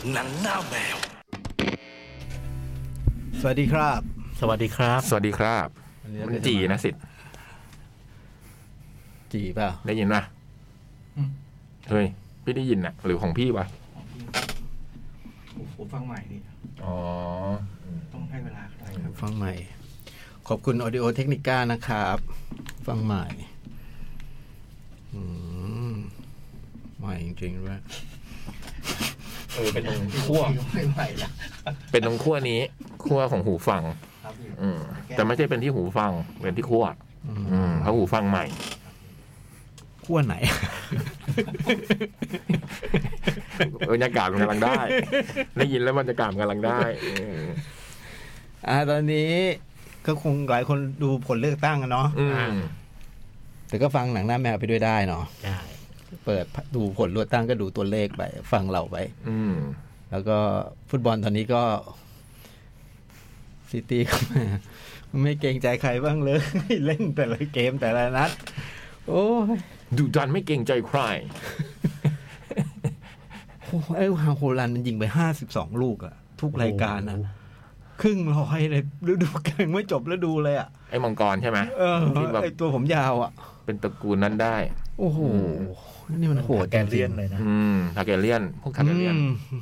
หนังหน้าแมวสวัสดีครับสวัสดีครับสวัสดีครับมันจีนะสิจีเปล่าได้ยินป่ะเฮ้ยพี่ได้ยินน่ะหรือของพี่วะผมฟังใหม่ดิอ๋อต้องให้เวลาได้ครับฟังใหม่ขอบคุณ Audio Technica นะครับฟังใหม่ใหม่จริงๆด้วยเป็นตรงขั้วไม่ใหม่ละเป็นตรงขั้วนี้ขั้วของหูฟังแต่ไม่ใช่เป็นที่หูฟังเป็นที่ขั้วเขาหูฟังใหม่ขั้วไหนบรรยากาศมันกำลังได้ยินแล้วบรรยากาศมันกำลังได้ตอนนี้ก็คงหลายคนดูผลเลือกตั้งกันเนาะแต่ก็ฟังหนังหน้าแมวไปด้วยได้เนาะใช่เปิดดูผลเลือกตั้งก็ดูตัวเลขไปฟังเราไปแล้วก็ฟุตบอลตอนนี้ก็ซิตี้ก็ไม่เกรงใจใครบ้างเลยเล่นแต่ละเกมแต่ละนัดโอ้ยดุดันไม่เกรงใจใครไอ้ฮาโฮลันมันยิงไป52ลูกอะทุกรายการนะครึ่งร้อยเลยฤดูกาลไม่จบแล้วดูเลยอะไอ้มังกรใช่ไหมไอ้ตัวผมยาวอะเป็นตระกูลนั้นได้โอ้โหนี่มันโหดแกเลียนเลยนะทาเกเลียนพวกทาเกเลียน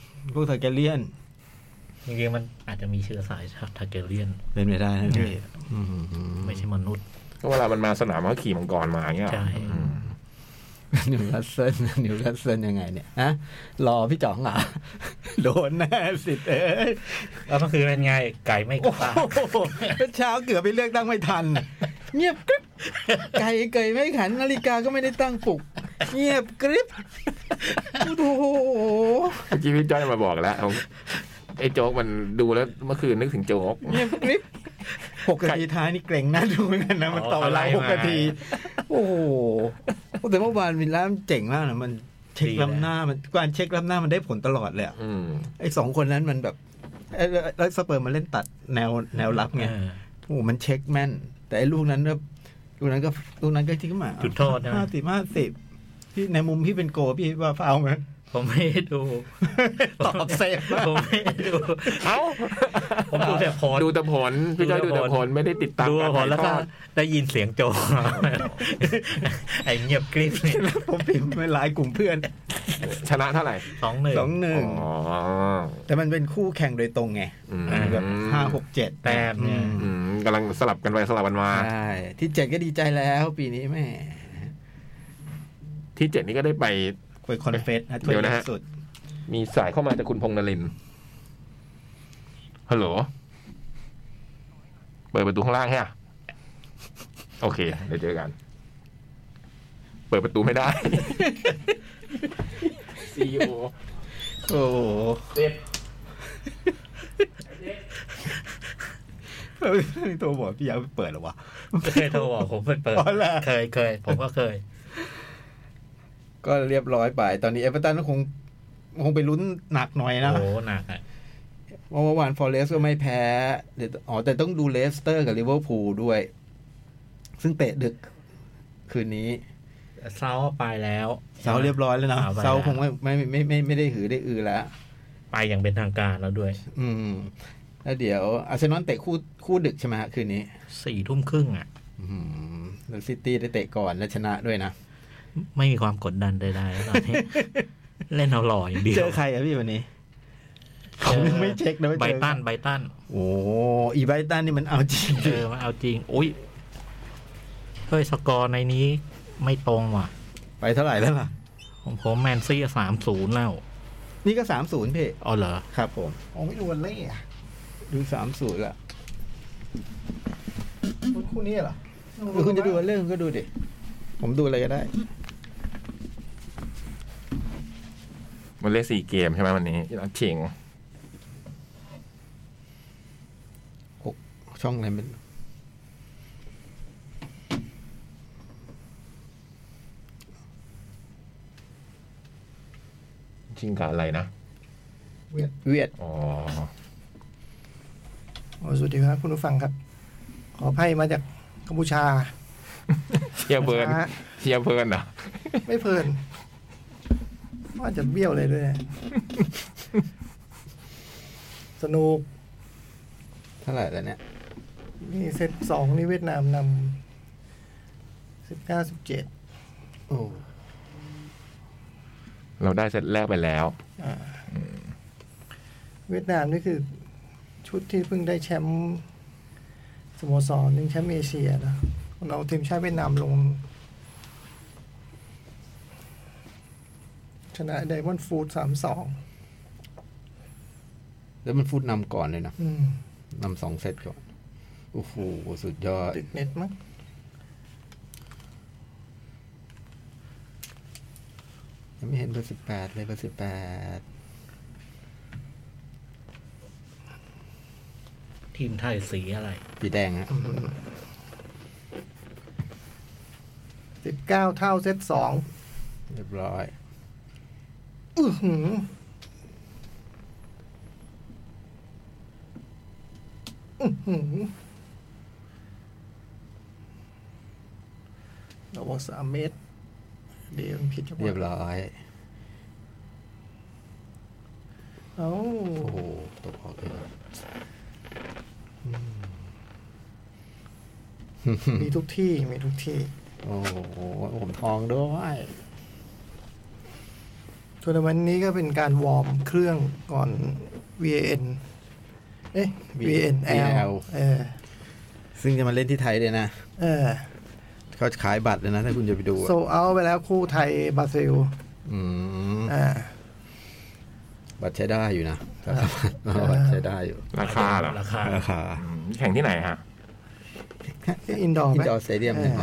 จริงๆมันอาจจะมีเชื้อสายทาเกเลียนเป็นไม่ได้นะพี่ไม่ใช่มนุษย์ก็เวลามันมาสนามมันขี่มังกรมาเงี้ยใช่นิวคาสเซิลยังไงเนี่ยฮะรอพี่จ๋องเหรอโดนแน่สิแล้วก็คือเป็นไงไก่ไม่กล้าเช้าเกือบไปเลือกตั้งไม่ทันเงียบกริบไก่ไม่ขันนาฬิกาก็ไม่ได้ตั้งปลุกเงียบกริบโอ้โหเมื่อกี้พี่จ้อยมาบอกแล้วไอ้โจ๊กมันดูแล้วเมื่อคืนนึกถึงโจ๊กเงียบกริบ6 นาทีท้ายนี่เกรงน่าดูเหมือนกันนะมันต่อเวลา6 นาทีโอ้โหแต่เมื่อวานวิลล่ามันเจ๋งมากนะมันเช็คล้ำหน้ามันการเช็คล้ำหน้ามันได้ผลตลอดเลยไอ้2คนนั้นมันแบบแล้วสเปิร์มมันเล่นตัดแนวรับไงโอ้มันเช็คแม่นแต่ไอ้ลูกนั้นก็ที่ก็มาจุดโทษนะ 50พี่ในมุมพี่เป็นโกพี่ว่าฟาวไหมผมไม่ดูตอบเซฟผมไม่ดูผมดูแต่ผลพี่จ้อยดูแต่ผลไม่ได้ติดตามดูผลแล้วก็ได้ยินเสียงโจไอ้เงียบกริบนี่ผมพิมพ์ไปหลายกลุ่มเพื่อนชนะเท่าไหร่ 2-1แต่มันเป็นคู่แข่งโดยตรงไงแบบ5-6-7 แต้มเนี่ยกำลังสลับกันไปสลับกันมาใช่ที่7ก็ดีใจแล้วปีนี้แม่ที่7นี่ก็ได้ไปคอนเฟสนะเดี๋ยวนะฮะมีสายเข้ามาจากคุณพงษ์นรินทร์ฮัลโหลเปิดประตูข้างล่างใช่ไหมโอเคเดี๋ยวเจอกันเปิดประตูไม่ได้ CEO โอ้โหเด็ดโทรบอกพี่ยาเปิดหรอวะเคยโทรบอกผมเปิดเคยผมก็เคยก็เรียบร้อยไปตอนนี้เอเวอร์ตันก็คงไปลุ้นหนักหน่อยนะโอ้หนักอ่ะเมื่อวานฟอเรสต์ก็ไม่แพ้แต่ต้องดูเลสเตอร์กับลิเวอร์พูลด้วยซึ่งเตะดึกคืนนี้เซาไปแล้วเซาเรียบร้อยแล้วนะเซาคงไม่ได้หือได้อือแล้วไปอย่างเป็นทางการแล้วด้วยแล้วเดี๋ยวอาร์เซนอลเตะคู่ดึกใช่ไหมฮะคืนนี้ 22:30 อ่ะแล้วซิตี้ได้เตะก่อนและชนะด้วยนะไม่มีความกดดันใดๆแล้วตอนนี้เล่นเอาหล่ออย่างเดียวเจอใครอะพี่วันนี้ผมไม่เช็คนะไบตันโอ้อีไบตันนี่มันเอาจริงมันเอาจริงโอ้ยเฮ้ยสกอร์ในนี้ไม่ตรงว่ะไปเท่าไหร่แล้วล่ะผมแมนซี่3-0แล้วนี่ก็3-0พี่อ๋อเหรอครับผมไม่ดูวันเล่อะดู3-0ละคู่นี้เหรอคุณจะดูวันเล่ก็ดูดิผมดูอะไรก็ได้มันเล่น4 เกมใช่ไหมวันนี้นัดชิงช่องอะไรมันชิงกับอะไรนะเวียดอ๋อสวัสดีครับคุณผู้ฟังครับขออภัยมาจากกัมพูชาเที่ยวเพลินเหรอไม่เพลินว่าจะเบี้ยวเลยด้วยสนุกเท่าไหร่แล้วเนี่ยนี่เซต2นี่เวียดนามนำ19-17 โอ้เราได้เซตแรกไปแล้วเวียดนามนี่คือชุดที่เพิ่งได้แชมป์สโมสรแชมป์เอเชียนะเราทีมชาติเวียดนามลงชนะไดมอนด์ฟูด 3-2 แล้วมันฟุตนำก่อนเลยนะอืมนำ2 เซตก่อนโอ้โหสุดยอดติดเน็ตมั้งยังไม่เห็นเบอร์18เลยเบอร์18 ทีมไทยสีอะไรสีแดงฮะ 19 เท่าเซต2 เรียบร้อยอื้อหืออื้อหือเราบอก3 เมตร เดี๋ยวมันผิดจังหวะเรียบร้อยเอ้าโอ้โหตกออกเลยมีทุกที่มีทุกที่โอ้โหผมทองด้วยทัวร์นาเมนต์นี้ก็เป็นการวอร์มเครื่องก่อน VAN เอ๊ะ VNL ซึ่งจะมาเล่นที่ไทยเลยนะเออเขาขายบัตรเลยนะ ถ้าคุณจะไปดูอะโซเอาไปแล้วคู่ไทยบราซิลอืมอ่าบัตรใช้ได้อยู่นะบัตรใช้ได้อยู่ราคาเหรอราคาราคาแข่งที่ไหนฮะที่อินดอร์อิไหมนดอร์สเตเดียมเนี่ย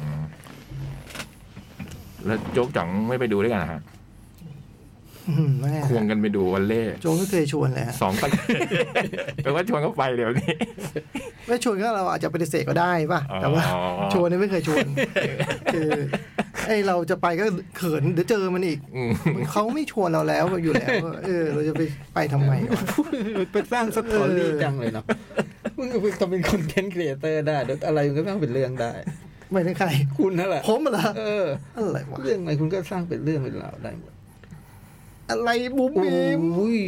แล้วโจ๊กจ่องไม่ไปดูด้วยกันนะฮะแม่ควงกันไปดูวันเล่โจไม่เคยชวนเลยฮะ 2 ตะ แปลว่าชวนเขาไปเดี๋ยวนี้ไม่ชวนก็เราอาจจะปฏิเสธก็ได้ป่ะ แต่ว่าอ๋อชวนนี่ไม่เคยชวนคือไอเราจะไปก็เขินเดี๋ยวเจอมันอีกอืมเขาไม่ชวนเราแล้วอยู่แล้วเราจะไปทำไมวะไปสร้างสตอรี่เออจังเลยเนาะมึงก็ทำเป็นคอนเทนต์ครีเอเตอร์ได้เดี๋ยวอะไรมึงก็สร้างเป็นเรื่องได้ไม่ถึงใครคุณนั่นแหละผมเหรอเอออะไรวะเรื่องอะไรคุณก็สร้างเป็นเรื่องเป็นราวได้หมดอะไรบุ๋มบิมโอ้ย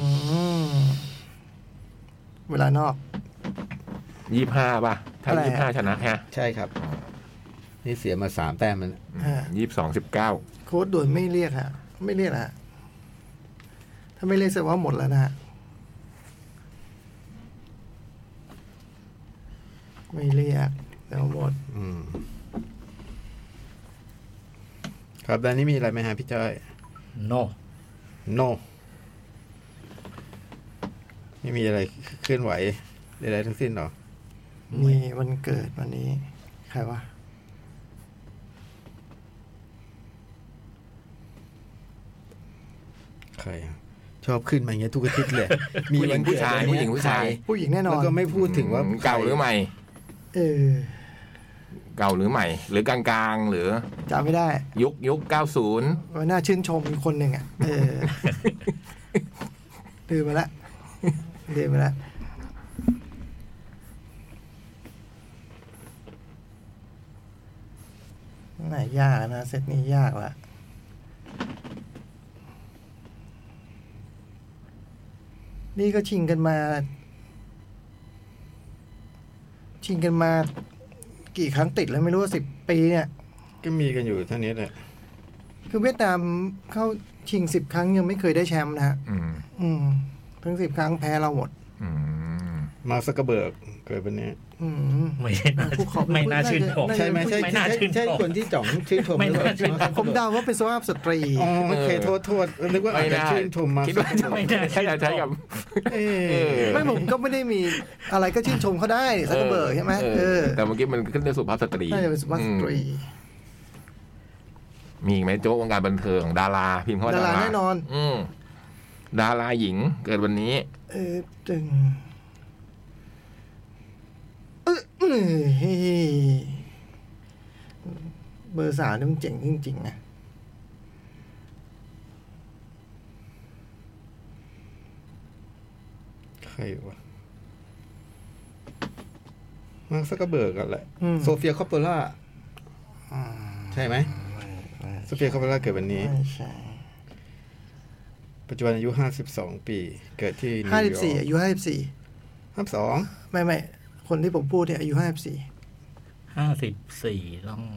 เวลานอก 25 ป่ะ ถ้าอะไรฮะ 25 ชนะฮะใช่ครับ นี่เสียมา3 แต้มมัน 22-19 โค้ดด่วนไม่เรียกฮะไม่เรียกฮะถ้าไม่เรียกแสดงว่าหมดแล้วนะฮะไม่เรียกแล้วหมดอืมครับด้านนี้มีอะไรไหมฮะพี่จ้อยโน no ไม่มีอะไรเคลื่อนไหวใดๆทั้งสิ้นหรอมีวันเกิดวันนี้ ใครวะใครอะชอบขึ้นมาอย่างเงี้ยทุกอาทิตย์เลยผู้หญิงผู้ชายวันผู้หญิงผู้ชายผู้หญิงแน่นแล้อวน ก็ไม่พูดถึงว่าเก่าหรือใหม่เออเก่าหรือใหม่ หรือกลางๆ หรือจำไม่ได้ยุค 90 ว่าน่าชื่นชมคนหนึ่งอ่ะลืมไปละลืมไปละไหนยากนะเซตนี้ยากละนี่ก็ชิงกันมา กี่ครั้งติดแล้วไม่รู้ว่า10 ปีเนี่ยก็มีกันอยู่เท่านี้แหละคือเวียดนามเข้าชิง10 ครั้งยังไม่เคยได้แชมป์นะฮะอืมทั้ง10 ครั้งแพ้เราหมดอืมมาร์คซักเกอร์เบิร์กเกิดวันนี้ไม่น่าผู้ขอบไม่น่าชื่นชมใช่ไหมใช่ไม่น่าชื่นชมใช่คนที่จ่องชื่นชมไม่น่าหรือเปล่ชื่นชมผมเดาว่าเป็นสุภาพสตรีอ๋อโอเคโทษนึกว่าอาจจะชื่นชมมาคิดว่าจะไม่น่าใช้ใช้กับเอเอออไม่ผมก็ไม่ได้มีอะไรก็ชื่นชมเขาได้ซักเกอร์เบิร์กใช่ไหมแต่เมื่อกี้มันขึ้นในสุภาพสตรีน่าจะเป็นสุภาพสตรีมีอีกไหมโจ๊กวงการบันเทิงดาราพิมพ์เข้ามาดาราแน่นอนดาราหญิงเกิดวันนี้ตึงเบอร์3นี่มันเจ๋งจริงๆนะใครวะมาร์คซักเกอร์เบิร์กกันแหละ โซเฟียคอปโปล่าใช่ไหมโซเฟียคอปโปล่าเกิดวันนี้ไม่ใช่ปัจจุบันอายุ52ปีเกิดที่นิวยอร์ก 54อายุ 52 ไม่คนที่ผมพูดเนี่ยอายุ54 54ต้อง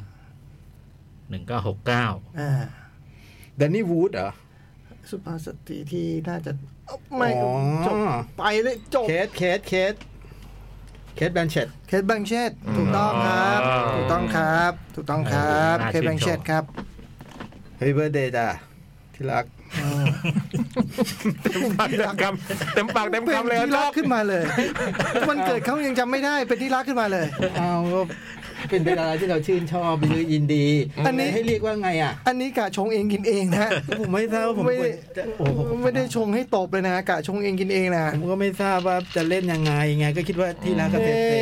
1969 แดนนี่วูดเหรอสุภาพสตรีที่น่าจะไม่จบไปเลยจบเคสแบนเชตถูกต้องครับถูกต้องครับเคสแบงเชตครับ Happy birthday จ้ะที่รักเต็มปากเต็มคำเลยที่รักขึ้นมาเลยวันเกิดเขายังจำไม่ได้เป็นที่รักขึ้นมาเลยเอาก็เป็นอะไรที่เราชื่นชอบหรือยินดีอันนี้ให้เรียกว่าไงอ่ะอันนี้กะชงเองกินเองนะผมไม่ทราบผมไม่ได้ชงให้ตบเลยนะกะชงเองกินเองนะผมก็ไม่ทราบว่าจะเล่นยังไงก็คิดว่าที่รักก็เซ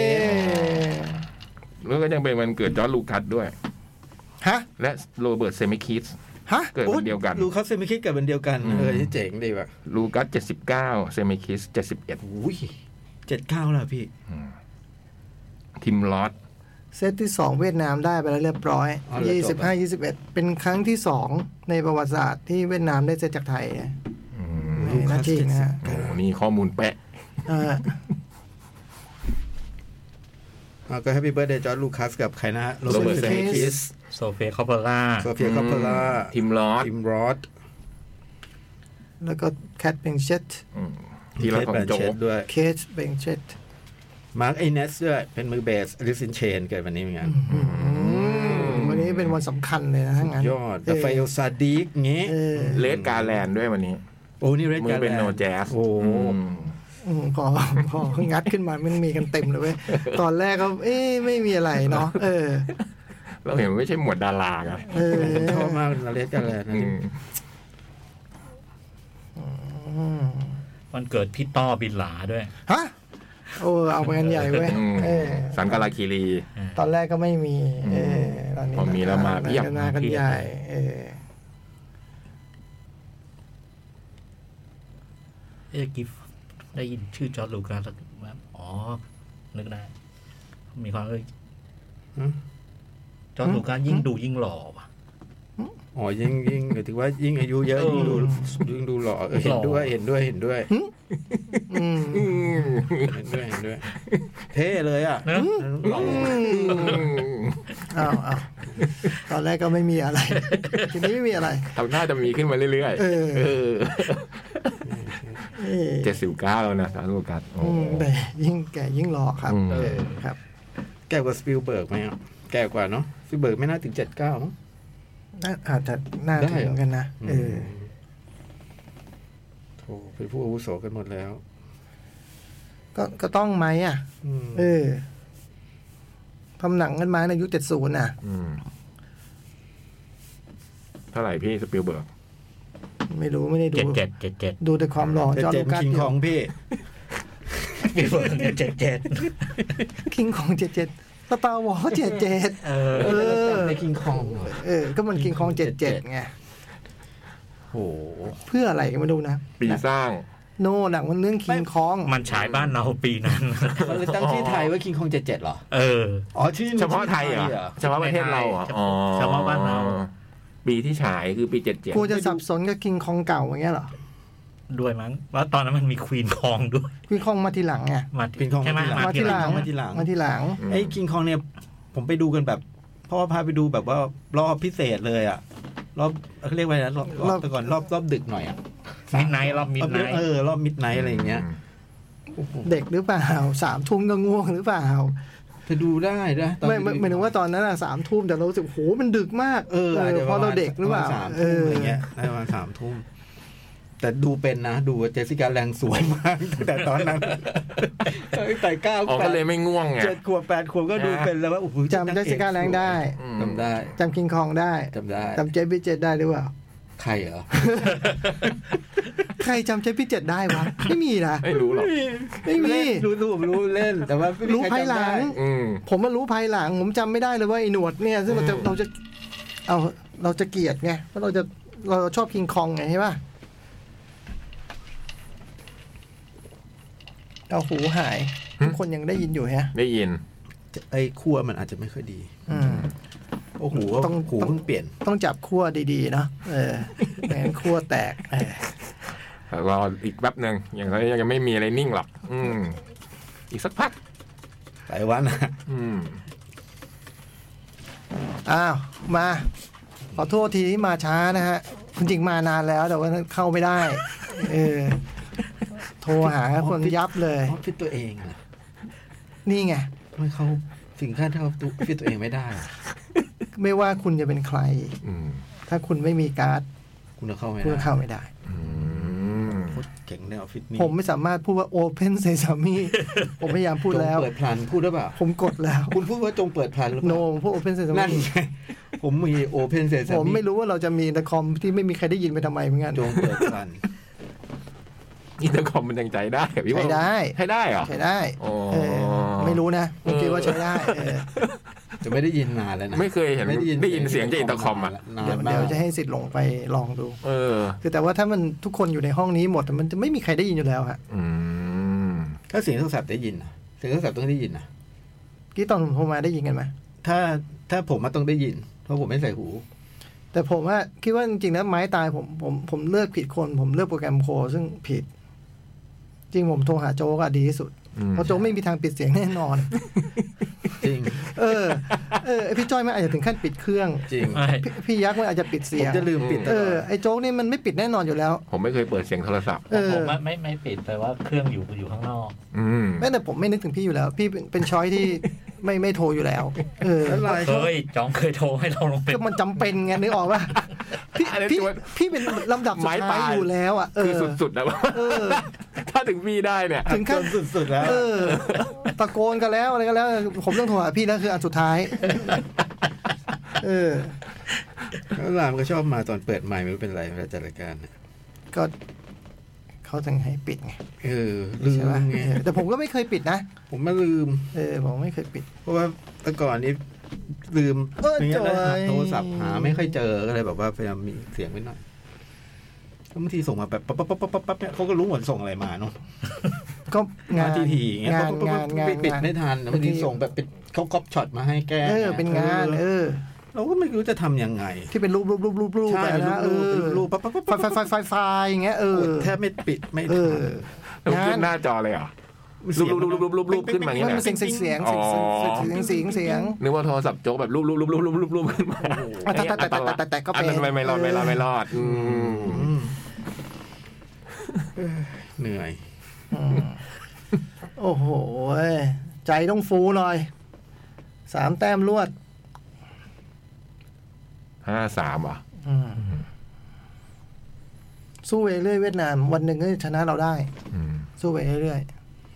แล้วก็ยังเป็นวันเกิดจอร์จลูคัสด้วยฮะและโรเบิร์ตเซมิคิสเกิดวันเดียวกันลูคัสเซมิคิสเกิดวันเดียวกันที่เจ๋งดีว่ะลูคัส79เซมิคิส71 อุ้ย79แล้วพี่ทิมลอสเซตที่2เวียดนามได้ไปแล้วเรียบร้อย25-21เป็นครั้งที่2ในประวัติศาสตร์ที่เวียดนามได้เซตจากไทยนาทีนะฮะโอ้นี่ข้อมูลเป๊ะก็แฮปปี้เบิร์ธเดย์จอร์จลูคัสกับใครนะโรเบิร์ตเซมิคิสโซเฟียคอปเปล่าทิมลอสแล้วก็แคทเบงเชตที่เราของโจ๊กด้วยเคทเบงเชตมาร์คไอเนสด้วยเป็นมือเบสอลิซินเชนเกิดวันนี้เหมือนกันวันนี้เป็นวันสำคัญเลยนะทั้งนั้นยอดราฟาเอลซาดิกงี้เลดการแลนด์ด้วยวันนี้โอ้นี่เลดการแลนด์มือเป็นโนแจ๊สโอ้พองัดขึ้นมามันมีกันเต็มเลยเว้ยตอนแรกก็ไม่มีอะไรเนาะเราเห็นไม่ใช่หมวดดาราครับชอบมากเลดการแลนด์วันเกิดพี่ต้อบินหลาด้วยฮะเอาไปกันใหญ่เว้ยสังกาลาคีรีตอนแรกก็ไม่มีตอนนี้พอมีแล้วมาเพียบกันใหญ่กิฟได้ยินชื่อจอร์จลูคัสแล้วนึกได้มีความจอร์จลูคัสยิ่งดูยิ่งหล่อว่ะยิ่งหมายถึงว่ายิ่งอายุเยอะยิ่งดูหล่อเห็นด้วยเห็นด้วยเท่เลยอ่ะตอนแรกก็ไม่มีอะไรทีนี้ไม่มีอะไรทำหน้าจะมีขึ้นมาเรื่อยๆ79แล้วนะจอร์จลูคัสแต่ยิ่งแก่ยิ่งหล่อครับครับแก่กว่าสปิลเบิร์กไหมครับแก่กว่าเนาะสปิลเบิร์กไม่น่าถึง79มั้งอาจจะน่าถึงกันนะโถเป็นผู้อาวุโสกันหมดแล้วก็ต้องไหมอ่ะทำหนังกันมาในยุค70น่ะเท่าไหร่พี่สปิลเบิร์กไม่รู้ไม่ได้ดู 77 ดูแต่ความหล่อจอร์จลูคัสของพี่สปิลเบิร์ก 77คิงของ77สตาร์วอร์77 ในคิงคองก็มันคิงคอง77ไงโหเพื่ออะไรก็ไม่รู้นะปีสร้างหนังมันเรื่องคิงคองมันฉายบ้านเราปีนั้นมันเลยตั้งชื่อไทยว่าคิงคอง77เหรอชื่อเฉพาะไทยเหรอเฉพาะประเทศเราเฉพาะบ้านเราปีที่ฉายคือปี77 กูจะสับสนกับคิงคองเก่าอย่างเงี้ยเหรอด้วยมั้งว่าตอนนั้นมันมีควีนคองด้วยควีนคองมาทีหลังไงควีนคองมาทีหลังไอ้คิงคองเนี่ยผมไปดูกันแบบเพราะว่าพาไปดูแบบว่ารอบพิเศษเลยอ่ะรอบเขาเรียกว่าอะไรรอบแต่ก่อนรอบดึกหน่อยอ่ะมิดไนท์รอบมิดไนท์รอบมิดไนท์อะไรอย่างเงี้ยเด็กหรือเปล่า3 ทุ่มก็ง่วงหรือเปล่าไปดูได้นะไม่หมายถึงว่าตอนนั้นอ่ะ3 ทุ่มแต่เรารู้สึกโหมันดึกมากเพราะเราเด็กหรือเปล่าอะไรเงี้ยประมาณ3 ทุ่มแต่ดูเป็นนะดูเจสสิก้าแรงสวยมากแต่ตอนนั้นแต่9 ก็เลยไม่ง่วงไง 7 ขวบ 8 ขวบก็ดูเป็นแล้วว่าจำเจสสิก้าแรงได้จำคิงคองได้จำเจฟฟี่7ได้หรือเปล่าใครเหรอใครจำเจฟฟี่7ได้วะไม่มีนะไม่รู้หรอกไม่มีรู้เล่นแต่ว่ารู้ภายหลังผมมารู้ภายหลังผมจำไม่ได้เลยว่าไอ้หนวดเนี่ยซึ่งเราจะเกลียดไงเพราะเราชอบคิงคองไงใช่ป่ะเอาหูหายทุกคนยังได้ยินอยู่ฮะได้ยินไอ้ขั้วมันอาจจะไม่ค่อยดีโอ้โหต้องเปลี่ยนต้องจับขั้วดีๆเนาะไม่งั้นขั้วแตกรออีกแป๊บหนึ่งอย่างไรยังไม่มีอะไรนิ่งหรอกอีกสักพักหลายวันนะอ้าวมาขอโทษทีที่มาช้านะฮะจริงๆมานานแล้วแต่ว่าเข้าไม่ได้โทรหาคนยับเลยเขาฟิตตัวเองนะนี่ไงไม่เขาถึงขั้นเขาฟิตตัวเองไม่ได้ไม่ว่าคุณจะเป็นใครถ้าคุณไม่มีการ์ดคุณเข้าไม่คุณได้เข้าไม่ได้โคตรเก่งในออฟฟิศนี้ผมไม่สามารถพูดว่า Open Sesame ผมพยายามพูดแล้วจงเปิดพลันพูดได้เปล่าผมกดแล้วคุณพูดว่าจงเปิดพลันหรือเปโนล่าผมพูด Open นั่น Sesame ไงผมมีโอเพนเซซัมผมไม่รู้ว่าเราจะมีในคอมที่ไม่มีใครได้ยินไปทำไมเหมือนกันจงเปิดพลันอินเตอร์คอมมันยังใจได้พี่ว่าใช้ได้ใช้ได้เหรอใช้ได้อ๋อไม่รู้นะผมคิดว่าใช้ได้จะไม่ได้ยินนานแล้วนะไม่เคยเห็นได้ยินเสียงจากอินเตอร์คอมอ่ะนานเดี๋ยวมากจะให้สิทธิ์ลงไปลองดูอคือแต่ว่าถ้ามันทุกคนอยู่ในห้องนี้หมดมันจะไม่มีใครได้ยินอยู่แล้วฮะถ้าเสียงโทรศัพท์ได้ยินนะเสียงโทรศัพท์ต้องได้ยินนะกี้ตอนผมโทรมาได้ยินกันไหมถ้าผมมาต้องได้ยินเพราะผมไม่ใส่หูแต่ผมว่าคิดว่าจริงๆแล้วไม้ตายผมเลือกผิดคนผมเลือกโปรแกรมโคซึ่งผิด จริงผมโทรหาโจ๊กอะดีที่สุดเพราะโจ๊กไม่มีทางปิดเสียงแน่นอนจริงพี่จ้อยมันอาจจะถึงขั้นปิดเครื่องจริงพี่ยักษ์มันอาจจะปิดเสีผมยงจะลืมปิดตลอดไอ้โจ๊กนี่มันไม่ปิดแน่นอนอยู่แล้วผมไม่เคยเปิดเสียงโทรศัพท์ผมไม่ปิดแต่ว่าเครื่องอยู่ข้างนอกแม้แต่ผมไม่นึกถึงพี่อยู่แล้ว พี่เป็นช้อยที่ไม่โทรอยู่แล้วเคยจ้องเคยโทรให้เราลงไปก็มันจำเป็นไงนึกออกป่ะพี่เป็นลำดับสุดท้ายอยู่แล้วอ่ะคือสุดๆนะว่าถ้าถึงพี่ได้เนี่ยถึงขั้นสุดๆแล้วตะโกนกันแล้วอะไรกันแล้ว ผมต้องโทรหาพี่แล้วคืออันสุดท้ายแล้วรามก็ชอบมาตอนเปิดใหม่ไม่รู้เป็นไรเวลาจัดรายการก็เขาถึงให้ปิดไงลืมไงแต่ผมก็ไม่เคยปิดนะผมไม่ลืมผมไม่เคยปิดเพราะว่าแต่ก่อนนี้ลืมอย่างเงี้ยโทรศัพท์หาไม่ค่อยเจอก็เลยแบบว่าพยายามมีเสียงไว้หน่อยบางทีส่งมาแบบปั๊บเนี่ยเขาก็รู้หมดส่งอะไรมาเนาะก็งานทีอย่างเงี้ยปิดไม่ทันบางทีส่งแบบเป็นเขาก๊อปช็อตมาให้แก้เป็นงานเราก็ไม่รู้จะทำยังไงที่เป็นรูปไปนะรูปไฟอย่างเงี้ยแทบไม่ปิดไม่ทันขึ้นหน้าจอเลยเหรอรูปขึ้นมาอย่างเงี้ยเสียงนึกว่าโทรศัพท์โจ๊กแบบรูปขึ้นมาแต่ก็เป็นไม่รอดเหนื่อยโอ้โหใจต้องฟูหน่อย3 แต้มรวด 5-3อ่ะสู้ไปเรื่อยเวียดนามวันหนึ่งก็ชนะเราได้สู้ไปเรื่อย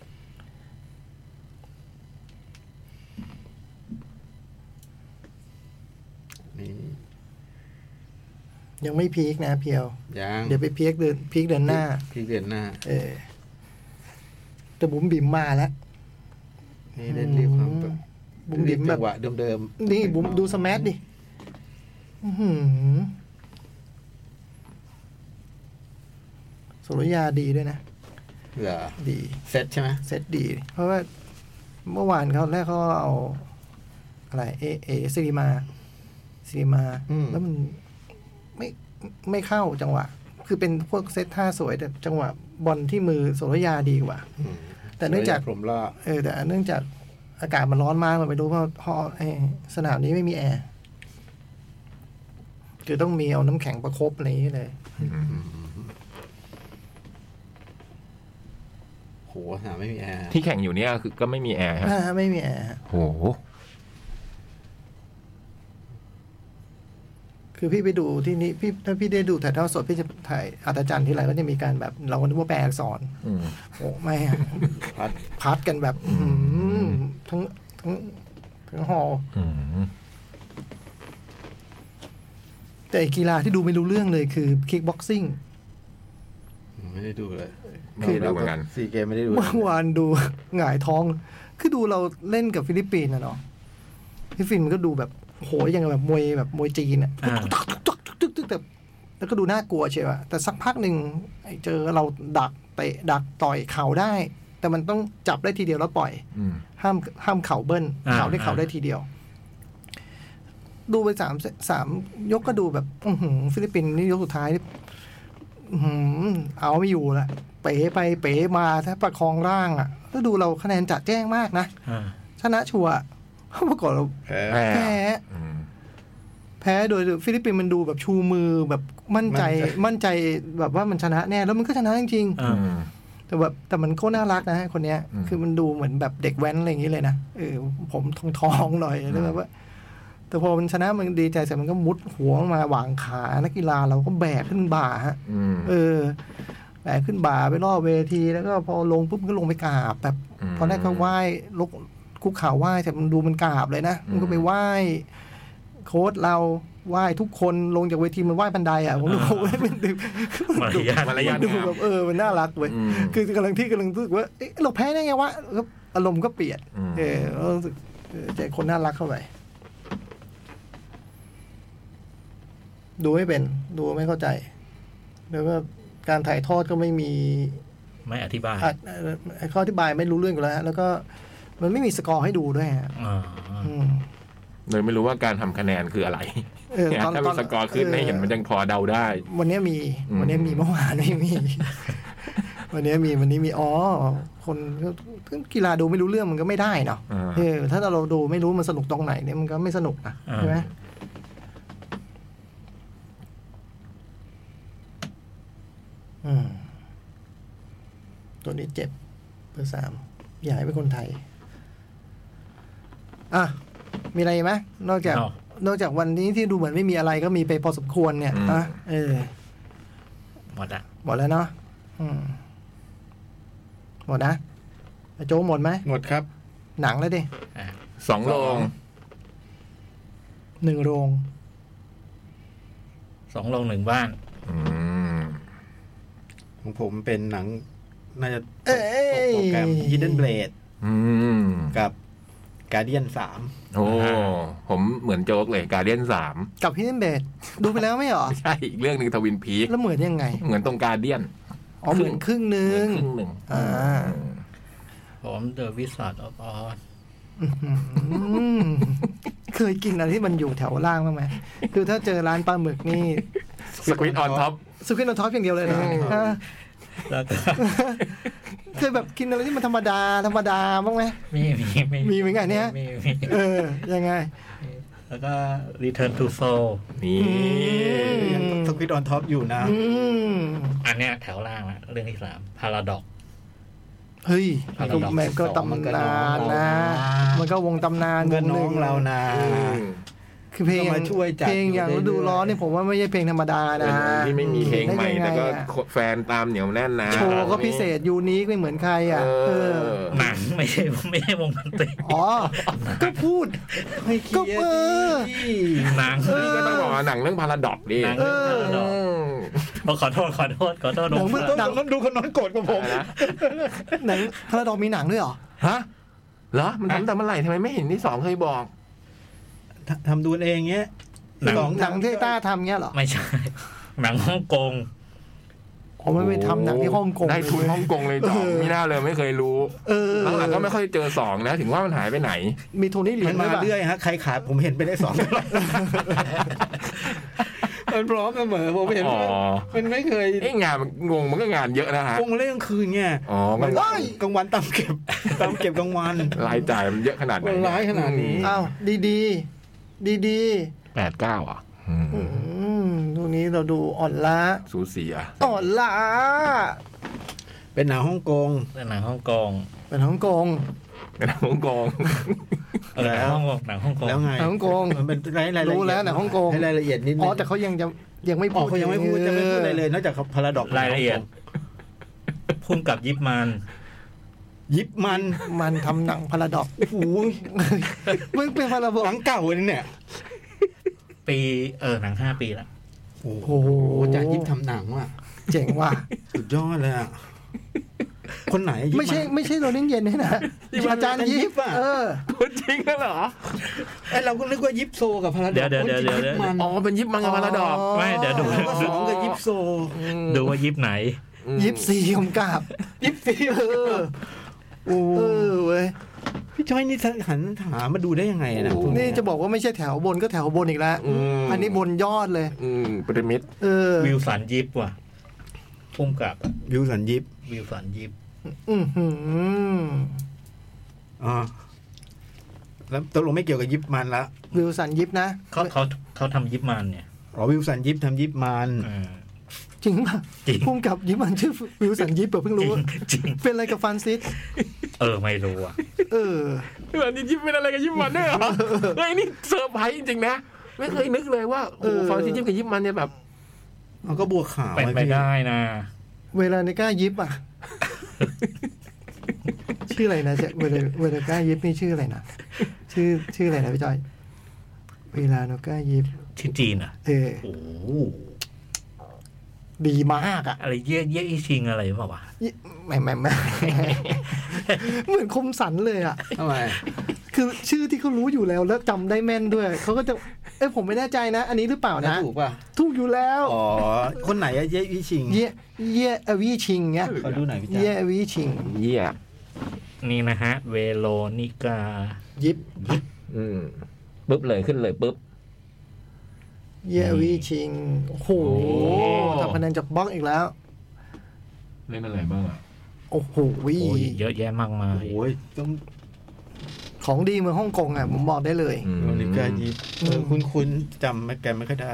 ยังไม่พีคนะเพียวเดี๋ยวไปพีคเดือนหน้าแต่บุ๋มบิ่มมาแล้วนี่เล่นเรียบความแบบบุ๋มบิ่มแบบเดิมนี่บุ๋มดูสแมทดิสุริยาดีด้วยนะดีเซตใช่ไหมเซตดีเพราะว่าเมื่อวานเขาเอาอะไรซีรีมาแล้วมันไม่เข้าจังหวะคือเป็นพวกเซตท่าสวยแต่จังหวะบอลที่มือสุริยาดีกว่าแต่เนื่องจากแต่เนื่องจากอากาศมันร้อนมากมันไม่รู้เพราะสนามนี้ไม่มีแอร์คือต้องมีเอาน้ำแข็งประคบอะไรอย่างนี้เลยโหสนามไม่มีแอร์ที่แข่งอยู่เนี่ยคือก็ไม่มีแอร์ฮะไม่มีแอร์โอ้คือพี่ไปดูที่นี่ถ้าพี่ได้ดูถ่ายทอดสดพี่จะถ่ายอัศจรรย์ที่ไรก็จะมีการแบบเราก็นึกว่าแปลอักษรโอ้ไม่พัดกันแบบทั้งฮอลแต่กีฬาที่ดูไม่รู้เรื่องเลยคือคิกบ็อกซิ่งไม่ได้ดูเลยคือดูเหมือนกัน 4 เกมไม่ได้ดูเมื่อวานดูหงายท้องคือดูเราเล่นกับฟิลิปปินส์นะเนาะฟิลิปปินส์มันก็ดูแบบโหยังแบบมวยจีนอ่ะแต่แล้วก็ดูน่ากลัวใช่ป่ะแต่สักพักหนึ่งเจอเราดักเตะดักต่อยเข่าได้แต่มันต้องจับได้ทีเดียวแล้วปล่อยห้ามเข่าเบิ้ลเข่าได้ทีเดียวดูไป3 ยกก็ดูแบบฟิลิปปินส์นี่ยกสุดท้ายเอาไม่อยู่ละเป๋ไปเป๋มาถ้าประคองร่างอ่ะแล้วดูเราคะแนนจัดแจ้งมากนะชนะชัวร์เมื่อก่อนเราแพ้โดยฟิลิปปินส์มันดูแบบชูมือแบบมั่นใจแบบว่ามันชนะแน่แล้วมันก็ชนะจริงๆแต่มันโคตรน่ารักนะคนเนี้ยคือมันดูเหมือนแบบเด็กแว้นอะไรอย่างนี้เลยนะผมทองหน่อยแล้วแบบว่าแต่พอมันชนะมันดีใจเสร็จมันก็มุดหัวมาวางขานักกีฬาเราก็แบกขึ้นบ่าฮะแบกขึ้นบ่าไปรอบเวทีแล้วก็พอลงปุ๊บก็ลงไปกราบแบบตอนแรกก็ไหว้คุกเข่าไหว้แต่มันดูมันกราบเลยนะมันก็ไปไหว้โค้ชเราไหว้ทุกคนลงจากเวทีมันไหว้บันไดอ่ะผมดูมันดูมารยาทดูแบบมันน่ารักเว้ยคือกำลังรู้สึกว่าเราแพ้ได้ไงวะอารมณ์ก็เปลี่ยนรู้สึกใจคนน่ารักเข้าไปดูไม่เป็นดูไม่เข้าใจแล้วก็การถ่ายทอดก็ไม่มีไม่อธิบายข้ออธิบายไม่รู้เรื่องกันแล้วก็มันไม่มีสกอร์ให้ดูด้วยเลยไม่รู้ว่าการทำคะแนนคืออะไรถ้ามีสกอร์ขึ้นให้เห็นมันยังพอเดาได้วันนี้มีเมื่อวานไม่มี วันนี้มีคนกีฬาดูไม่รู้เรื่องมันก็ไม่ได้เนาะถ้าเราดูไม่รู้มันสนุกตรงไหนเนี่ยมันก็ไม่สนุกนะใช่ไหมตัวนี้เจ็บเบอร์ 3อยากให้เป็นคนไทยมีอะไรไหมนอกจากวันนี้ที่ดูเหมือนไม่มีอะไรก็มีไปพอสมควรเนี่ยหมดแล้วเนาะหมดนะโจหมดไหมหมดครับหนังแล้วดิ 2 โรง 1 โรง 2 โรง 1 บ้านของผมเป็นหนังน่าจะโปรแกรม Hidden Blade กับ Guardian 3 โอ้ผมเหมือนโจ๊กเลย Guardian 3 กับ Hidden Blade ดูไปแล้วไม่หรอใช่อีกเรื่องนึงทวินพีคแล้วเหมือนยังไงเหมือนตรง Guardian เหมือนครึ่งนึงผม The Wizard of Oz เคยกินอะไรที่มันอยู่แถวล่างบ้างไหมคือถ้าเจอร้านปลาหมึกนี่ Squid on Top อย่างเดียวเลยนะเคยแบบกินอะไรที่มันธรรมดาบ้างไหมมีเหมือนกันเนี่ยยังไงแล้วก็ Return to Seoul นี่ยัง Squid on Top อยู่นะอันเนี้ยแถวล่างละเรื่องที่3 Paradox เฮ้ยมันก็ตำนานนะมันก็วงตำนานวงนึงเรานะคือเพลงอย่างฤดูร้อนนี่ผมว่าไม่ใช่เพลงธรรมดานะนี่ไม่มีเพลงใหม่แต่ก็แฟนตามเหนียวแน่นนะโชว์ก็พิเศษยูนิคไม่เหมือนใครหนังไม่ใช่วงดนตรีก็พูดก็หนังก็ต้องบอกหนังเรื่อง Paradox ดิขอโทษหนังดูคนนั้นโกรธกับผมหนัง Paradox มีหนังด้วยเหรอฮะเหรอมันทำแต่เมื่อไหร่ทำไมไม่เห็นที่2เคยบอกทำดูเองเงี้ยหนังที่ต้าทำเงี้ยเหรอไม่ใช่หนังฮ่องกงไม่ไปทำหนังที่ฮ่องกงได้ทุนฮ่องกงเลยจ่อไม่น่าเลยไม่เคยรู้หลังๆก็ไม่ค่อยเจอ2นะถึงว่ามันหายไปไหนมีโทนี่หลินมาเรื่อยฮะใครขาดผมเห็นไปได้2ตลอดมันพร้อมเสมอผมเห็นมันไม่เคยงานงงมันก็งานเยอะนะฮะงงเล่นกลางคืนไงกลางวันตามเก็บกลางวันรายจ่ายมันเยอะขนาดไหนร้ายขนาดนี้อ้าวดี 8-9อ่ะตรงนี้เราดูอ่อนล้าสูสีอ่อนล้าเป็นหนังฮ่องกงเป็นหนังฮ่องกงแล้วไงหนังฮ่องกงมันเป็นรายละเอียดรู้แล้วหนังฮ่องกงให้รายละเอียดนิดนึงแต่เขายังไม่พูดจะไม่พูดอะไรเลยนอกจากพาราดอกรายละเอียดพุ่งกับยิปมันทำหนังพาราดอกโอ้โหมึงเป็นพาราดอกหนังเก่าเลยเนี่ยปีหนัง5 ปีละโอ้โหจากยิปทำหนังว่ะเจ๋งว่ะสุดยอดเลยอ่ะคนไหนไม่ใช่โรนินเย็นนะอาจารย์ยิปพูดจริงเหรอเราก็นึกว่ายิปโซกับพาราดอกเดี๋ยวเป็นยิปมันกับพาราดอกไม่เดี๋ยวดู 2กับยิปโซดูว่ายิปไหนยิป4ผมกราบยิป4เว้ยพี่จ้อยนี่หันหามาดูได้ยังไงนะนี่จะบอกว่าไม่ใช่แถวบนก็แถวบนอีกแล้วอันนี้บนยอดเลยพีระมิดวิลสันยิปว่ะพุ่มกับวิวสันยิปวิวสันยิปอือหืออ๋อแล้วตกลงไม่เกี่ยวกับยิปมันละวิลสันยิปนะเขาทำยิปมันเนี่ยอ๋อวิวสันยิปทำยิปมันจริงป่ะจริงพุ่มกับยิปมันชื่อวิลสันยิปเพิ่งรู้จริงเป็นอะไรกับฟรานซิสไม่รู้อ่ะอันนี้ยิ้มเป็นอะไรกับยิ้มมันด้วยเหรอเฮ้ยนี่เซอร์ไพรส์จริงๆนะไม่เคยนึกเลยว่าโอ้โหฟังที่ยิ้มกับยิ้มมันเนี่ยแบบมันก็บัวขาวเป็นไปได้นะเวลาในก้ายิปอ่ะ ชื่ออะไรนะเวลาก้ายิปนี่ชื่ออะไรนะชื่ออะไรนะพี่จอยเวลาโนก้ายิปที่จีนอ่ะโอ้โหดีมากอ่ะอะไรเย่อีชิงอะไรเปล่าวะไม่ เหมือนคมสันเลยอ่ะทำไมคือชื่อที่เขารู้อยู่แล้วจำได้แม่นด้วยเขาก็จะผมไม่แน่ใจนะ อันนี้หรือเปล่านะถูกป่ะถูกอยู่แล้วอ๋อคนไหนอะเย่วิชิงเย่อวีชิงเงี้ยเขาดูหน่อยพี่จ๊ะเย่อวีชิงเยี่ยนี่นะฮะ เวโรนิกายิปปุ๊บเลยขึ้นเลยปุ๊บเย่อวีชิงโอ้โหทำคะแนนจากบล็อกอีกแล้วเล่นอะไรบ้างอ่ะโอ้โหโอ้ยเยอะแยะมากมายโอ้ยต้องของดีเมืองฮ่องกงอ่ะผมบอกได้เลยโรนิกายิปคุ้นจำไม่แกไม่ค่อยได้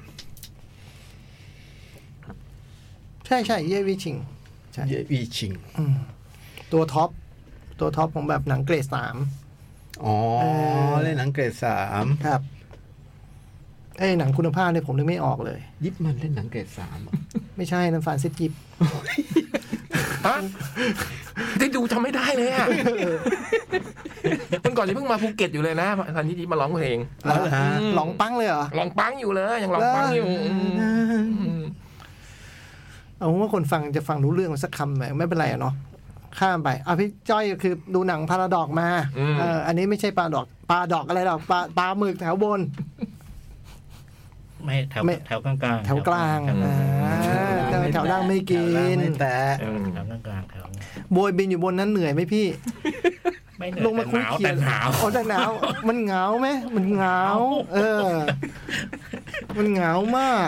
ใช่เย่อวีชิงใช่เย่วิชิงตัวท็อปของแบบหนังเกรด3 อ๋อเล่นหนังเกรด3 ครับหนังคุณภาพเนี่ยผมนึกไม่ออกเลยยิปมันเล่นหนังเกรด3อ่ะไม่ใช่นั่นฟรานซิสยิปฮะได้ดูทำไม่ได้เลยอ่ะมันก่อนจะเพิ่งมาภูเก็ตอยู่เลยนะตอนที่มาร้องเพลงหลองปังเลยเหรอร้องปังอยู่เลยยังร้องปังอยู่เอาว่าคนฟังจะฟังรู้เรื่องสักคำไหมไม่เป็นไรอะเนาะข้ามไปพี่จ้อยคือดูหนังพาราดอกมาอันนี้ไม่ใช่ปลาดอกอะไรหรอกปลาหมึกแถวบนไม่แถวกลางๆแถวกลางแถวล่างไม่กินไม่แตะแถวกลางๆแถวโบยบินอยู่บนนั้นเหนื่อยไหมพี่ไม่เหนื่อยลงมาคุยเขียนแต่หนาวแต่หนาวมันเหงาไหมมันเหงามันเหงามาก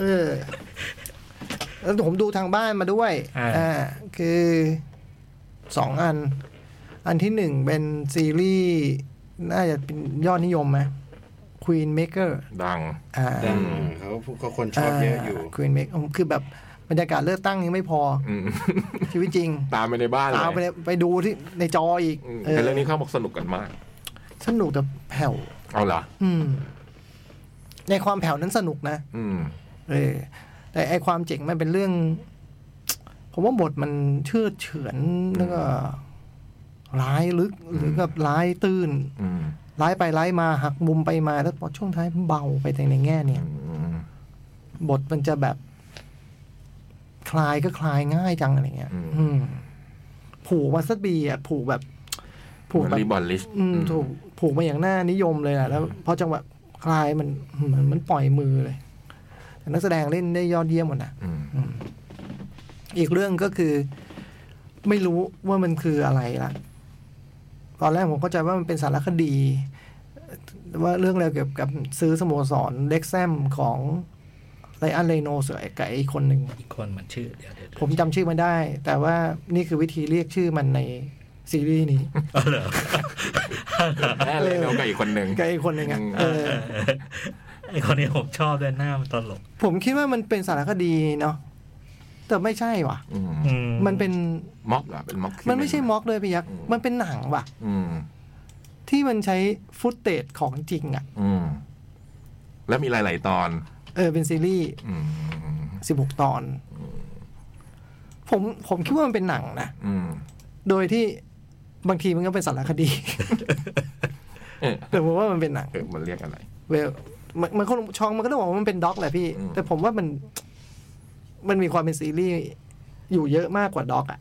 แล้วผมดูทางบ้านมาด้วยคือ2 อันที่1เป็นซีรีส์น่าจะเป็นยอดนิยมไหม Queen Maker ดังเขาคนชอบเยอะอยู่ Queen Maker คือแบบบรรยากาศเลือกตั้งยังไม่พอชีวิตจริงตามไปในบ้านเลยตามไปดูที่ในจออีกแต่เรื่องนี้เขาบอกสนุกกันมากสนุกแต่แผ่วเอาเหรอในความแผ่วนั้นสนุกนะแต่ไอความเจ๋งมันเป็นเรื่องผมว่าบทมันเชื่อเฉือนแล้วก็ร้ายลึกหรือกับร้ายตื้นร้ายไปร้ายมาหักมุมไปมาแล้วพอช่วงท้ายมันเบาไปในแง่เนี่ยบทมันจะแบบคลายก็คลายง่ายจังอะไรเงี้ยผูกมาสักบีอ่ะผูกแบบรีบอลลิสถูกผูกมาอย่างน่านิยมเลยแหละแล้วพอจังหวะคลายมันปล่อยมือเลยแต่นักแสดงเล่นได้ยอดเยี่ยมหมดนะอีกเรื่องก็คือไม่รู้ว่ามันคืออะไรละตอนแรกผมเข้าใจว่ามันเป็นสารคดีว่าเรื่องอะไรเกี่ยวกับซื้อสโมสรเล็กแซมของไลอันเรโนส์กับอีกคนหนึ่งอีกคนมันชื่อเดี๋ยวผมจำชื่อมันได้แต่ว่านี่คือวิธีเรียกชื่อมันในซีรีส์นี้เหรอเลยน้องกับอีกคนหนึ่งอ่ะไอ้คนนี้ผมชอบด้วยหน้ามันตลกผมคิดว่ามันเป็นสารคดีเนาะแต่ไม่ใช่ว่ะมันเป็นม็อกเหรอเป็นม็อกมันไม่ใช่ม็อกเลยพี่ยักษ์มันเป็นหนังว่ะที่มันใช้ฟุตเตจของจริงอ่ะแล้วมีหลายๆตอนเป็นซีรีส์16 ตอนผมคิดว่ามันเป็นหนังนะโดยที่บางทีมันก็เป็นสารคดีแต่ผมว่ามันเป็นหนังมันเรียกอะไรมันคนช่องมันก็ต้องบอกว่ามันเป็นด็อกแหละพี่แต่ผมว่ามันมีความเป็นซีรีส์อยู่เยอะมากกว่าด็อกอ่ะ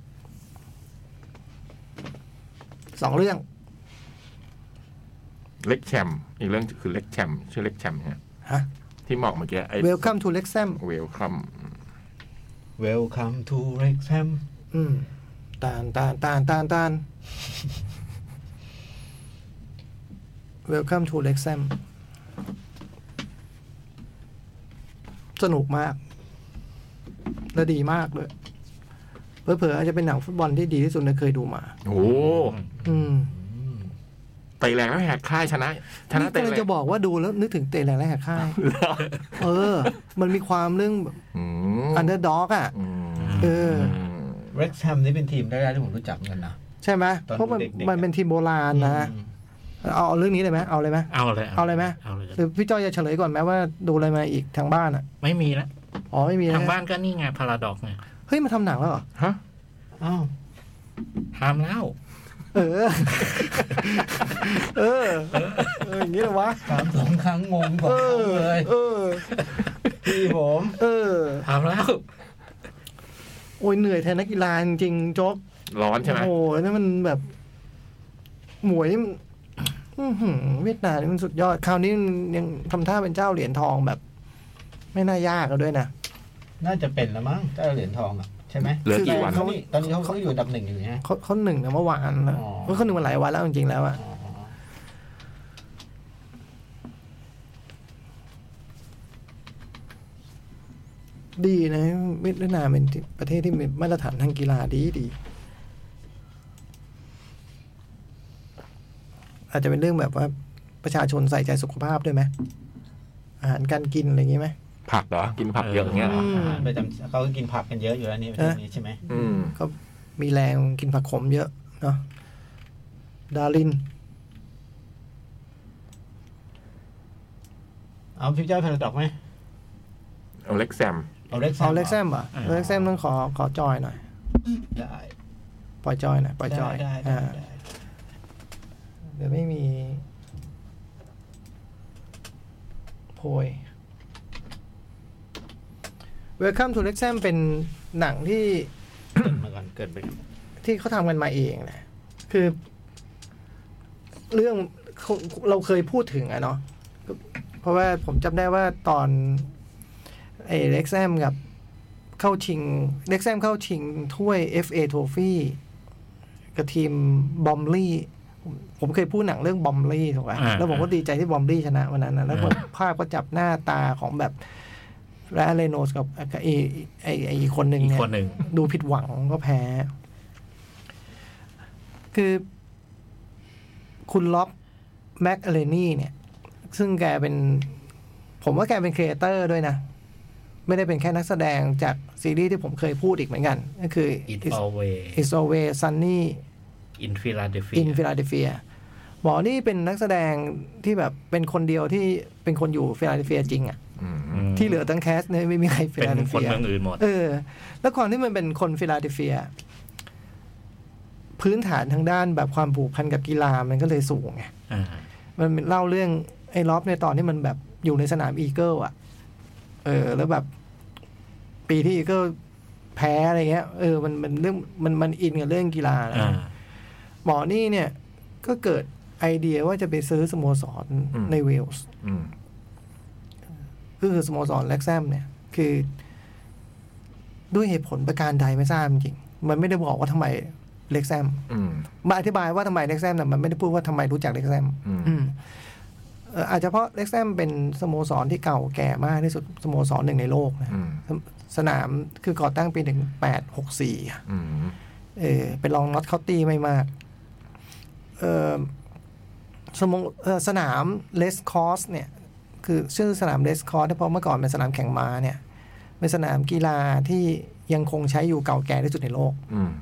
2 เรื่องเล็กแชมอีกเรื่องคือเล็กแชมชื่อเล็กแชมเนี่ยที่บอกเมื่อกี้ Welcome to Wrexham Welcome to Wrexham ตาน Welcome to Wrexham สนุกมากและดีมากเลยเผลอๆอาจจะเป็นหนังฟุตบอลที่ดีที่สุดที่เคยดูมาโอ้อืมเตะแรงแล้วแหกค่ายชนะนี่เตะกำลัแรงจะบอกว่าดูแล้วนึกถึงเตะแรงและแหกค่าย มันมีความเรื่องอันเดอร์ด็อกอ่ะเร็กซ์แฮมนี่เป็นทีมแรกๆที่ผมรู้จักเหมือนกันนะใช่ไหมเพราะมันเป็นทีมโบราณนะเอาเรื่องนี้เลยไหมเอาเลยไหมเอาเลยเอาเลยไหมหรือพี่จ้อยจะเฉลยก่อนไหมว่าดูอะไรมาอีกทางบ้านอ่ะไม่มีแล้วอ๋อไม่มีนะทางบ้านก็นี่ไงพาราดอกไงเฮ้ยมาทำหนังแล้วเหรอฮะอ้าวทำแล้วอย่างนี้เหรอวะถาม2 ครั้งงงก่อนเลยพี่ผมทำแล้วโอ้ยเหนื่อยแทนนักกีฬาจริงๆโจ๊กร้อนใช่ไหมโอ้ยนั่นมันแบบหมวยนี่มันเวียดนามนี่มันสุดยอดคราวนี้ยังทำท่าเป็นเจ้าเหรียญทองแบบ ไม่น่ายากแล้วด้วยนะน่าจะเป็นแล้วมั้งเจ้าเหรียญทองอ่ะใช่ไหมเหลือกี่วันตอนนี้เขาอยู่อันดับ 1อยู่นะเขาหนึ่งนะเมื่อวานแล้วเขาหนึ่งมาหลายวันแล้วจริงๆแล้วอะดีนะเวียดนามเป็นประเทศที่มีมาตรฐานทางกีฬาดีอาจจะเป็นเรื่องแบบว่าประชาชนใส่ใจสุขภาพด้วยไหมอาหารการกินอะไรอย่างนี้ไหมผักเหรอกินผักเยอะอย่างเงี้ยเหรอประจำเขาก็กินผักกันเยอะอยู่แล้วนี่ประเทศนี้ใช่ไหมก็มีแรงกินผักขมเยอะเนาะดารินเอาพี่เจ้าพาราดอกไหมเอาเล็กแซมเอาเล็กซ์เอาเล็กแซมป่ะเล็กแซมต้องขอจอยหน่อยได้ปล่อยจอยหน่อยปล่อยจอยได้เดี๋ยวไม่มีโพย Welcome to Wrexham เป็นหนังที่เกิดมาก่อนเกิดไปที่เขาทำกันมาเองนะคือ เรื่องเราเคยพูดถึงอะเนาะเพราะว่าผมจำได้ว่าตอนไอ้เล็กแซมกับเข้าชิงเล็กแซมเข้าชิงถ้วย FA Trophy กับทีมบอมลี่ผมเคยพูดหนังเรื่องบอมลี่ถูกไหมแล้วผมก็ดีใจที่บอมลี่ชนะวันนั้นนะแล้วภาพก็จับหน้าตาของแบบแรนเลโนสกับไอ้คนหนึ่งเนี่ยดูผิดหวังก็แพ้ คือคุณล็อบแม็กอเลนี่เนี่ยซึ่งแกเป็นผมว่าแกเป็นครีเอเตอร์ด้วยนะ ไม่ได้เป็นแค่นักแสดงจากซีรีส์ที่ผมเคยพูดอีกเหมือนกันก็คือ It's Always Sunny in Philadelphia หมอนี่เป็นนักแสดงที่แบบเป็นคนเดียวที่เป็นคนอยู่ฟิลาเดลเฟียจริงอ่ะที่เหลือทั้งแคสเนี่ยไม่มีใครฟิลาเดลเฟียเป็นคนเมืองอื่นหมดแล้วความที่มันเป็นคนฟิลาเดลเฟียพื้นฐานทางด้านแบบความผูกพันกับกีฬามันก็เลยสูงไงมันเล่าเรื่องไอ้ล็อบในตอนที่มันแบบอยู่ในสนามอีเกิลอ่ะแล้วแบบปีที่อีเกิลแพ้อะไรเงี้ยมันเรื่องมันอินกับเรื่องกีฬานะหมอนี่เนี่ยก็เกิดไอเดียว่าจะไปซื้อสโมสรในเวลส์ก็คือสโมสรเล็กแซมเนี่ยคือด้วยเหตุผลประการใดไม่ทราบจริงมันไม่ได้บอกว่าทำไมเล็กแซมมาอธิบายว่าทำไมเล็กแซมแต่มันไม่ได้พูดว่าทำไมรู้จักเล็กแซมอาจจะเพราะเล็กแซมเป็นสโมสรที่เก่าแก่มากที่สุดสโมสรหนึ่งในโลกนะสนามคือก่อตั้งปี1864เป็นรองน็อตเคาน์ตี้ไม่มากสนามเลสคอร์สเนี่ยคือชื่อสนามเลสคอร์สเพราะเมื่อก่อนเป็นสนามแข่งม้าเนี่ยเป็นสนามกีฬาที่ยังคงใช้อยู่เก่าแก่ที่สุดในโลก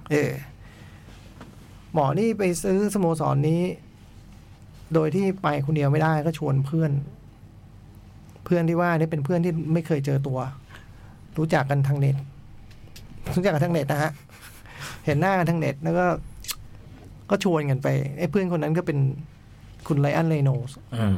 หมอนี่ไปซื้อสโมสรนี้โดยที่ไปคนเดียวไม่ได้ก็ชวนเพื่อนที่ว่านี่เป็นเพื่อนที่ไม่เคยเจอตัวรู้จักกันทางเน็ตนะฮะเห็นหน้ากันทางเน็ตแล้วก็ชวนกันไปไอ้เพื่อนคนนั้นก็เป็นคุณไลออนเรโนส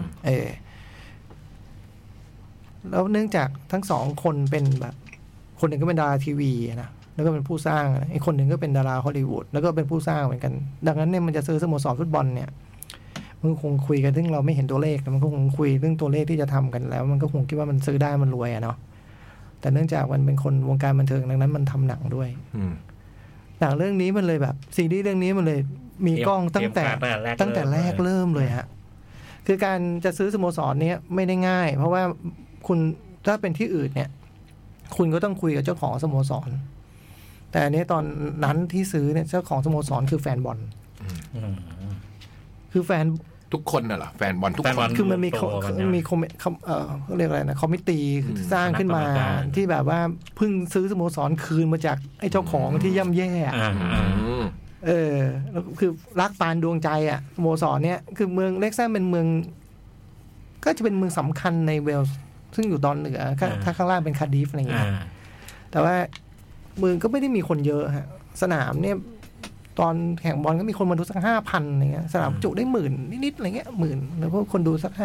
แล้วเนื่องจากทั้งสองคนเป็นแบบคนหนึ่งก็เป็นดาราทีวีนะแล้วก็เป็นผู้สร้างไอ้คนหนึ่งก็เป็นดาราฮอลลีวูดแล้วก็เป็นผู้สร้างเหมือนกันดังนั้นเนี่ยมันจะซื้อสโมสรฟุตบอลเนี่ยมันคงคุยกันซึ่งเราไม่เห็นตัวเลขมันก็คงคุยเรื่องตัวเลขที่จะทำกันแล้วมันก็คงคิดว่ามันซื้อได้มันรวยอะเนาะแต่เนื่องจากมันเป็นคนวงการบันเทิงดังนั้นมันทำหนังด้วยหนังเรื่องนี้มันเลยแบบซีรีส์เรื่องนี้มันเลยมีกล้องตั้งแต่แรกเริ่มเลยฮะคือการจะซื้อสโมสรนี้ไม่ได้ง่ายเพราะว่าคุณถ้าเป็นที่อื่นเนี่ยคุณก็ต้องคุยกับเจ้าของสโมสรแต่อันนี้ตอนนั้นที่ซื้อเนี่ยเจ้าของสโมสรคือแฟนบอลคือแฟนทุกคนน่ะเหรอแฟนบอลทุกคนคือมันมีเรียกอะไรนะคอมมิตี้สร้างขึ้นมาที่แบบว่าเพิ่งซื้อสโมสรคืนมาจากไอ้เจ้าของที่ย่ำแย่แล้วคือรักปานดวงใจอ่ะสโมสรเนี่ยคือเมืองเล็กแซมเป็นเมืองก็จะเป็นเมืองสำคัญในเวลส์ซึ่งอยู่ตอนเหนือถ้าข้างล่างเป็นคาร์ดิฟอะไรอย่างเงี้ยแต่ว่าเมืองก็ไม่ได้มีคนเยอะฮะสนามเนี่ยตอนแข่งบอลก็มีคนมาดูสัก 5,000 อะไรเงี้ยสนามจุได้10,000นิดๆอะไรเงี้ย10,000แล้วก็คนดูสัก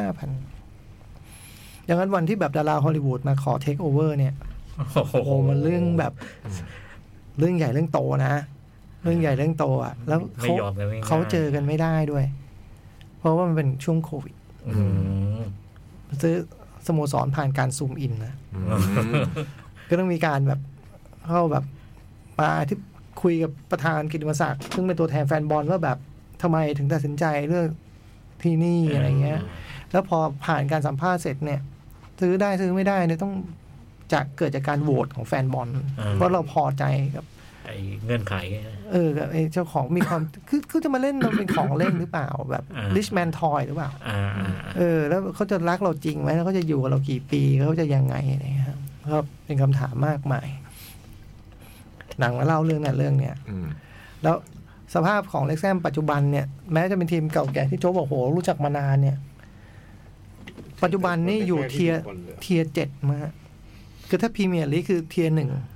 5,000 อย่างนั้นวันที่แบบดาราฮอลลีวูดมาขอเทคโอเวอร์เนี่ยโอ้มันเรื่องแบบเรื่องใหญ่เรื่องโตนะเรื่องใหญ่เรื่องโตอ่ะแล้วเขาเจอกันไม่ได้ด้วยเพราะว่ามันเป็นช่วงโควิดซื้อสโมสรผ่านการซูมอินนะก็ต้องมีการแบบเข้าแบบมาที่คุยกับประธานกิตติมศักดิ์ซึ่งเป็นตัวแทนแฟนบอลว่าแบบทำไมถึงตัดสินใจเลือกที่นี่อะไรเงี้ยแล้วพอผ่านการสัมภาษณ์เสร็จเนี่ยซื้อได้ซื้อไม่ได้เนี่ยต้องเกิดจากการโหวตของแฟนบอลว่าเราพอใจกับไอ้เงื่อนไขไอ้เจ้าของมีความคือจะมาเล่นเราเป็นของเล่นหรือเปล่าแบบริชแมนทอยหรือเปล่าแล้วเขาจะรักเราจริงไหมแล้วเขาจะอยู่กับเรากี่ปีเขาจะยังไงอะไรเงี้ยก็เป็นคำถามมากมายหนังมาเล่าเรื่องนั้นเรื่องเนี้ยแล้วสภาพของเล็กแซมปัจจุบันเนี่ยแม้จะเป็นทีมเก่าแก่ที่โจ๊กบอกโหรู้จักมานานเนี่ยปัจจุบันนี่อยู่เทียร์7มาคือถ้าพรีเมียร์ลีกคือเทียร์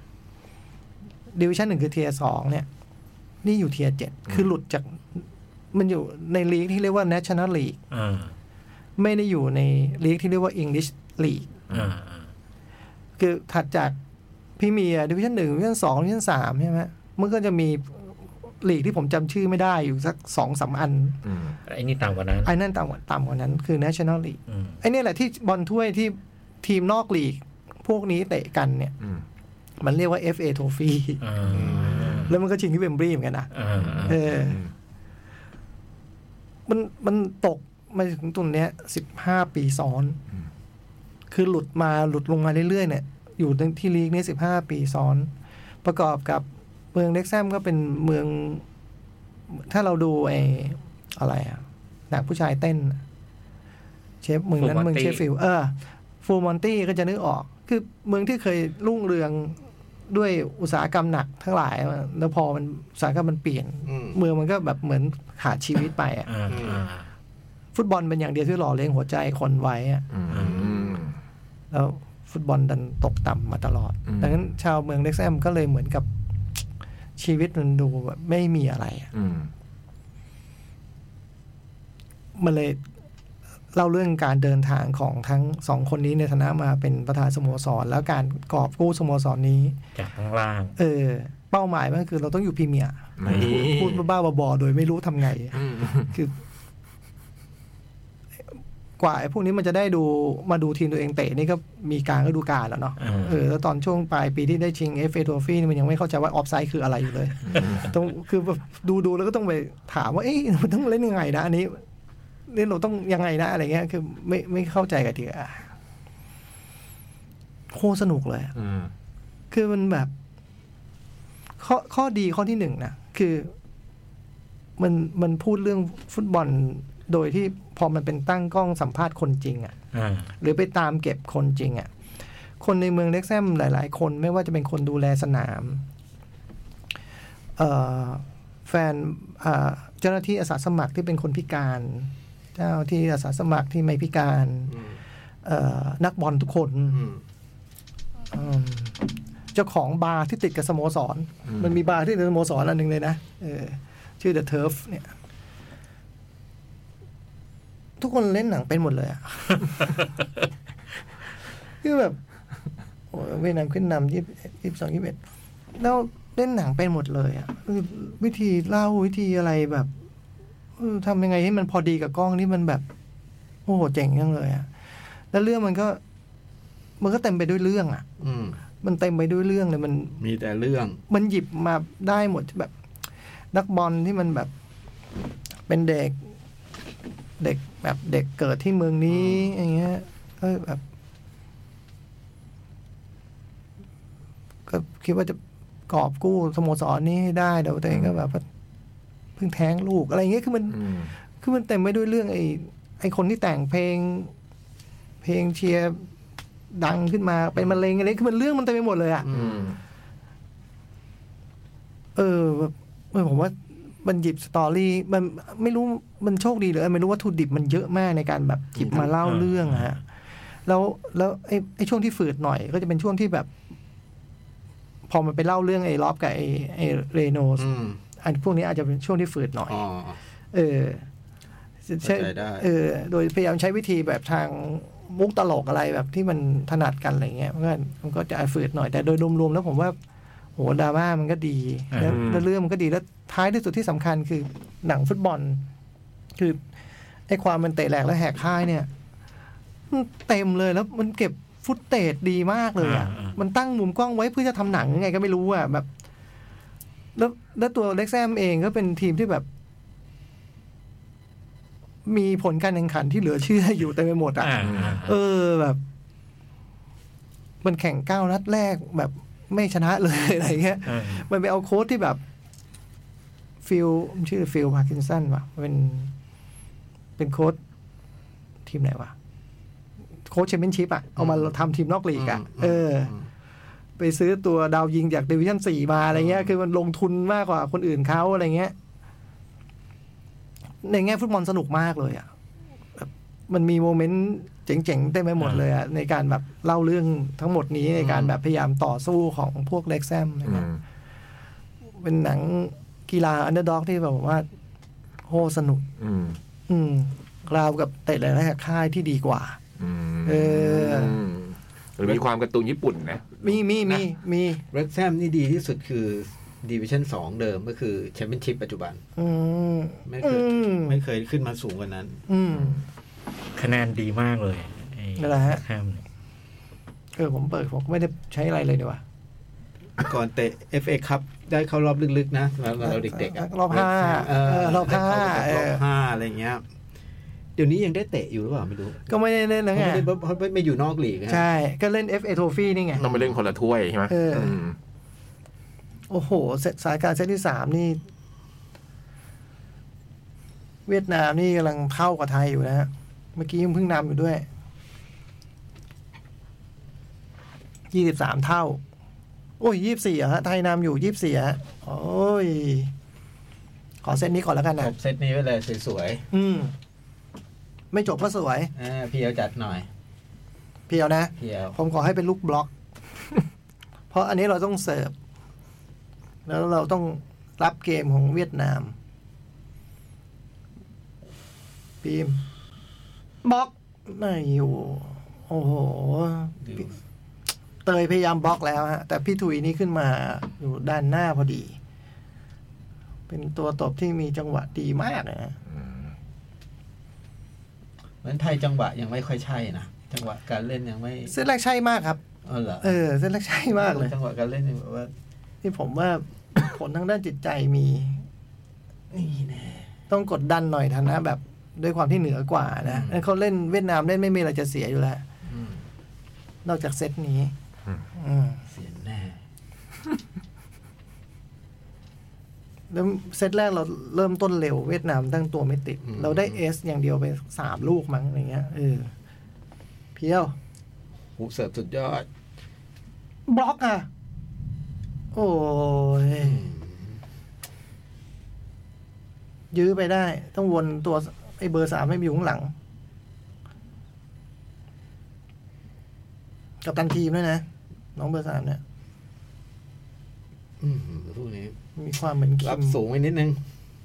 1ดิวิชั่น1คือเทียร์2เนี่ยนี่อยู่เทียร์7คือหลุดจากมันอยู่ในลีกที่เรียกว่า National League ไม่ได้อยู่ในลีกที่เรียกว่า English League คือถัดจากพรีเมียร์ดิวิชั่น1ดิวิชั่น2ดิวิชั่น3ใช่ไหมมันก็จะมีลีกที่ผมจำชื่อไม่ได้อยู่สัก 2-3 อันไอ้นี่ต่ำกว่านั้นไอ้นั่นต่ำกว่านั้นคือ National League ไอ้นี่แหละที่บอลถ้วยที่ทีมนอกลีกพวกนี้เตะกันเนี่ยมันเรียกว่า FA Trophy แล้วมันก็ชิงที่เวมบลีย์เหมือนกันนะมันตกมาถึงตรงเนี้ย15 ปีซ้อนคือหลุดลงมาเรื่อยๆเนี่ยอยู่ที่ลีกนี้15 ปีซ้อนประกอบกับเมืองเล็กแซมก็เป็นเมืองถ้าเราดูอะไรอ่ะหนังผู้ชายเต้นเชฟเมืองนั้นเมืองเชฟฟิลด์ฟูลมอนตี้ก็จะนึกออกคือเมืองที่เคยรุ่งเรืองด้วยอุตสาหกรรมหนักทั้งหลายแล้วพอมันอุตสาหกรรมมันเปลี่ยนเมืองมันก็แบบเหมือนขาดชีวิตไปอ่ะฟุตบอลเป็นอย่างเดียวที่หล่อเลี้ยงหัวใจคนไว้อ่ะแล้วฟุตบอลดันตกต่ำมาตลอดดังนั้นชาวเมืองเล็กแซมก็เลยเหมือนกับชีวิตมันดูแบบไม่มีอะไรมันเลยเล่าเรื่องการเดินทางของทั้ง2คนนี้ในฐานะมาเป็นประธานสโมสรแล้วการกอบกู้สโมสรนี้จากข้างล่างเป้าหมายมันคือเราต้องอยู่พรีเมียร์พูดบ้าๆบอๆโดยไม่รู้ทำไงคือกว่าไอ้พวกนี้มันจะได้มาดูทีมตัวเองเตะนี่ก็มีการฤดูกาลแล้วเนาะแล้วตอนช่วงปลายปีที่ได้ชิง FA Trophy นี่มันยังไม่เข้าใจว่าออฟไซด์คืออะไรอยู่เลยต้องคือดูแล้วก็ต้องไปถามว่าเอ๊ะมันต้องเล่นยังไงนะอันนี้เล่นเราต้องยังไงนะอะไรเงี้ยคือไม่เข้าใจกันทีโคตรสนุกเลยคือมันแบบข้อดีข้อที่1นะคือมันพูดเรื่องฟุตบอลโดยที่พอมันเป็นตั้งกล้องสัมภาษณ์คนจริงหรือไปตามเก็บคนจริงคนในเมืองเล็กแซมหลายๆคนไม่ว่าจะเป็นคนดูแลสนามแฟนเจ้าหน้าที่อาสาสมัครที่เป็นคนพิการเจ้าที่อาสาสมัครที่ไม่พิการนักบอลทุกคนเจ้าของบาร์ที่ติดกับสโมสรมันมีบาร์ที่ติดกับสโมสรอันนึงเลยนะชื่อ The Turf เนี่ยทุกคนเล่นหนังเป็นหมดเลยอ่ะ คือแบบเวียดนามขึ้นนำ22 21แล้วเล่นหนังเป็นหมดเลยอ่ะวิธีเล่าวิธีอะไรแบบทำยังไงให้มันพอดีกับกล้องนี่มันแบบโอ้โหเจ๋งจังเลยอ่ะแล้วเรื่องมันก็เต็มไปด้วยเรื่องอ่ะมันเต็มไปด้วยเรื่องเลยมันมีแต่เรื่องมันหยิบมาได้หมดแบบนักบอลที่มันแบบเป็นเด็กแบบเด็กเกิดที่เมืองนี้อย่างเงี้ยก็แบบก็คิดว่าจะกอบกู้สโมสรนี้ให้ได้แต่ตัวเองก็แบบเพิ่งแท้งลูกอะไรอย่างเงี้ยคือมันเต็มไปด้วยเรื่องไอ้คนที่แต่งเพลงเชียร์ดังขึ้นมาเป็นมะเร็งอะไรคือมันเรื่องมันเต็มไปหมดเลยอ่ะแบบผมว่ามันหยิบสตอรี่มันไม่รู้มันโชคดีหรือไม่รู้ว่าวัตถุดิบมันเยอะมากในการแบบหยิบมาเล่าเรื่องฮะแล้วไอ้ช่วงที่ฝืดหน่อยก็จะเป็นช่วงที่แบบพอมันไปเล่าเรื่องไอ้ล็อบกับไอ้เรโนสอันพวกนี้อาจจะเป็นช่วงที่ฝืดหน่อยใช่โดยพยายามใช้วิธีแบบทางมุกตลกอะไรแบบที่มันถนัดกันอะไรเงี้ยมันก็จะฝืดหน่อยแต่โดยรวมๆแล้วผมว่าโหดราม่ามันก็ดีแล้วเรื่องมันก็ดีแล้วท้ายที่สุดที่สำคัญคือหนังฟุตบอลคือไอ้ความมันเตะแหลกและแหกค่ายเนี่ยเต็มเลยแล้วมันเก็บฟุตเตจดีมากเลยอ่ะมันตั้งมุมกล้องไว้เพื่อจะทำหนังไงก็ไม่รู้อ่ะแบบแล้วตัวเล็กแซมเองก็เป็นทีมที่แบบมีผลการแข่งขันที่เหลือเชื่ออยู่เต็มไปหมดอ่ะแบบมันแข่ง9 นัดแรกแบบไม่ชนะเลยอะไรเงี้ยมันไปเอาโค้ชที่แบบชื่อฟิลพาร์กินสันว่ะเป็นโค้ชทีมไหนวะโค้ชแชมเปี้ยนชิพอ่ะเอามาทำทีมนอกลีกอ่ะไปซื้อตัวดาวยิงจากดิวิชั่น4มาอะไรเงี้ยคือมันลงทุนมากกว่าคนอื่นเขาอะไรเงี้ยในแง่ฟุตบอลสนุกมากเลยอ่ะมันมีโมเมนต์เจ๋งๆเต็มไปหมดเลยอ่ะในการแบบเล่าเรื่องทั้งหมดนี้ในการแบบพยายามต่อสู้ของพวกเล็กแซมนะครับเป็นหนังกีฬาอันเดอร์ด็อกที่แบบว่าโหสนุกราวกับเตะหลายๆค่ายที่ดีกว่าหรือมีความการ์ตูนญี่ปุ่นนะมีเล็กแซมนี่ดีที่สุดคือดิวิชั่น2เดิมก็คือแชมเปี้ยนชิพปัจจุบันไม่เคยขึ้นมาสูงกว่านั้นคะแนนดีมากเลยนั่นแหละฮะผมเปิดผมไม่ได้ใช้อะไรเลยดีกว่าก่อนเตะ FA คัพได้เข้ารอบลึกๆนะเราเด็กๆรอบ5รอบ 5อะไรเงี้ยเดี๋ยวนี้ยังได้เตะอยู่หรือเปล่าไม่รู้ก็ไม่ได้เล่นแล้วไงเพราะไม่อยู่นอกลีกใช่ก็เล่น FA Trophy นี่ไงต้องไปเล่นคนละถ้วยใช่ไหมโอ้โหสายการเซตที่3นี่เวียดนามนี่กำลังเท่ากับไทยอยู่นะฮะเมื่อกี้ยังเพิ่งนำอยู่ด้วย23 เท่าโอ้ย24ฮะไทยนำอยู่24ฮะโอ้ยขอเซตนี้ก่อนแล้วกันนะเซตนี้ไปเลยสวยๆไม่จบก็สวยพี่เอาจัดหน่อยพี่เอานะผมขอให้เป็นลูกบล็อกเพราะอันนี้เราต้องเสิร์ฟแล้วเราต้องรับเกมของเวียดนามปีมบล็อกไม่อยู่โอ้โหเตยพยายามบล็อกแล้วฮะแต่พี่ถุยนี่ขึ้นมาอยู่ด้านหน้าพอดีเป็นตัวตบที่มีจังหวะดีมากนะเหมือนไทยจังหวะยังไม่ค่อยใช่นะจังหวะการเล่นยังไม่เส้นแรกใช่มากครับเส้นแรกใช่มากเลยจังหวะการเล่นแบบว่าที่ผมว่าผลทางด้านจิตใจมีนี่แน่ต้องกดดันหน่อยทันนะแบบด้วยความที่เหนือกว่านะเขาเล่นเวียดนามเล่นไม่มีอะไรจะเสียอยู่แล้วนอกจากเซตนี้เสียแน่แล้วเซตแรกเราเริ่มต้นเร็วเวียดนามตั้งตัวไม่ติดเราได้เอสอย่างเดียวไป3 ลูกมั้งอะไรเงี้ยเพียวหูเสิร์ฟสุดยอดบล็อกอ่ะโอ้ยยื้อไปได้ต้องวนตัวไอ้เบอร์3ให้มีอยู่ข้างหลังกับตันทีมด้วยนะน้องเบอร์3เนี่ยพวกนี้มีความเหมือนรับสูงไปนิดนึง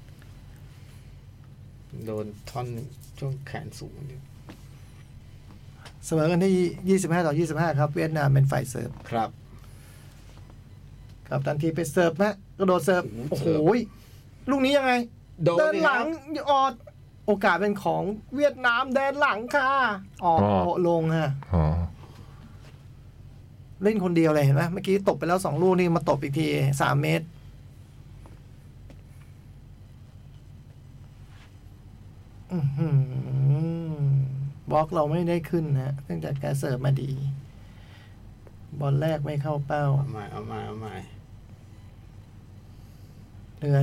โดนท่อนช่วงแขนสูงนิดเสมอกันที่25-25ครับเวียดนามเป็นฝ่ายเสิร์ฟครับกับตันทีไปเสิร์ฟนะกระโดดเสิร์ฟโอ้โหลูกนี้ยังไงเดินหลังออดโอกาสเป็นของเวียดนามเดินหลังค่ะลงฮะเล่นคนเดียวเลยเห็นไหมเมื่อกี้ตบไปแล้ว2 ลูกนี่มาตบอีกที3 เมตรบล็อกเราไม่ได้ขึ้นนะเนื่องจากการเสิร์ฟมาดีบอลแรกไม่เข้าเป้าเอาใหม่เหนื่อย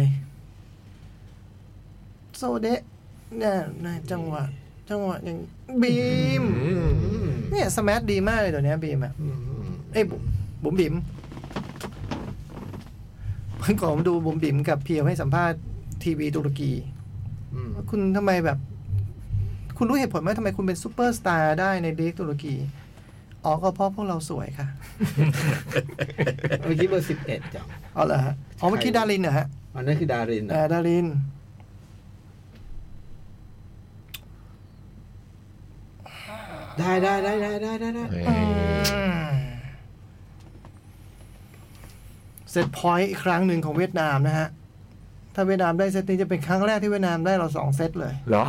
โซเดะเนี่ยจังหวะอย่างบีมเนี่ยสแมทดีมากเลยตัวเนี้ยบีมอ่ะเอ้ยบุ๋มบิ๋มเมื่อก่อนผมดูบุ๋มบิ๋มกับเพียวให้สัมภาษณ์ทีวีตุรกีว่าคุณทำไมแบบ คุณรู้เหตุผลไหมทำไมคุณเป็นซูเปอร์สตาร์ได้ในลีกตุรกีอ๋อก็เพราะพวกเราสวยค่ะเมื่อกี้เบอร์11จังอ๋อเหรอฮะอ๋อเมื่อกี้ดารินเหรอฮะอันนั้นคือดารินดารินได้เซตพอยต์อีกครั้งหนึ่งของเวียดนามนะฮะถ้าเวียดนามได้เซตนี้จะเป็นครั้งแรกที่เวียดนามได้เรา2 เซตเลยเหรอ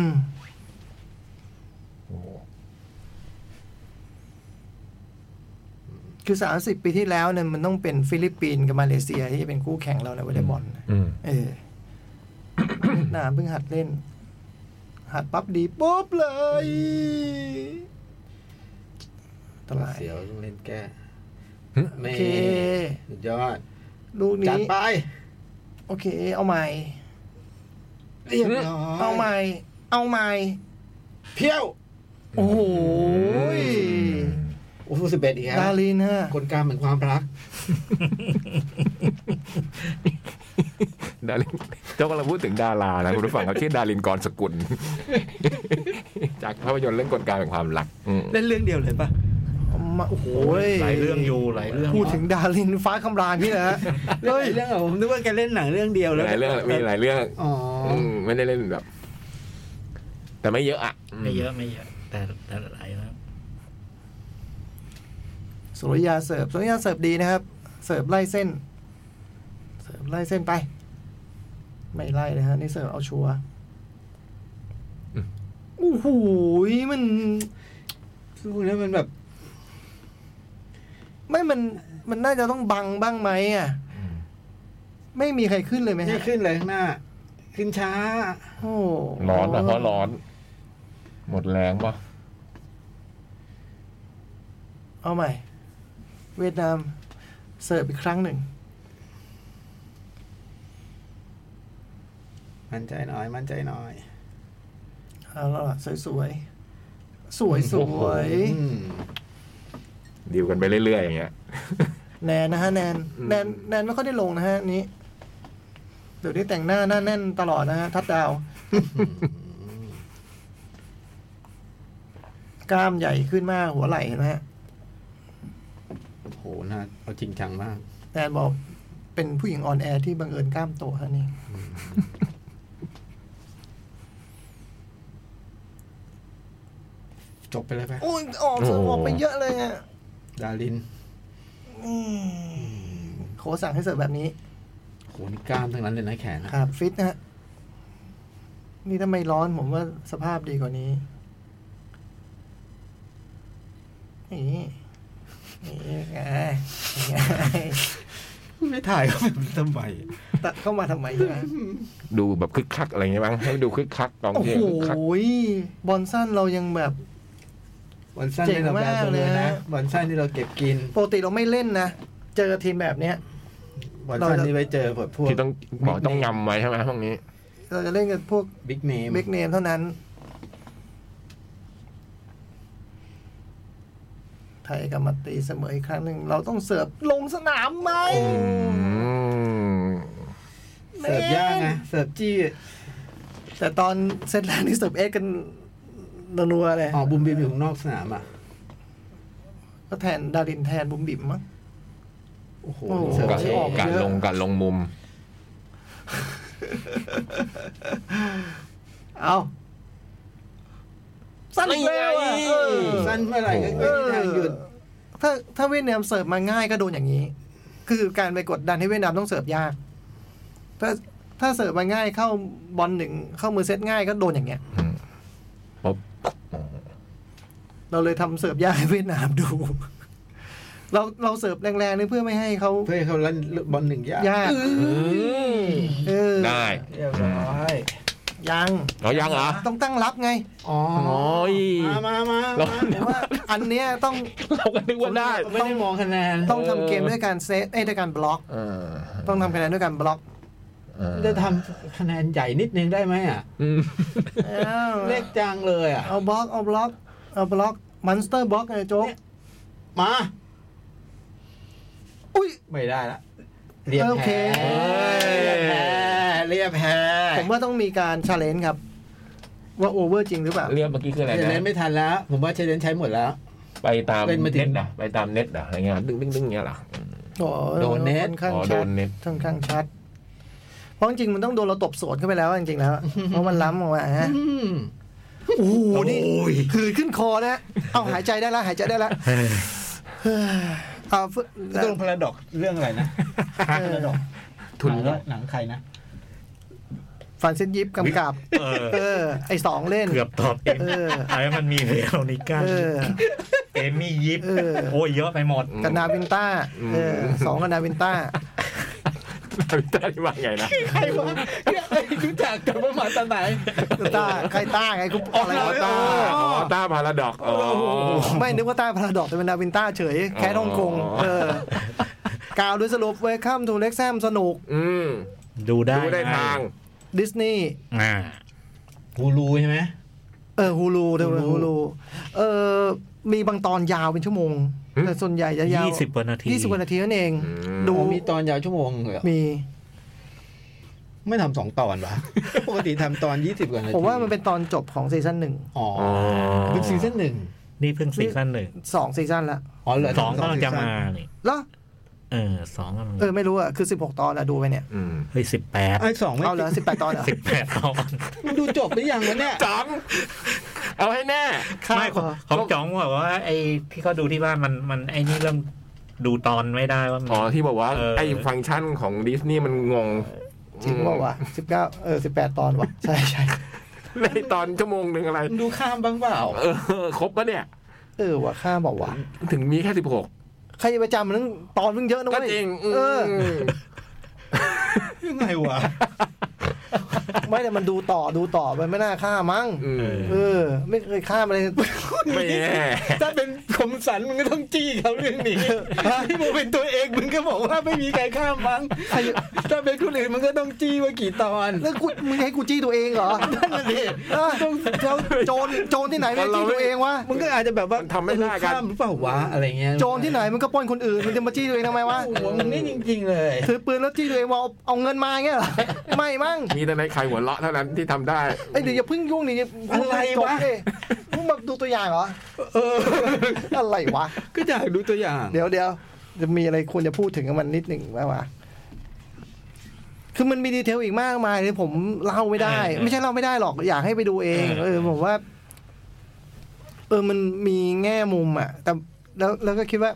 คือ30 ปีที่แล้วเนี่ยมันต้องเป็นฟิลิปปินส์กับมาเลเซียที่จะเป็นคู่แข่งเราในวอลเลย์บอลเวียดนามเพิ่งหัดเล่น หัดปั๊บดีปุ๊บเลยตลาดเสียวต้องเล่นแก้โอเคสุดยอดลูกจัดนี้ไปโอเค เอาใหม่เรียบร้อยเอาใหม่เพี้ยวโอ้โหโอ้โห11อีกแล้วดารินฮะคนกลางเหมือนความรักดารินเจ้ากำลังพูดถึงดารานะคุณผู้ฟังเขาชื่อดารินกรสกุล จากภาพยนตร์เรื่องกลการแห่งความรักเล่นเรื่องเดียวเลยปะโอ้โหหลายเรื่องอยู่หลายเรื่องพูดถึงดารินฟ้าคำรามนี่นะฮะเฮ้ยเรื่องผมนึกว่าแกเล่นหนังเรื่องเดียวแล้วหลายเรื่องมีหลายเรื่องอ๋อไม่ได้เล่นแบบ แต่ไม่เยอะอ่ะไม่เยอะแต่หลายนะสุริยาเสิร์ฟดีนะครับ เสิร์ฟไล่เส้นไป ไม่ไล่เลยฮะนี่เสิร์ฟเอาชัวร์โอ้โหมันคือพวกนี้มันแบบไม่มันน่าจะต้องบังบ้างไหมอ่ะไม่มีใครขึ้นเลยไหมไม่ฮะขึ้นเลยข้างหน้า ขึ้นช้าโอ้ร้อนอ่ะเพราะร้อน หมดแรงปะเอาใหม่ เวียดนามเสิร์ฟอีกครั้งหนึ่งมั่นใจหน่อยเอาล่ะสวยดิวกันไปเรื่อยๆอย่างเงี้ยแนนนะฮะแนนไม่ค่อยได้ลงนะฮะนี้เดี๋ยวนี้แต่งหน้าแน่นตลอดนะฮะทัดดาว กล้ามใหญ่ขึ้นมากหัวไหล่เห็นไหมฮะโหน่าเอาจริงจังมากแนนบอกเป็นผู้หญิงอ่อนแอที่บังเอิญกล้ามโตฮะนี่จบไปเลยไปโอ้ยออกไปเยอะเลยอ่ะดารินโค้ชสั่งให้เสิร์ฟแบบนี้โหนี่กล้ามทั้งนั้นเลยนะแขนนะครับฟิตนะฮะนี่ถ้าไม่ร้อนผมว่าสภาพดีกว่านี้นี่ไงไม่ถ่ายเขาแบบทำไมตัดเข้ามาทำไมใช่ไหมดูแบบคึกคักอะไรเงี้ยบ้างให้ดูคึกคักกองโอ้เชียโหร์คึกคักบอลสั้นเรายังแบบบอลสั้นที่เราแบบเลยนะบอลสั้นที่เราเก็บกินปกติเราไม่เล่นนะ เจอทีมแบบเนี้ยบอลสั้นที่ไว้เจอพวกที่ต้องบอกต้องยำไว้ใช่ไหมพวกนี้เราจะเล่นกับพวกบิ๊กเนมบิ๊กเนมเท่านั้น ไทยกับมาตีเสมออีกครั้งหนึ่งเราต้องเสิร์ฟลงสนามไหมเสิร์ฟยากนะเสิร์ฟจี้แต่ตอนเซตแรกนี่เสิร์ฟเอสกันนัวๆเลยอ๋อบุมบิมอยู่ข้างนอกสนามอ่ะก็แทนดารินแทนบุ๋มบิ๋มมั้งโอ้โหโอ้โหเสิร์ฟการเท่การลงมุมเอาสั้นแล้วอ่ะสั้นเมื่อไหร่ก็ไม่มีทางหยุดถ้าเวียดนามเสิร์ฟมาง่ายก็โดนอย่างนี้ คือการไปกดดันให้เวียดนามต้องเสิร์ฟยากถ้าเสิร์ฟมาง่ายเข้าบอลหนึ่งเข้ามือเซตง่ายก็โดนอย่างเงี้ยปุ๊บเราเลยทำเสิร์ฟยากให้เวียดนามดู เราเสิร์ฟแรงๆนี่เพื่อไม่ให้เขาเพื่อให้เขาเล่นบอลหนึ่งยากยากได้เรียบร้อยยังยังเหรอต้องตั้งรับไงอ๋อโอ้ยมาผมว่าอันเนี้ยต้องเราก็นึกว่าได้ไม่ได้มองคะแนนต้องทำเกมด้วยการเซตด้วยการบล็อก ต้องทำคะแนนด้วยการบล็อกจะทำคะแนนใหญ่นิดนึงได้ไหมอ่ะเล็กจังเลยอ่ะเอาบล็อกมอนสเตอร์บล็อกไงโจ๊กมาอุ้ยไม่ได้ละเรียบโอเคเรียบแพ้ผมว่าต้องมีการชาเลนจ์ครับ ว่าโอเวอร์จริงหรือเปล่าเรียกเมื่อกี้คืออะไรเชลเลนนะไม่ทันแล้ว ผมว่าเชลเลนใช้หมดแล้วไปตามเล่นมาถึงเน็ตอ่ะไปตามเน็ตอ่ะอะไรเงี้ยดึงเงี้ยเหรอโดนเน็ตค่อนข้างอ๋อชัโดดนเน็ตค่อนข้างชัด เพราะจริงๆมันต้องโดนเราตบสวนเข้าไปแล้วจริงๆแล้ว เพราะมันล้ำออกมาฮะโอ้โหนี่หืดขึ้นคอนะเอาหายใจได้แล้วหายใจได้แล้วเอาตรงพาราดอกเรื่องอะไรนะพาราดอกทุนหนังใครนะฟันเส้นยิบกำกับ ไอ้สองเล่นเกือบตอบเอง ไอ้มันมีเวโรนิก้าเอมี่ยิปโอ้ยเยอะไปหมดกับนาวินต้าสองกับนาวินต้าได้ว่าไงนะใครวะรู้จักกันว่ามาตอนไหนต้าใครต้าไงกูอะไรวะต้าต้าพาราดอกไม่นึกว่าต้าพาราดอกแต่เป็นนาวินต้าเฉยแค่ฮ่องกงกล่าวโดยสรุปเวคัมทูเล็กแซมสนุกดูได้ทางดิสนีย์ฮูลูใช่ไหมฮูลูเดี๋ยวฮูลูมีบางตอนยาวเป็นชั่วโมงแต่ส่วนใหญ่จะยาว 20 กว่านาที 20 กว่านาทีนั่นเองดูดูมีตอนยาวชั่วโมงเหรอมีไม่ทำ2 ตอนวะ ปกติทำตอน20 กว่านาทีผมว่ามันเป็นตอนจบของซีซั่น1 อ๋อเป็นซีซั่น 1 นี่เพิ่งซีซั่น 2ซีซั่นละอ๋อเหลือ 1 2กำลังจะมานี่แล้ว 2กำลังไม่รู้อะคือ16 ตอนอะดูไปเนี่ยเฮ้ย18 ไอ้2ไม่เอาเหรอ18 ตอนเหรอ 18 ตอนมันดูจบหรือยังวะเนี่ยจ๋องเอาให้แน่ไม่ของจ๋องบอกว่าไอ้ที่เขาดูที่บ้านมันไอ้นี่เริ่มดูตอนไม่ได้ว่าที่บอกว่าไอ้ฟังก์ชันของดิสนีย์มันงงจริงบอกว่า19 18 ตอนวะใช่ในตอนชั่วโมงหนึ่งอะไรดูข้ามบ้างเปล่าครบปะเนี่ยว่ะค่าบอกว่าถึงมีแค่16 ใครจะไปจำมันตอนเพิ่งเยอะนะก็เว้ยจริงยังไงวะไม่แต่มันดูต่อมันไม่น่าฆ่ามั้งไม่เคยฆ่ามันเลยไม่แน่ถ้าเป็นคมสันมึงก็ต้องจี้เขาเรื่องนี้ที่มึงเป็นตัวเองมึงก็บอกว่าไม่มีใครข้ามมั้งถ้าเป็นคนอื่นมึงก็ต้องจี้ว่ากี่ตอนแล้วมึงให้กูจี้ตัวเองเหรอนั่นน่ะดิต้องโจรที่ไหนไม่จี้ตัวเองวะมึงก็อาจจะแบบว่าทำไม่ได้กันข้ามหรือเปล่าวะอะไรเงี้ยโจรที่ไหนมันก็ปล้นคนอื่นมันจะมาจี้ตัวเองทำไมวะหัวมึงนี่จริงๆเลยถือปืนแล้วจี้ตัวเองว่าเอาเงินมาเงี้ยเหรอไม่มั้งมีแต่ในใครหัวเราะเท่านั้นที่ทำได้เดี๋ยวอย่าเพิ่งยุ่งดิอะไรวะมึงมาดูตัวอย่างเหรออะไรวะก็อยากดูตัวอย่างเดี๋ยวจะมีอะไรควรจะพูดถึงกับมันนิดหนึ่งไหมวะคือมันมีดีเทลอีกมากมายเลยผมเล่าไม่ได้ ไม่ใช่เล่าไม่ได้หรอกอยากให้ไปดูเองผมว่ามันมีแง่มุมอ่ะแต่แล้วก็คิดว่า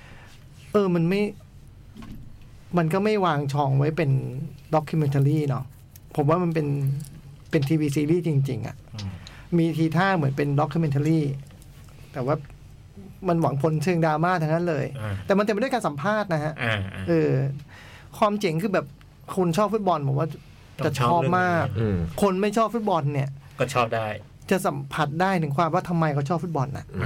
มันก็ไม่วางช่องไว้เป็นด็อกิเมนทารีเนาะผมว่ามันเป็นทีวีซีรีส์จริงๆอ่ะมีทีท่าเหมือนเป็นด็อกิเมนทารีแต่ว่ามันหวังผลเชิงดราม่าทั้งนั้นเลยแต่มันเต็มไปด้วยการสัมภาษณ์นะฮะความเจ๋งคือแบบคนชอบฟุตบอลผมว่าจะชอบมากคนไม่ชอบฟุตบอลเนี่ยก็ชอบได้จะสัมผัสได้ถึงความว่าทำไมเขาชอบฟุตบอลน่ะ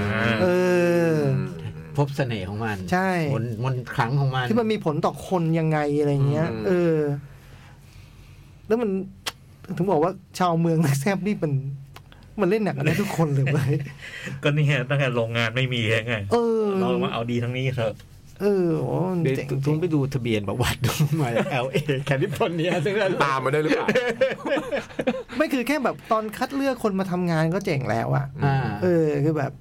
พบเสน่ห์ของมันใช่มันครั้งของมันที่มันมีผลต่อคนยังไงอะไรเงี้ยแล้วมันถึงบอกว่าชาวเมืองแซบนี่มันเล่นหนักกันได้ทุกคนเลยเว้ยก็นี่ตั้งแต่โรงงานไม่มีไงเรามาเอาดีทั้งนี้เถอะเดี๋ยวทุ่งไปดูทะเบียนประวัติดูมา LA แคลิฟอร์เนียซึ่งตามมาได้หรือเปล่าไม่คือแค่แบบตอนคัดเลือกคนมาทำงานก็เจ๋งแล้วอ่ะคือแบบ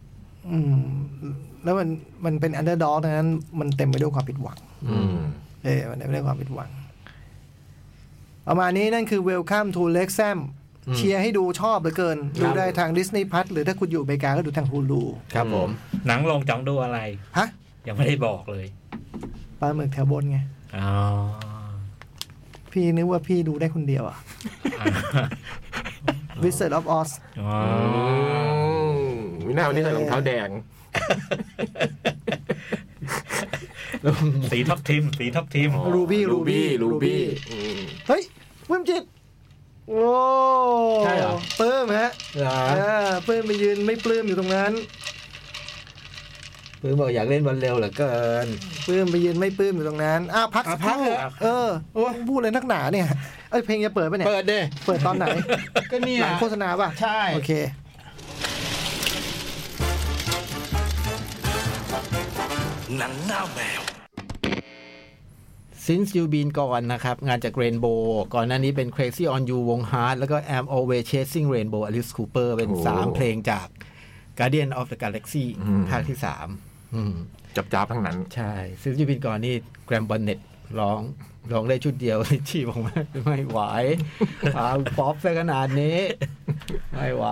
แล้วมันเป็นอันเดอร์ด็อกดังนั้นมันเต็มไปด้วยความผิดหวังมันเต็มไปด้วยความผิดหวังประมาณนี้นั่นคือ Welcome to Wrexham เชียร์ให้ดูชอบเหลือเกินดูได้ทาง Disney Plus หรือถ้าคุณอยู่อเมริกาก็ดูทาง Hulu ครับผมหนังลงจังดูอะไรฮะยังไม่ได้บอกเลยปลาหมึกแถวบนไงพี่นึกว่าพี่ดูได้คนเดียวอ่ะ Wizard of Oz มีหน้าวันนี้ใส่รองเท้าแดงสีทับทิมรูบี้เฮ้ยวิมจิตโอ้ใช่เหรอปลื้มฮะเหรอปลื้มไปยืนไม่ปลื้มอยู่ตรงนั้นปื้มบอกอยากเล่นบอลเร็วเหลือเกินปลื้มไปยืนไม่ปลื้มอยู่ตรงนั้นพักสักครู่พักเหรอโอ้พูดเลยนักหนาเนี่ยเพลงจะเปิดป่ะเนี่ยเปิดเด้เปิดตอนไหนก็เนี่ยหลังโฆษณาป่ะใช่โอเคหนังหน้าแมว Since You Been Gone นะครับงานจาก Rainbow ก่อนหน้านี้เป็น Crazy on You วง Heart แล้วก็ I'm Always Chasing Rainbow Alice Cooper เป็นโอ้ 3 เพลงจาก Guardian of the Galaxy ภาคที่ 3 จับทั้งนั้นใช่ Since You Been Gone นี่ Graham Bonnet ร้องได้ชุดเดียว ชีบอกไม่ไหวป๊อปซะขนาดนี้ ไม่ไหว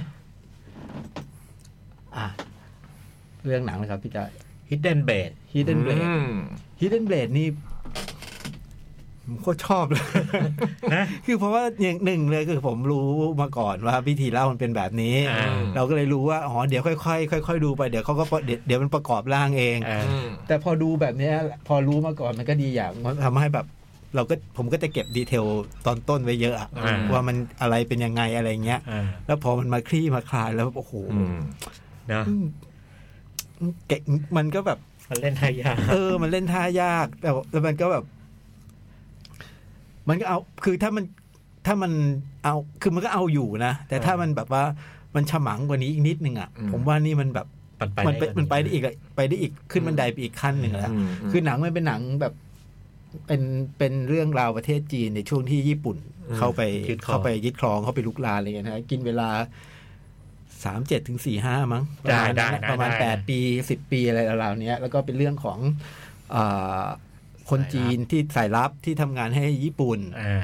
เรื่องหนังนะครับพี่จ้า Hidden Blade Hidden Blade Hidden Blade นี่ผมโคตรชอบเลย คือเพราะว่าอย่างหนึ่งเลยคือผมรู้มาก่อนว่าวิธีเล่ามันเป็นแบบนี้ เราก็เลยรู้ว่าอ๋อเดี๋ยวค่อยๆดูไปเดี๋ยวเขาก็เดี๋ยวมันประกอบร่างเอง แต่พอดูแบบนี้พอรู้มาก่อนมันก็ดีอย่างมันทำให้แบบผมก็จะเก็บดีเทลตอนต้นไว้เยอะว่ามันอะไรเป็นยังไงอะไรเงี้ยแล้วพอมันมาคลี่มาคลายแล้วโอ้โหนะเก่งมันก็แบบมันเล่นท่ายากมันเล่นท่ายากแต่มันก็แบบมันก็เอาคือถ้ามันเอาคือมันก็เอาอยู่นะแต่ถ้ามันแบบว่ามันฉมังกว่านี้อีกนิดนึงอ่ะผมว่านี่มันแบบมันไปได้อีกขึ้นบันไดไปอีกขั้นหนึ่งแล้วคือหนังมันเป็นหนังแบบเป็นเรื่องราวประเทศจีนในช่วงที่ญี่ปุ่นเข้าไปยึดครองเข้าไปลุกลานอะไรเงี้ยนะกินเวลา37 ถึง 45มั้งประมาณ8 ปี10 ปีอะไรราวๆนี้แล้วก็เป็นเรื่องของคนจีนที่สายลับที่ทำงานให้ญี่ปุ่น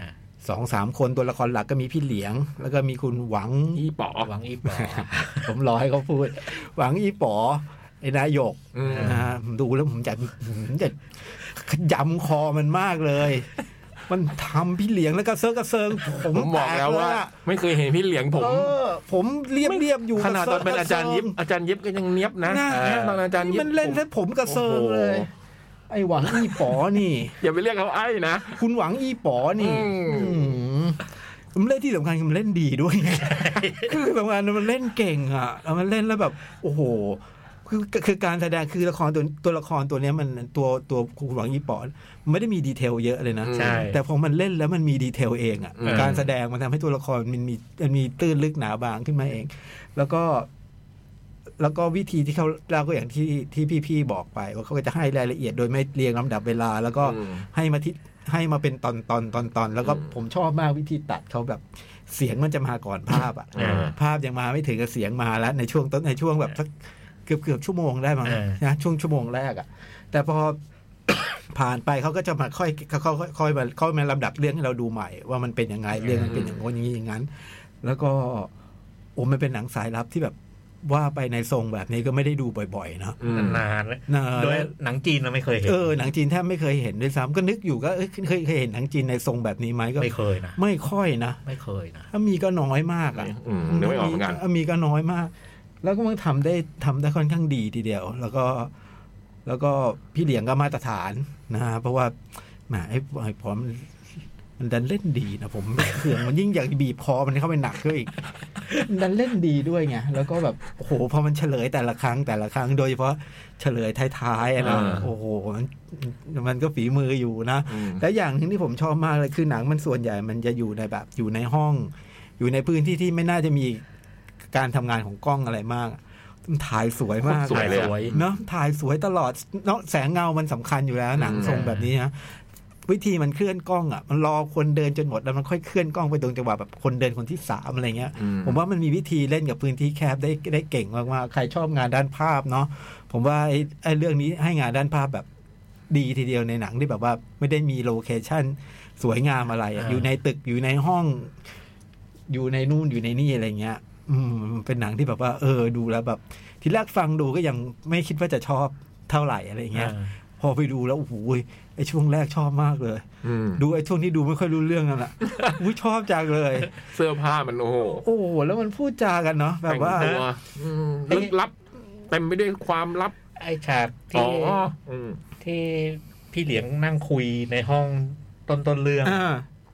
2-3 คนตัวละครหลักก็มีพี่เหลียงแล้วก็มีคุณหวังอี้ป๋อ ผมรอให้เขาพูดหวังอี้ป๋อไอ้นายกผมดูแล้วผมจะขยำคอมันมากเลยมันทำพี่เหลียงแล้วก็เซิร์กกระเซิงผมบอกแล้วว่าไม่เคยเห็นพี่เหลียงผมเรียบอยู่ขนาดตอนเป็นอาจารย์ยิบก็ยังเนียบนะตอนอาจารย์ยิบมันเล่นแค่ผมกระเซิงเลยไอ้หวังอี้ป๋อนี่อย่าไปเรียกเขาไอ้นะคุณหวังอี้ป๋อนี่มันเล่นที่สำคัญคือมันเล่นดีด้วยคือสำคัญมันเล่นเก่งอ่ะแล้วมันเล่นแล้วแบบโอ้โหคือการแสดงคือละครตัวละครตัวนี้มันตัวคุณหวังอี้ป๋อไม่ได้มีดีเทลเยอะเลยนะแต่พอมันเล่นแล้วมันมีดีเทลเองอ่ะการแสดงมันทำให้ตัวละครมันมีตื้นลึกหนาบางขึ้นมาเองแล้วก็วิธีที่เขาเล่าก็อย่างที่พี่ๆบอกไปว่าเขาก็จะให้รายละเอียดโดยไม่เรียงลำดับเวลาแล้วก็ให้มาเป็นตอนแล้วก็ผมชอบมากวิธีตัดเขาแบบเสียงมันจะมาก่อนภาพอ่ะภาพยังมาไม่ถึงกับเสียงมาแล้วในช่วงแบบสักเกือบชั่วโมงได้มั้งนะช่วงชั่วโมงแรกอ่ะแต่พอ ผ่านไปเขาก็จะมาค่อยมาลำดับเรื่องให้เราดูใหม่ว่ามันเป็นยังไงเรื่องมันเป็นอย่างโน้นอย่างนี้อย่างนั้นแล้วก็มันเป็นหนังสายลับที่แบบว่าไปในทรงแบบนี้ก็ไม่ได้ดูบ่อยๆนะนานเลยโดยหนังจีนเราไม่เคยเห็นหนังจีนแทบไม่เคยเห็นด้วยซ้ำก็นึกอยู่ก็เคยเห็นหนังจีนในทรงแบบนี้ไหมก็ไม่เคยนะไม่ค่อยนะไม่เคยนะถ้ามีก็น้อยมากอ่ะไม่ออกเหมือนกันมีก็น้อยมากแล้วก็มันทำได้ค่อนข้างดีทีเดียวแล้วก็พี่เหลียงก็มาตรฐานนะฮะเพราะว่าแหมไอ้พร้อมมันดันเล่นดีนะผมเขื่องมันยิ่งอยากบีบคอมันเข้าไปหนักขึ้นอีกดันเล่นดีด้วยไงแล้วก็แบบโอ้โหพอมันเฉลยแต่ละครั้งโดยเฉพาะเฉลยท้ายๆนะโอ้โหมันก็ฝีมืออยู่นะและอย่างนึงที่ผมชอบมากเลยคือหนังมันส่วนใหญ่มันจะอยู่ในแบบอยู่ในห้องอยู่ในพื้นที่ที่ไม่น่าจะมีการทำงานของกล้องอะไรมากถ่ายสวยมากเลยเนาะถ่ายสวยตลอดเนาะแสงเงามันสำคัญอยู่แล้วหนังทรงแบบนี้นะวิธีมันเคลื่อนกล้องอ่ะมันรอคนเดินจนหมดแล้วมันค่อยเคลื่อนกล้องไปตรงจังหวะแบบคนเดินคนที่3อะไรเงี้ยผมว่ามันมีวิธีเล่นกับพื้นที่แคบได้เก่งมากๆใครชอบงานด้านภาพเนาะผมว่าไอ้เรื่องนี้ให้งานด้านภาพแบบดีทีเดียวในหนังที่แบบว่าไม่ได้มีโลเคชั่นสวยงามอะไรอยู่ในตึกอยู่ในห้องอยู่ในนู่นอยู่ในนี่อะไรเงี้ยเป็นหนังที่แบบว่าดูแล้วแบบทีแรกฟังดูก็ยังไม่คิดว่าจะชอบเท่าไหร่อะไรเงี้ยพอไปดูแล้วโอ้โหไอ้ช่วงแรกชอบมากเลยดูไอ้ช่วงที่ดูไม่ค่อยรู้เรื่องนั่นแหละชอบจังเลยเสื้อผ้ามันโอ้โหแล้วมันพูดจากันเนาะแบบว่าลึกลับเต็มไปด้วยความลับไอ้ฉากที่พี่เหลียงนั่งคุยในห้องต้นเรื่อง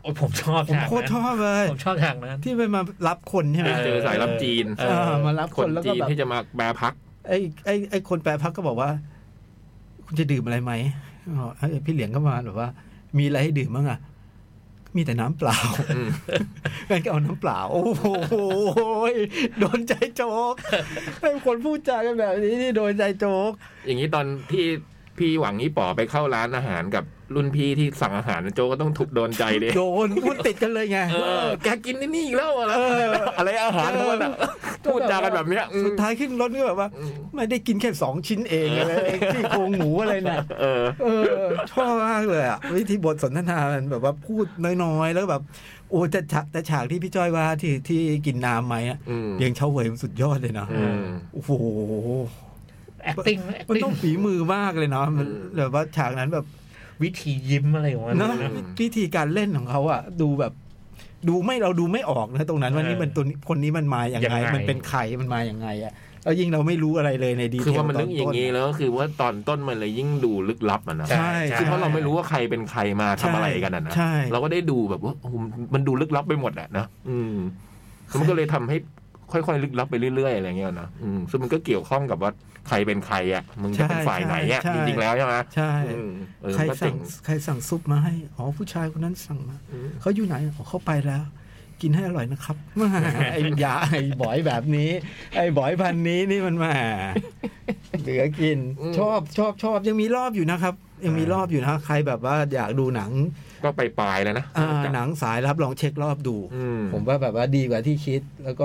ผมชอบผมโคตรชอบเลยผมชอบฉากนั้นที่ไปมารับคนใช่ไหมเจอสายลับจีนมารับคคน นแล้วก็จีนแบบที่จะมาแปรพักไอ้คนแปลพักก็บอกว่า คุณจะดื่มอะไรไหมพี่เหลียงก็มาแบบว่า มีอะไรให้ดื่มบ้างอ่ะมีแต่น้ำเปล่างั้นก็เอาน้ำเปล่าโอ้โหโดนใจโจ๊กให้คนพูดจากันแบบนี้นี่โดนใจโจ๊กอย่างนี้ตอนที่พี่หวังนี่ป๋อไปเข้าร้านอาหารกับรุ่นพี่ที่สั่งอาหารโจก็ต้องถูกโดนใจดิโดนพูดติดกันเลยไงแกกินนี่อีกแล้วอะไรอาหารทั้งนั้นพูดจากันแบบเนี้ยสุดท้ายขึ้นรถก็แบบว่าไม่ได้กินแค่2 ชิ้นเองอะไรที่โครงหมูอะไรเนี่ยชอบมากเลยอ่ะวิธีบทสนทนามันแบบว่าพูดน้อยๆแล้วแบบโอ้แต่ฉากที่พี่จ้อยว่าที่กินน้ำไหมอ่ะยังเฉาเว่ยมันสุดยอดเลยนะโอ้โห acting มันต้องฝีมือมากเลยเนาะมันแบบว่าฉากนั้นแบบวิธียิ้มอะไรของมันเนาะวิธีการเล่นของเขาอ่ะดูแบบเราดูไม่ออกนะตรงนั้นว่านี่มันตัวคนนี้มันมาอย่างไงมันเป็นใครมันมาอย่างไงอ่ะแล้วยิ่งเราไม่รู้อะไรเลยในดีเทลคือว่ามันเรื่องอย่างนี้แล้วคือว่าตอนต้นมันเลยยิ่งดูลึกลับนะใช่คือเพราะเราไม่รู้ว่าใครเป็นใครมาทำอะไรกันนะเราก็ได้ดูแบบว่ามันดูลึกลับไปหมดอะนะมันก็เลยทำให้ค่อยๆลึกลับไปเรื่อยๆอะไรเงี้ยนะซึ่งมันก็เกี่ยวข้องกับว่าใครเป็นใครอ่ะมึงจะเป็นฝ่ายไหนอ่ะจริงๆแล้วใช่ไหมใช่ใครสั่งซุปมาให้อ๋อผู้ชายคนนั้นสั่งมาเขาอยู่ไหนอ๋อเขาไปแล้วกินให้อร่อยนะครับไอ้ยาไอ้บอยแบบนี้ไอ้บอยพันนี้นี่มันมาเหลือกินชอบยังมีรอบอยู่นะครับยังมีรอบอยู่นะใครแบบว่าอยากดูหนังก็ไปปลายแล้วนะหนังสายรับลองเช็ครอบดูผมว่าแบบว่าดีกว่าที่คิดแล้ว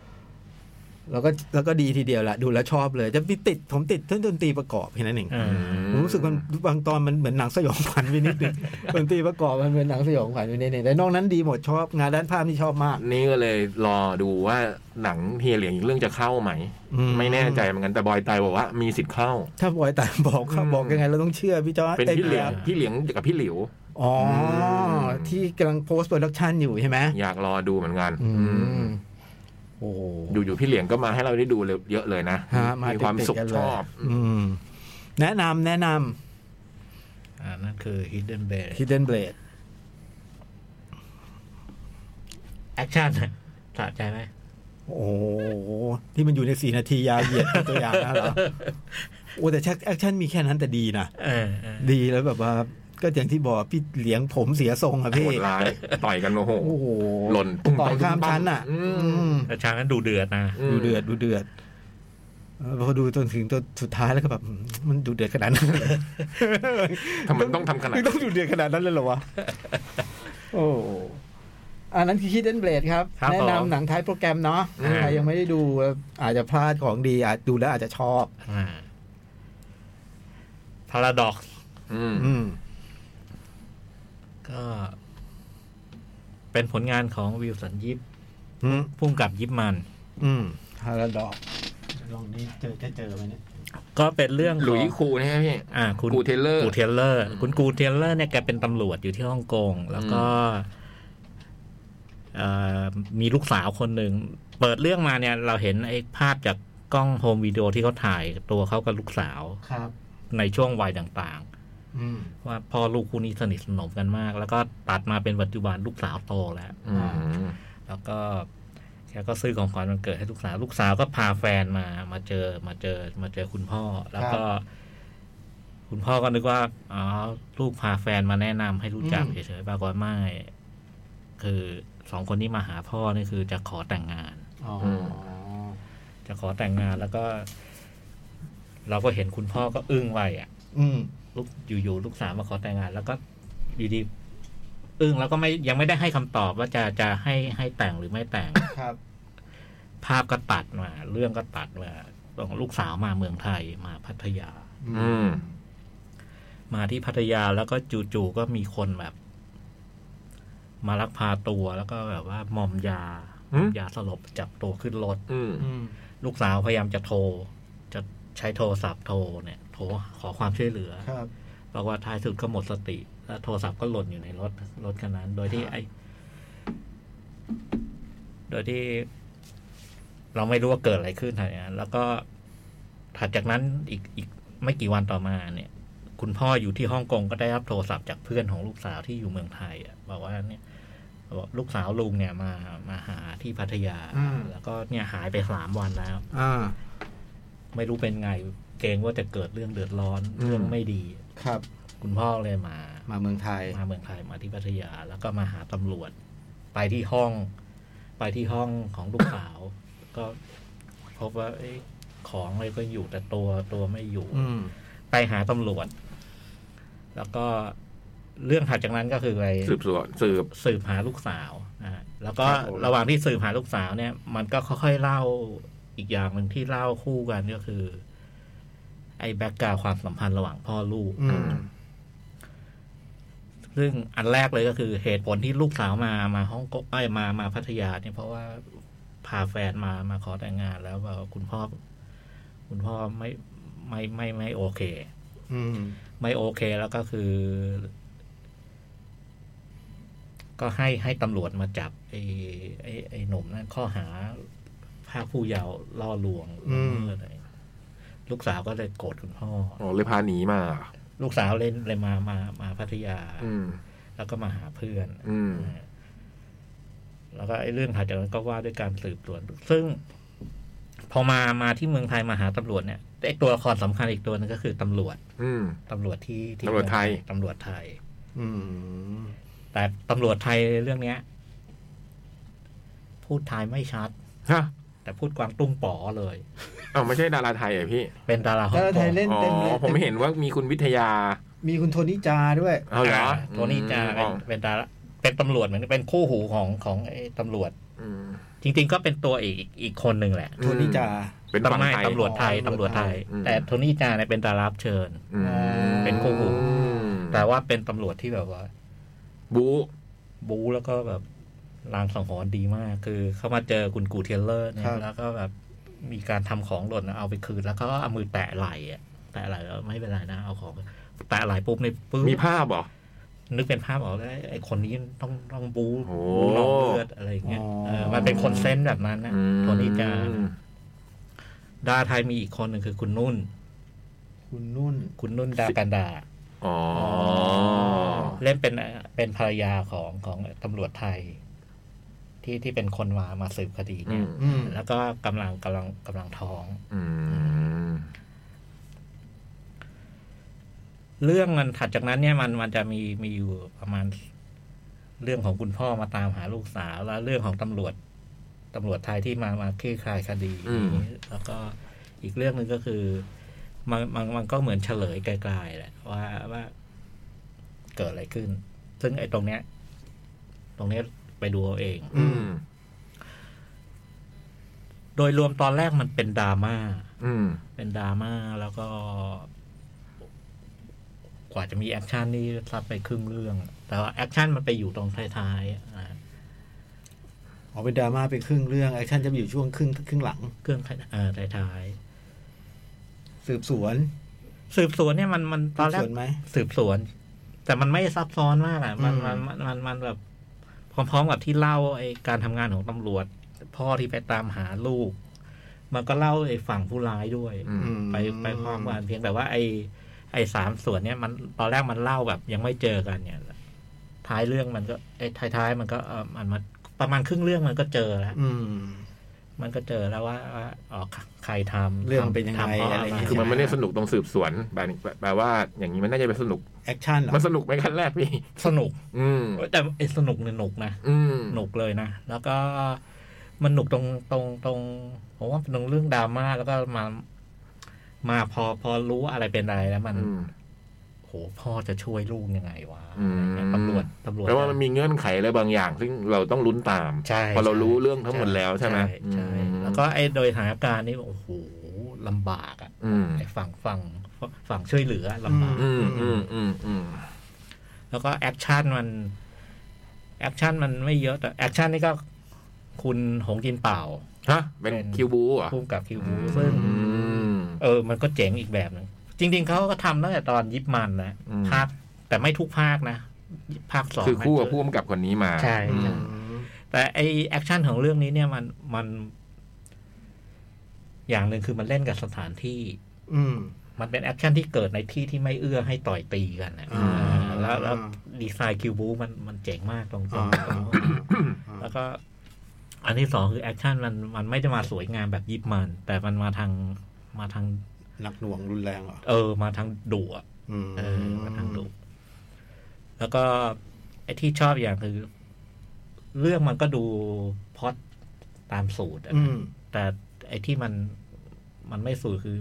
ก็ดีทีเดียวแหละดูแล้วชอบเลยจะผมติดเท่าดนตรีประกอบแค่นั้นเองผมรู้สึกมันบางตอนมันเหมือนหนังสยองขวัญไปนิดนึงดนตรีประกอบมันเป็นหนังสยองขวัญไปนิดนึงแต่นอกนั้นดีหมดชอบงานด้านภาพนี่ชอบมากนี่ก็เลยรอดูว่าหนังเฮียเหลียงอีกเรื่องจะเข้าไหมไม่แน่ใจเหมือนกันแต่บอยไตบอกว่ามีสิทธิ์เข้าถ้าบอยไตบอกยังไงเราต้องเชื่อพี่จอร์จเป็นพี่เหลียงกับพี่หลิวอ๋อที่กำลังโพสต์โปรดักชันอยู่ใช่ไหมอยากรอดูเหมือนกันอยู่พี่เหลียงก็มาให้เราได้ดูเยอะเลยนะมีความสุขชอบแนะนำนั่นคือ Hidden Blade แอคชั่นสะใจไหมโอ้ที่มันอยู่ใน4 นาทียาวเหยียดตัวอย่างนะเหรอโอ้แต่แอคชั่นมีแค่นั้นแต่ดีนะดีแล้วแบบว่าก็อย่างที่บอกพี่เหลียงผมเสียทรงอะพี่ต่อยกันโอ้โหหล่นต่อยข้ามชั้นอ่ะแต่ฉากนั้นดูเดือดนะดูเดือดพอดูจนถึงตัวสุดท้ายแล้วก็แบบมันดูเดือดขนาดนั้นทำไมต้องทำขนาดต้องดูเดือดขนาดนั้นเลยเหรอวะโอ้อันนั้นคือ Hidden Blade ครับแนะนำหนังท้ายโปรแกรมเนาะใครยังไม่ได้ดูอาจจะพลาดของดีอาจดูแล้วอาจจะชอบ Paradox ก็เป็นผลงานของวิลสันยิปพุ่งกับยิปมันฮาราดอกลองนี้เจอไหมเนี่ยก็เป็นเรื่องหลุยคูนี่ฮะพี่กูเทเลอร์คุณกูเทเลอร์เนี่ยแกเป็นตำรวจอยู่ที่ฮ่องกงแล้วก็มีลูกสาวคนหนึ่งเปิดเรื่องมาเนี่ยเราเห็นไอ้ภาพจากกล้องโฮมวิดีโอที่เขาถ่ายตัวเขากับลูกสาวในช่วงวัยต่างๆว่าพ่อลูกคู่นี้สนิทสนมกันมากแล้วก็ตัดมาเป็นปัจจุบันลูกสาวโตแล้วแล้วก็แกก็ซื้อของขวัญวันเกิดให้ลูกสาวก็พาแฟนมาเจอคุณพ่อแล้วก็คุณพ่อก็นึกว่าอ๋อลูกพาแฟนมาแนะนำให้รู้จักเฉยๆปรากฏไม่คือ2 คนนี้มาหาพ่อนี่คือจะขอแต่งงานจะขอแต่งงานแล้วก็เราก็เห็นคุณพ่อก็อึ้งไว้อ่ะลูกอยู่ลูกสาวมาขอแต่งงานแล้วก็ดีๆอึ้งแล้วก็ยังไม่ได้ให้คำตอบว่าจะให้แต่งหรือไม่แต่งครับภาพก็ตัดมาเรื่องก็ตัดมาของลูกสาวมาเมืองไทยมาพัทยามาที่พัทยาแล้วก็จู่ๆก็มีคนแบบมาลักพาตัวแล้วก็แบบว่ามอมยาสลบจับตัวขึ้นรถลูกสาวพยายามจะใช้โทรศัพท์โทรขอความช่วยเหลือบอกว่าท้ายสุดก็หมดสติแล้วโทรศัพท์ก็หล่นอยู่ในรถคันนั้นโดยที่เราไม่รู้ว่าเกิดอะไรขึ้นอะไรอย่างนั้นแล้วก็ถัดจากนั้นอีกไม่กี่วันต่อมาเนี่ยคุณพ่ออยู่ที่ฮ่องกงก็ได้รับโทรศัพท์จากเพื่อนของลูกสาวที่อยู่เมืองไทยบอกว่าเนี่ยลูกสาวลุงเนี่ยมาหาที่พัทยาแล้วก็เนี่ยหายไป3 วันแล้วไม่รู้เป็นไงเกรงว่าจะเกิดเรื่องเดือดร้อนเรื่องไม่ดีครับคุณพ่อเลยมาเมืองไทยมาที่พัทยาแล้วก็มาหาตำรวจไปที่ห้องของลูกสาวก็พบว่าของอะไรก็อยู่แต่ตัวไม่อยู่ไปหาตำรวจแล้วก็เรื่องถัดจากนั้นก็คือไปสืบหาลูกสาวแล้วก็ระหว่างที่สืบหาลูกสาวเนี่ยมันก็ค่อยๆเล่าอีกอย่างหนึ่งที่เล่าคู่กันก็คือไอ้แบ็คกราวด์ความสัมพันธ์ระหว่างพ่อลูกซึ่งอันแรกเลยก็คือเหตุผลที่ลูกสาวมาฮ่องกงมาพัทยาเนี่ยเพราะว่าพาแฟนมาขอแต่งงานแล้วว่าคุณพ่อไม่โอเคไม่โอเคแล้วก็คือก็ให้ตำรวจมาจับไอ้หนุ่มนั่นข้อหาพรากผู้เยาว์ล่อลวงอะไรลูกสาวก็เลยโกรธคุณพ่อเลยพาหนีมาลูกสาวเลยมาพัทยาแล้วก็มาหาเพื่อนแล้วก็ไอ้เรื่องถัดจากนั้นก็ว่าด้วยการสืบสวนซึ่งพอมาที่เมืองไทยมาหาตำรวจเนี่ยไอ้ตัวละครสำคัญอีกตัวนึงก็คือตำรวจที่ตำรวจไทยแต่ตำรวจไทยเรื่องเนี้ยพูดไทยไม่ชัดแต่พูดกวางตุ้งป๋อเลยไม่ใช่ดาราไทยเหรอพี่เป็นดาราไทยเล่นเต็มเลยผมเห็นว่ามีคุณวิทยามีคุณโทนี่จาด้วยเหรอโทนี่จาเป็นดาราเป็นตำรวจเหมือนเป็นคู่หูของไอ้ตำรวจจริงๆก็เป็นตัวอีกคนหนึ่งแหละโทนี่จาเป็นตำรวจไทยแต่โทนี่จาเนี่ยเป็นดารารับเชิญเป็นคู่หูแต่ว่าเป็นตำรวจที่แบบว่าบู๊แล้วก็แบบลางสังหรณ์ดีมากคือเขามาเจอคุณกูเทียเลอร์เนี่ยแล้วก็แบบมีการทำของหล่นเอาไปคืนแล้วก็เอามือแตะไหล่แล้วไม่เป็นไรนะเอาของแตะไหล่ปุ๊บในปื้มมีภาพเหรอนึกเป็นภาพออกแล้วไอ้คนนี้ต้องบู๊น้องเลือดอะไรอย่างเงี้ยมันเป็นคนเซนส์แบบนั้นนะตัวนี้จะดาไทยมีอีกคนหนึ่งคือคุณนุ่นดากันดาเล่นเป็นภรรยาของตำรวจไทยที่เป็นคนมาสืบคดีเนี่ยแล้วก็กำลังท้องเรื่องมันถัดจากนั้นเนี่ยมันจะมีอยู่ประมาณเรื่องของคุณพ่อมาตามหาลูกสาวแล้วเรื่องของตำรวจไทยที่มาคลี่คลายคดีแล้วก็อีกเรื่องหนึ่งก็คือมันก็เหมือนเฉลยไกลๆแหละว่าเกิดอะไรขึ้นซึ่งไอ้ตรงเนี้ยไปดูเอาเองโดยรวมตอนแรกมันเป็นดราม่าแล้วก็กว่าจะมีแอคชั่นนี่ซัดไปครึ่งเรื่องแต่ว่าแอคชั่นมันไปอยู่ตรงท้ายๆเป็นดราม่าไปครึ่งเรื่องแอคชั่นจะอยู่ช่วงครึ่งหลังเครื่องท้ายสืบสวนเนี่ยมันตอนแรกสืบสวนแต่มันไม่ซับซ้อนมากมันแบบพร้อมๆกับที่เล่าไอ้การทำงานของตำรวจพ่อที่ไปตามหาลูกมันก็เล่าไอ้ฝั่งผู้ร้ายด้วยไปพร้อมกันเพียงแต่ว่าไอ้3 ส่วนเนี้ยมันตอนแรกมันเล่าแบบยังไม่เจอกันเนี่ยท้ายเรื่องมันก็ไอ้ท้ายมันก็มันมาประมาณครึ่งเรื่องมันก็เจอแล้วมันก็เจอแล้วว่าใครทำเรื่องเป็นยังไงอะไรคือมันไม่ได้สนุกตรงสืบสวนแปลว่าอย่างนี้มันน่าจะเป็นสนุกแอคชั่นมันสนุกไหมขั้นแรกพี่สนุกแต่สนุกเนี่ยหนุกนะหนุกเลยนะแล้วก็มันหนุกตรงผมว่าตรงเรื่องดราม่าแล้วก็มาพอรู้อะไรเป็นอะไรแล้วมันโหพ่อจะช่วยลูกยังไงวะตำรวจแปลว่ามันมีเงื่อนไขอะไรบางอย่างซึ่งเราต้องลุ้นตามพอเรารู้เรื่องทั้งหมดแล้วใช่ไหมใช่แล้วก็ไอ้โดยสถานการณ์นี้โอ้โหลำบากอ่ะไอ้ฝั่งช่วยเหลือลำบากแล้วก็แอคชั่นมันไม่เยอะแต่แอคชั่นนี่ก็คุณหงจินเป่าเป็นคิวบูอ่ะพุ่มกับคิวบูซึ่งมันก็เจ๋งอีกแบบนึงจริงๆเขาก็ทำตั้งแต่ตอนยิปมันนะภาคแต่ไม่ทุกภาคนะภาค 2 คือคู่กับผู้กำกับคนนี้มาใช่แต่ไอแอคชั่นของเรื่องนี้เนี่ยมันอย่างหนึ่งคือมันเล่นกับสถานที่มันเป็นแอคชั่นที่เกิดในที่ที่ไม่เอื้อให้ต่อยตีกันนะแล้วดีไซน์คิวบูมันเจ๋งมากตรงแล้วก็อันที่สองคือแอคชั่นมันไม่ได้มาสวยงามแบบยิบมันแต่มันมาทางหนักหน่วงรุนแรงเหรอมาทางดุมาทางดุแล้วก็ไอ้ที่ชอบอย่างคือเรื่องมันก็ดูพล็อตตามสูตรแต่ไอ้ที่มันไม่สูตรคื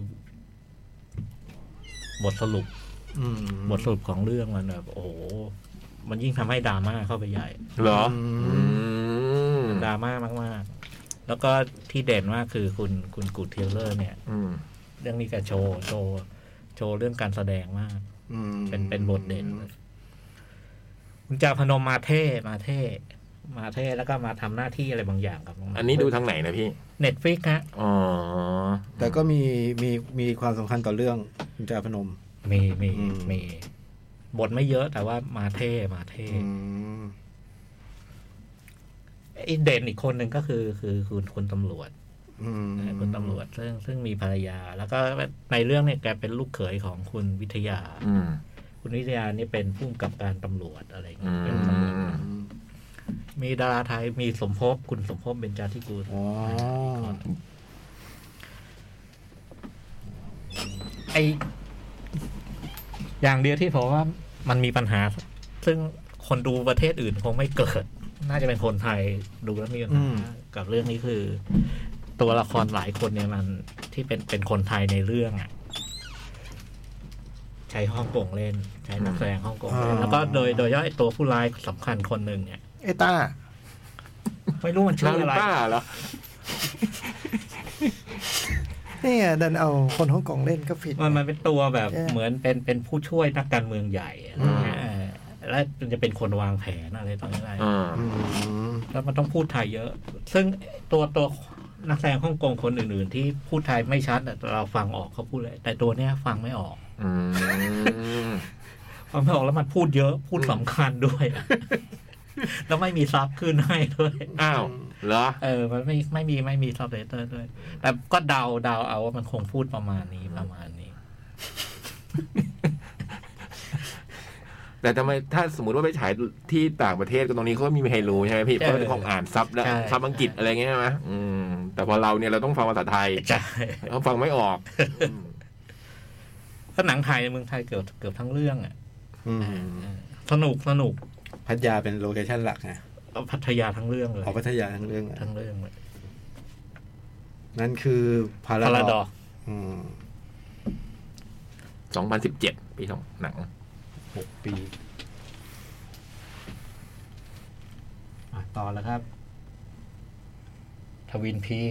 อบทสรุปของเรื่องมันแบบโอ้โหมันยิ่งทำให้ดราม่าเข้าไปใหญ่เหรอดราม่ามากๆแล้วก็ที่เด่นมากคือคุณกูดเทเลอร์เนี่ยเรื่องนี้แกโชว์เรื่องการแสดงมากเป็นบทเด่นคุณจาพนมมาเท่แล้วก็มาทำหน้าที่อะไรบางอย่างกับอันนี้ดูทางไหนนะพี่ Netflix ฮะแต่ก็มีความสำคัญต่อเรื่องคุณจาพนมมีบทไม่เยอะแต่ว่ามาเท่ไอ้เด่นอีกคนหนึ่งก็คือคุณตำรวจคุณตำรวจซึ่งมีภรรยาแล้วก็ในเรื่องเนี่ยแกเป็นลูกเขยของคุณวิทยาคุณวิทยานี่เป็นผู้กำกับการตำรวจอะไรอย่างเงี้ยเป็นตำรวจมีดาราไทยมีคุณสมภพเบญจาธิกูลไออย่างเดียวที่ผมว่ามันมีปัญหาซึ่งคนดูประเทศอื่นคงไม่เกิดน่าจะเป็นคนไทยดูแล้วมีปัญหากับเรื่องนี้คือตัวละครหลายคนเนี่ยมันที่เป็นคนไทยในเรื่องอ่ะใช้ฮ่องกงเล่นใช้นักแสดงฮ่องกงเล่นแล้วก็โดยเฉพาะตัวผู้ร้ายสำคัญคนหนึ่งเนี่ยไอ้ต้าไม่รู้มันชื่ออะไรเหรอนี่ดันเอาคนฮ่องกงเล่นก็ผิดมันเป็นตัวแบบเหมือนเป็นผู้ช่วยนักการเมืองใหญ่แล้วมันจะเป็นคนวางแผนอะไรต่ออะไรแล้วมันต้องพูดไทยเยอะซึ่งตัวนักแสดงฮ่องกงคนอื่นๆที่พูดไทยไม่ชัดเราฟังออกเขาพูดเลยแต่ตัวเนี้ยฟังไม่ออกฟังไม่ออกแล้วมันพูดเยอะพูดสำคัญด้วยแล้วไม่มีซับขึ้นให้ด้วยอ้าวเหรอมันไม่มีซับไตเติลด้วยแต่ก็เดาเอาว่ามันคงพูดประมาณนี้แต่ทำไมถ้าสมมติว่าไปฉายที่ต่างประเทศก็ตรงนี้เขามีให้รู้ใช่ไหมพี่เพราะของอ่านซับแล้วซับอังกฤษอะไรเงี้ยใช่ไหมแต่พอเราเนี่ยเราต้องฟังภาษาไทยเขาฟังไม่ออกถ้าหนังไทยในเมืองไทยเกือบทั้งเรื่องสนุกพัทยาเป็นโลเคชั่นหลักไงพัทยาทั้งเรื่องเลยพัทยาทั้งเรื่องเลยนั่นคือพาราดอก 2017ปีของหนัง 6 ปีต่อแล้วครับทวินพี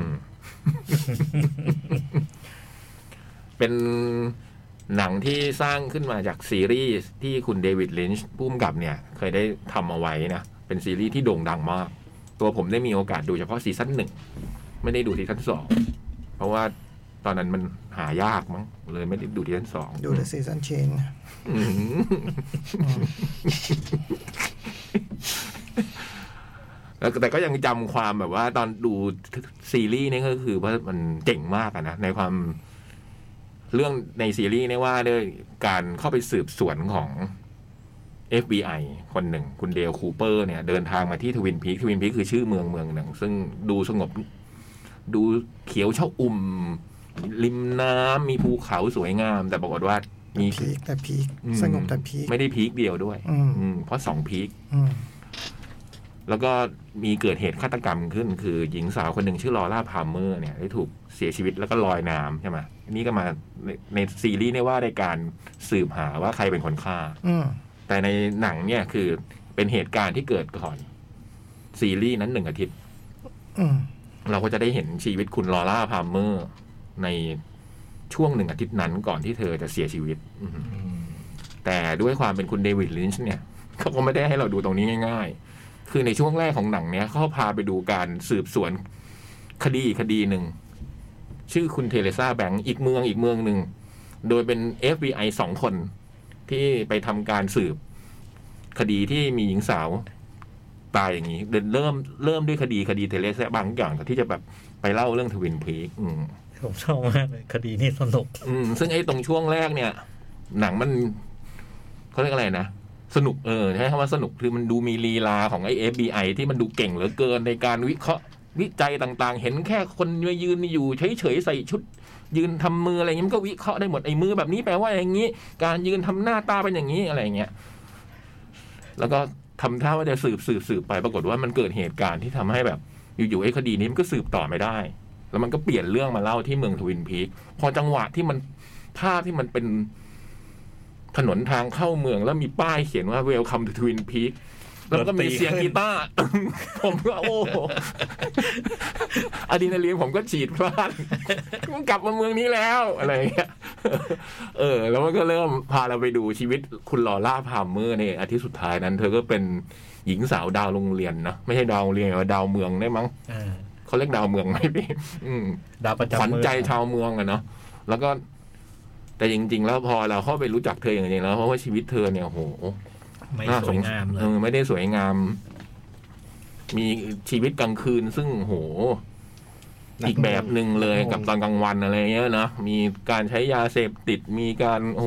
เป็นหนังที่สร้างขึ้นมาจากซีรีส์ที่คุณเดวิดลินช์ผู้กำกับเนี่ยเคยได้ทำเอาไว้นะเป็นซีรีส์ที่โด่งดังมากตัวผมได้มีโอกาสดูเฉพาะซีซั่น1ไม่ได้ดูซีซั่น2เพราะว่าตอนนั้นมันหายากมั้งเลยไม่ได้ดูซีซั่น2 ดูแต่ซีซั่นเชนแล้วแต่ก็ยังจำความแบบว่าตอนดูซีรีส์นี่ก็คือว่ามันเจ๋งมากนะในความเรื่องในซีรีส์นี่ว่าด้วยการเข้าไปสืบสวนของ FBI คนหนึ่งคุณเดลคูเปอร์เนี่ยเดินทางมาที่ทวินพีคคือชื่อเมืองหนึ่งซึ่งดูสงบดูเขียวชอุ่มริมน้ำมีภูเขาสวยงามแต่ปรากฏว่ามีพีคสงบแต่พีคไม่ได้พีคเดียวด้วยเพราะ2พีคแล้วก็มีเกิดเหตุฆาตกรรมขึ้นคือหญิงสาวคนหนึ่งชื่อลอร่าพาล์เมอร์เนี่ยได้ถูกเสียชีวิตแล้วก็ลอยน้ำใช่ไหมนี่ก็มาในซีรีส์เนี่ยว่าในการสืบหาว่าใครเป็นคนฆ่าแต่ในหนังเนี่ยคือเป็นเหตุการณ์ที่เกิดก่อนซีรีส์นั้น1 อาทิตย์เราก็จะได้เห็นชีวิตคุณลอร่าพาล์เมอร์ในช่วง1 อาทิตย์นั้นก่อนที่เธอจะเสียชีวิตแต่ด้วยความเป็นคุณเดวิดลินช์เนี่ยเขาก็ไม่ได้ให้เราดูตรงนี้ง่ายๆคือในช่วงแรกของหนังเนี้ยเขาพาไปดูการสืบสวนคดีหนึ่งชื่อคุณเทเรซาแบงค์อีกเมืองหนึ่งโดยเป็น FBI 2 คนที่ไปทำการสืบคดีที่มีหญิงสาวตายอย่างนี้เริ่มด้วยคดีเทเรซาบางอย่างที่จะแบบไปเล่าเรื่องทวินพีคผมชอบมากเลยคดีนี้สนุกซึ่งไอ้ตรงช่วงแรกเนี่ยหนังมันเขาเรียกอะไรนะสนุกใช้คำว่าสนุกคือมันดูมีลีลาของไอ้ FBI ที่มันดูเก่งเหลือเกินในการวิเคราะห์วิจัยต่างๆเห็นแค่คนยืนอยู่เฉยๆใส่ชุดยืนทำมืออะไรอย่างนี้มันก็วิเคราะห์ได้หมดไอ้มือแบบนี้แปลว่าอย่างนี้การยืนทำหน้าตาเป็นอย่างนี้อะไรอย่างเงี้ยแล้วก็ทำท่าว่าจะสืบไปปรากฏว่ามันเกิดเหตุการณ์ที่ทำให้แบบอยู่ๆไอ้คดีนี้มันก็สืบต่อไม่ได้แล้วมันก็เปลี่ยนเรื่องมาเล่าที่เมืองทวินพีคพอจังหวะที่มันภาพที่มันเป็นถนนทางเข้าเมืองแล้วมีป้ายเขียนว่า Welcome to Twin Peaks แล้วก็มีเสียงกีตาร์ผมก็โอ้อะดรีนาลีนผมก็ฉีดพลาดมันกลับมาเมืองนี้แล้วอะไรเงี้ยแล้วมันก็เริ่มพาเราไปดูชีวิตคุณลอร่าพามเมอร์เนี่ยอาทิตย์สุดท้ายนั้นเธอก็เป็นหญิงสาวดาวโรงเรียนนะไม่ใช่ดาวโรงเรียนแต่ดาวเมืองได้มั้งเขาเรียกดาวเมืองไหมพี่ดาวประจำขวัญใจชาวเมืองอะเนาะแล้วก็แต่จริงๆแล้วพอเราเข้าไปรู้จักเธออย่างจริงแล้วเพราะว่าชีวิตเธอเนี่ยโหไม่สวยงามเลยไม่ได้สวยงามมีชีวิตกลางคืนซึ่งโหอีกแบบหนึ่งเลยกับตอนกลางวันอะไรเงี้ยนะมีการใช้ยาเสพติดมีการโห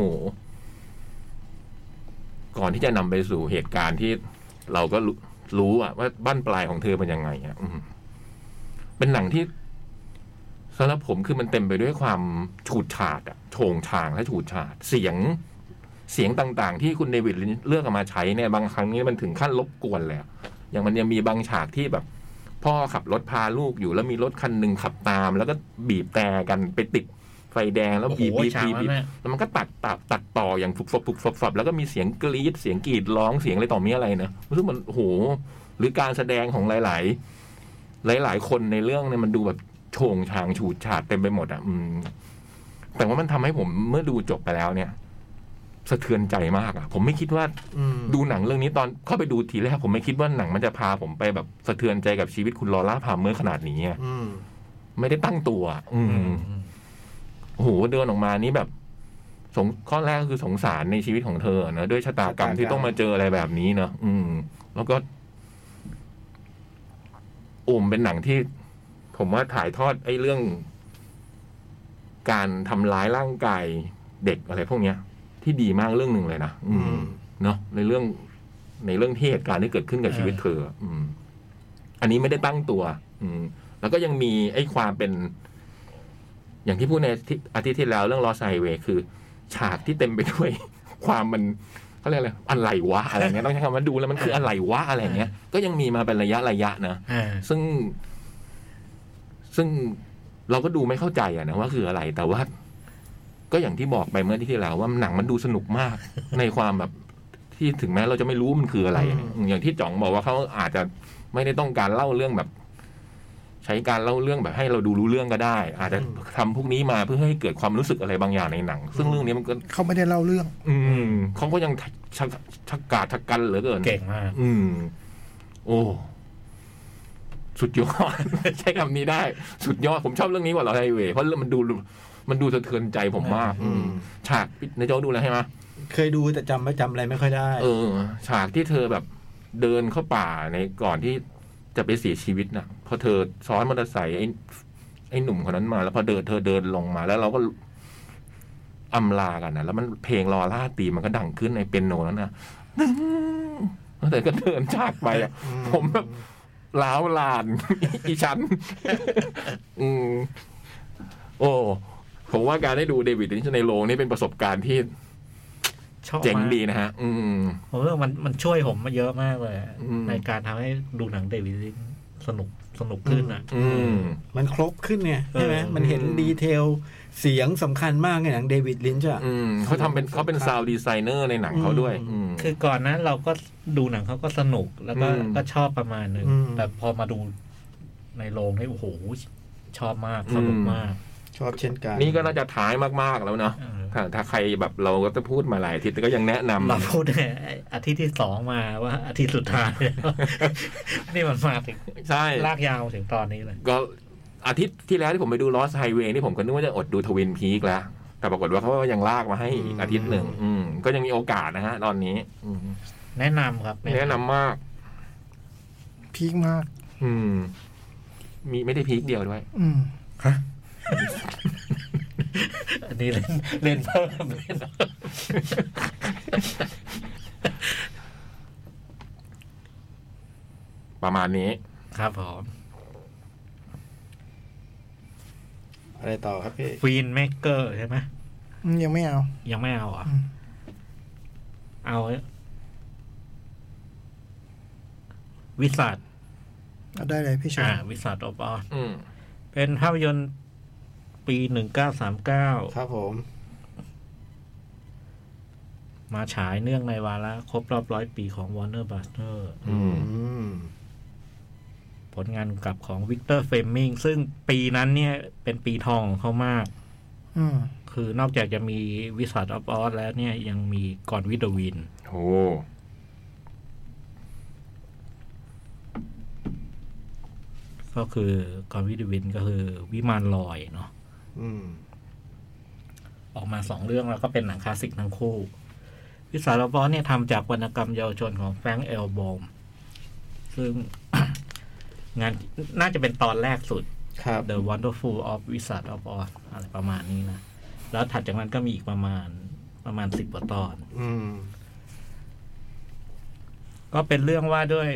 ก่อนที่จะนำไปสู่เหตุการณ์ที่เราก็รู้ว่าบั้นปลายของเธอเป็นยังไงเป็นหนังที่สำหรับผมคือมันเต็มไปด้วยความฉูดฉาดโฉงฉางและฉูดฉาดเสียงต่างๆที่คุณเดวิดเลือกมาใช้เนี่ยบางครั้งนี้มันถึงขั้นรบกวนเลยอย่างมันยังมีบางฉากที่แบบพ่อขับรถพาลูกอยู่แล้วมีรถคันหนึ่งขับตามแล้วก็บีบแต่กันไปติดไฟแดงแล้วบีบแล้วมันก็ตัดต่ออย่างฟุบแล้วก็มีเสียงกรี๊ดเสียงกรีดร้องเสียงอะไรต่อมีอะไรนะรู้สึกมันโหหรือการแสดงของหลายคนในเรื่องเนี่ยมันดูแบบโฉงฉางฉูดฉาดเต็มไปหมดแต่ว่ามันทำให้ผมเมื่อดูจบไปแล้วเนี่ยสะเทือนใจมากผมไม่คิดว่าดูหนังเรื่องนี้ตอนเข้าไปดูทีแรกผมไม่คิดว่าหนังมันจะพาผมไปแบบสะเทือนใจกับชีวิตคุณลอร่าพามเมอร์ขนาดนี้ไม่ได้ตั้งตัวโอ้โหเดินออกมานี้แบบข้อแรกก็คือสงสารในชีวิตของเธอนะด้วยชะตากรรมที่ต้องมาเจออะไรแบบนี้เนอะแล้วก็เป็นหนังที่ผมว่าถ่ายทอดไอ้เรื่องการทำร้ายร่างกายเด็กอะไรพวกเนี้ยที่ดีมากเรื่องหนึ่งเลยนะเนาะในเรื่องที่เหตุการณ์ที่เกิดขึ้นกับชีวิตเธออันนี้ไม่ได้ตั้งตัวแล้วก็ยังมีไอ้ความเป็นอย่างที่พูดในอาทิตย์ที่แล้วเรื่องลอสไฮเวย์คือฉากที่เต็มไปด้วยความมันเขาเรียกอะไรวะอะไรเงี้ยต้องใช้คำว่าดูแล้วมันคืออะไรวะอะไรเงี้ยก็ยังมีมาเป็นระยะนะซึ่งเราก็ดูไม่เข้าใจนะว่าคืออะไรแต่ว่าก็อย่างที่บอกไปเมื่อที่แล้วว่าหนังมันดูสนุกมาก ในความแบบที่ถึงแม้เราจะไม่รู้มันคืออะไรอย่างที่จ๋องบอกว่าเขาอาจจะไม่ได้ต้องการเล่าเรื่องแบบใช้การเล่าเรื่องแบบให้เราดูรู้เรื่องก็ได้อาจจะทำพวกนี้มาเพื่อให้เกิดความรู้สึกอะไรบางอย่างในหนังซึ่งเรื่องนี้มันก็เขาไม่ได้เล่าเรื่องเขาก็ยังชักกาดชักกันเหลือเกินเก่งมากโอ้สุดยอดใช้คำนี้ได้สุดยอดผมชอบเรื่องนี้กว่าลอสไฮเวย์เพราะมันดูสะเทือนใจผมมากฉากในโจ๊กดูแล้วใช่ไหมเคยดูแต่จำอะไรไม่ค่อยได้ฉากที่เธอแบบเดินเข้าป่าในก่อนที่จะไปเสียชีวิตนะพอเธอซ้อนมอเตอร์ไซค์ไอ้หนุ่มคนนั้นมาแล้วพอเธอเดินลงมาแล้วเราก็อำลากันนะแล้วมันเพลงลอร่าตีมันก็ดังขึ้นในเปียโนแล้วนะแต่ก็เดินจากไปผมแบบล้าวลานอีฉันผมว่าการได้ดูเดวิดลินช์ในโรงนี่เป็นประสบการณ์ที่เจ๋งดีนะฮะผมว่ามันช่วยผมมาเยอะมากเลยในการทำให้ดูหนังเดวิดลินช์สนุกขึ้นมันครบขึ้นไงใช่ไหมมันเห็นดีเทลเสียงสำคัญมากในหนังเดวิดลินช์เขาเป็นซาวด์ดีไซเนอร์ในหนังเขาด้วยคือก่อนนั้นเราก็ดูหนังเขาก็สนุกแล้วก็ชอบประมาณนึงแต่พอมาดูในโรงนี่โอ้โหชอบมากสนุกมากชอบเช่นกันนี่ก็น่าจะท้ายมากๆแล้วเนาะถ้าใครแบบเราก็จะพูดมาหลายอาทิตย์ก็ยังแนะนำเราพูดอาทิตย์ที่2มาว่าอาทิตย์สุดท้ายนี่มันมาถึงใช่ลากยาวถึงตอนนี้เลยก็อาทิตย์ที่แล้วที่ผมไปดูลอสไฮเวย์นี่ผมก็นึกว่าจะอดดูทวินพีคแล้วแต่ปรากฏว่าเขาก็ยังลากมาให้อีกอาทิตย์หนึ่งก็ยังมีโอกาสนะฮะตอนนี้แนะนำครับแนะนำมากพีคมากมีไม่ได้พีคเดียวด้วยฮะอันนี้เล่นเพิ่มประมาณนี้ครับผมอะไรต่อครับพี่ฟีนเมเกอร์ใช่ไหมยังไม่เอาอ่ะเอาวิสัทได้เลยพี่ชายวิสัทออฟออสเป็นภาพยนตร์ปี1939 ครับผมมาฉายเนื่องในวาระครบรอบ100 ปีของ Warner Brother ผลงานกับของวิกเตอร์เฟมมิงซึ่งปีนั้นเนี่ยเป็นปีทองของเขามากคือนอกจากจะมีวิสัทออฟออสแล้วเนี่ยยังมีก่อนวิดเดอร์วินโอ้ก็คือก่อนวิดเดอร์วินก็คือวิมานลอยเนาะออกมา2 เรื่องแล้วก็เป็นหนังคลาสสิกทั้งคู่วิสัทออฟออสเนี่ยทำจากวรรณกรรมเยาวชนของแฟรงค์ เอลบอมซึ่ง งานน่าจะเป็นตอนแรกสุด The Wonderful of Wizard of Oz อะไรประมาณนี้นะแล้วถัดจากนั้นก็มีอีกประมาณ10 กว่าตอนก็เป็นเรื่องว่าด้วย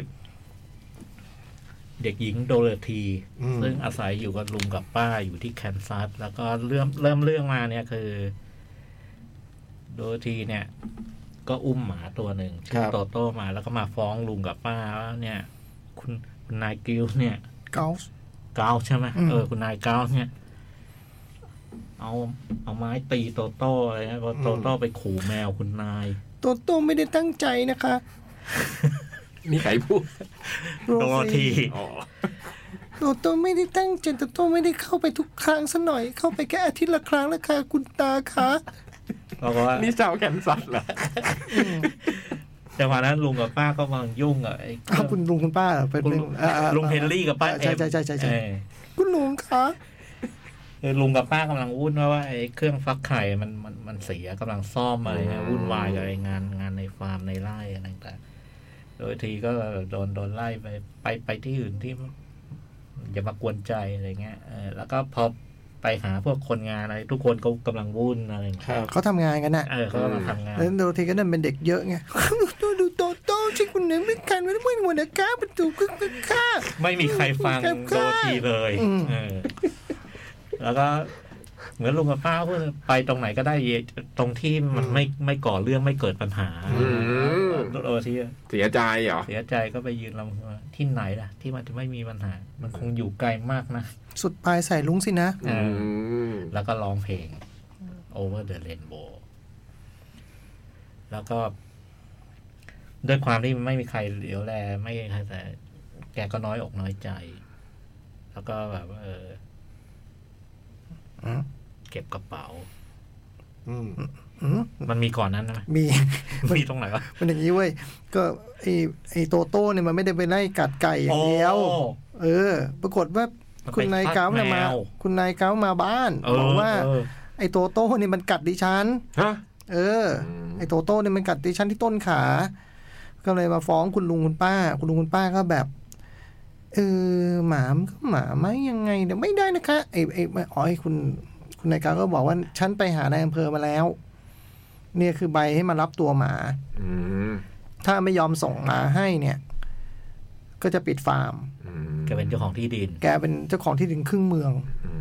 เด็กหญิงโดโรธีซึ่งอาศัยอยู่กับลุงกับป้าอยู่ที่แคนซัสแล้วก็เริ่มเรื่องมาเนี่ยคือโดโรธีเนี่ยก็อุ้มหมาตัวหนึ่งชื่อโตโต้มาแล้วก็มาฟ้องลุงกับป้าว่าเนี่ยคุณนายกิลเนี่ยเกาใช่ไหมคุณนายเกาเนี่ยเอาไม้ตีโตโต้อะไรนะพอโตโต้ไปขู่แมวคุณนายโตโต้ไม่ได้ตั้งใจนะคะนี่ใครพูดโดโรธีโตโต้ไม่ได้ตั้งใจโตโต้ไม่ได้เข้าไปทุกครั้งซะหน่อยเข้าไปแค่อาทิตย์ละครั้งแล้วค่ะคุณตาคะนี่เจ้าแคนซัสเหรอแต่วันนั้นลุงกับป้าก็กำลังยุ่งอ่ะคุณลุงคุณป้าเป็นลุงเฮนรี่กับป้าใช่คุณลุงคะลุงกับป้ากำลังวุ่นว่าไอ้เครื่องฟักไข่มันเสียกำลังซ่อมอะไรวุ่นวายกับไอ้งานในฟาร์มในไร่อะไรต่างๆโดยทีก็โดนไล่ไปที่อื่นที่อย่ามากวนใจอะไรเงี้ยแล้วก็พอไปหาพวกคนงานอะไรทุกคนก็กำลังวุ่นอะไรเขาทำงานกันน่ะเขากำลังทำงานแล้วโดยทีก็นั่นเป็นเด็กเยอะไงดูโตที่คุณเนี่ยไม่กันไม่หมดนะก้าประตูก็ฆ่าไม่มีใครฟังโดยทีเลยแล้วก็เหมือนลุงกับป้าพูดไปตรงไหนก็ได้ตรงที่มันไม่ก่อเรื่องไม่เกิดปัญหาที่เสียใจเหรอเสียใจก็ไปยืนลำที่ไหนล่ะที่มันจะไม่มีปัญหามันคงอยู่ไกลมากนะสุดปลายใส่ลุงสินะแล้วก็ร้องเพลง Over the Rainbow แล้วก็ด้วยความที่ไม่มีใครเหลียวแลไม่ใครแต่แกก็น้อยอกน้อยใจแล้วก็แบบเก็บกระเป๋ามันมีก่อนนั้นไหมมีตรงไหนวะมันอย่างนี้เว้ยก็ไอโตโต้เนี่ยมันไม่ได้ไปไล่กัดไก่อย่างเดียวปรากฏว่าคุณนายเก้าเนี่ยมาคุณนายเก้ามาบ้านบอกว่าไอโตโต้เนี่ยมันกัดดิฉันไอโตโต้เนี่ยมันกัดดิฉันที่ต้นขาก็เลยมาฟ้องคุณลุงคุณป้าคุณลุงคุณป้าก็แบบหมามันก็หมาไหมยังไงเดี๋ยวไม่ได้นะคะไอ้คุณนายกาก็บอกว่าฉันไปหานายอำเภอมาแล้วเนี่ยคือใบให้มารับตัวหมาถ้าไม่ยอมส่งมาให้เนี่ยก็จะปิดฟาร์มแกเป็นเจ้าของที่ดินแกเป็นเจ้าของที่ดินครึ่งเมือง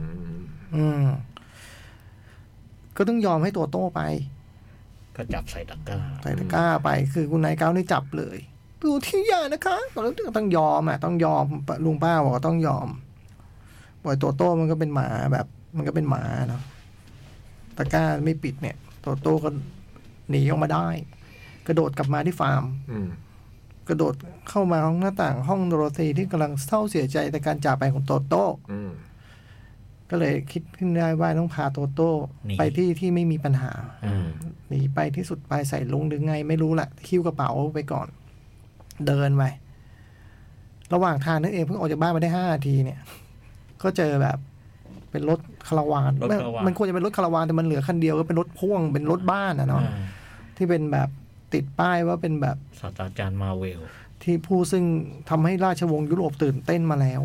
ก็ต้องยอมให้ตัวโต้ไปก็จับใส่ตะกร้าไปคือคุณนายเก้านี่จับเลยดูที่ยานะคะต้องยอมต้องยอมลุงป้าบอกว่าต้องยอมปล่อยโตโต้มันก็เป็นหมาแบบมันก็เป็นหมาเนาะตะกร้าไม่ปิดเนี่ยโตโต้ก็หนีออกมาได้กระโดดกลับมาที่ฟาร์มกระโดดเข้ามาห้องหน้าต่างห้องโดโรธีที่กำลังเศร้าเสียใจในการจากไปของโตโต้ก็เลยคิดขึ้นได้ว่าต้องพาโตโต้ไปที่ไม่มีปัญหาหนีไปที่สุดปลายใส่ลุงหรือไงไม่รู้แหละคิ้วกระเป๋าไปก่อนเดินไประหว่างทางนั่นเองเพิ่งออกจากบ้านมาได้5 นาทีเนี่ยก็เจอแบบเป็นรถคาราวานมันควรจะเป็นรถคาราวานแต่มันเหลือคันเดียวก็เป็นรถพ่วงเป็นรถบ้านเนาะที่เป็นแบบติดป้ายว่าเป็นแบบศาสตราจารย์มาเวลที่ผู้ซึ่งทำให้ราชวงศ์ยุโรปตื่นเต้นมาแล้ว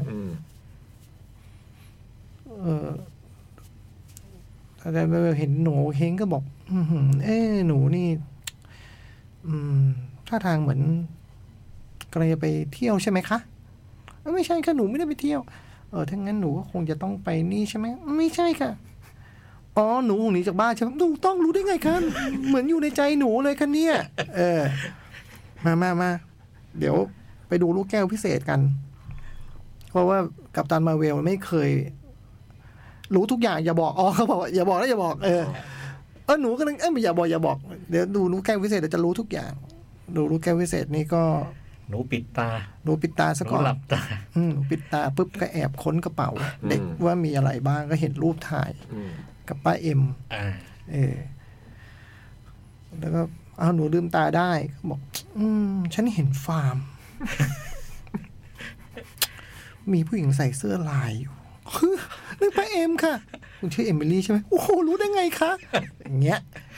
แต่เห็นหนูเฮงก็บอกหนูนี่ท่าทางเหมือนกำลังจะไปเที่ยวใช่ไหมคะไม่ใช่ค่ะหนูไม่ได้ไปเที่ยวถ้างั้นหนูก็คงจะต้องไปนี่ใช่ไหมไม่ใช่ค่ะอ๋อหนูหนีจากบ้านใช่ไหมหนูต้องรู้ได้ไงคะเหมือนอยู่ในใจหนูเลยค่ะเนี่ยมาเดี๋ยวไปดูลูกแก้วพิเศษกันเพราะว่ากัปตันมาร์เวลไม่เคยรู้ทุกอย่างอย่าบอกเขาบอกอย่าบอกแล้วอย่าบอกหนูก็เลยอย่าบอกเดี๋ยวดูลูกแก้วพิเศษเดี๋ยวจะรู้ทุกอย่างดูลูกแก้วพิเศษนี่ก็หนูปิดตาซะก่อนหลับตาหนูปิดตาปุ๊บก็แอบค้นกระเป๋าเด็กว่ามีอะไรบ้างก็เห็นรูปถ่ายกับป้าเอ็มแล้วก็หนูลืมตาได้บอกฉันเห็นฟาร์ม มีผู้หญิงใส่เสื้อลายอยู่นึกป้าเอ็มค่ะคุณชื่อเอมิลี่ใช่ไหมโอ้โหรู้ได้ไงคะอย่างเงี้ย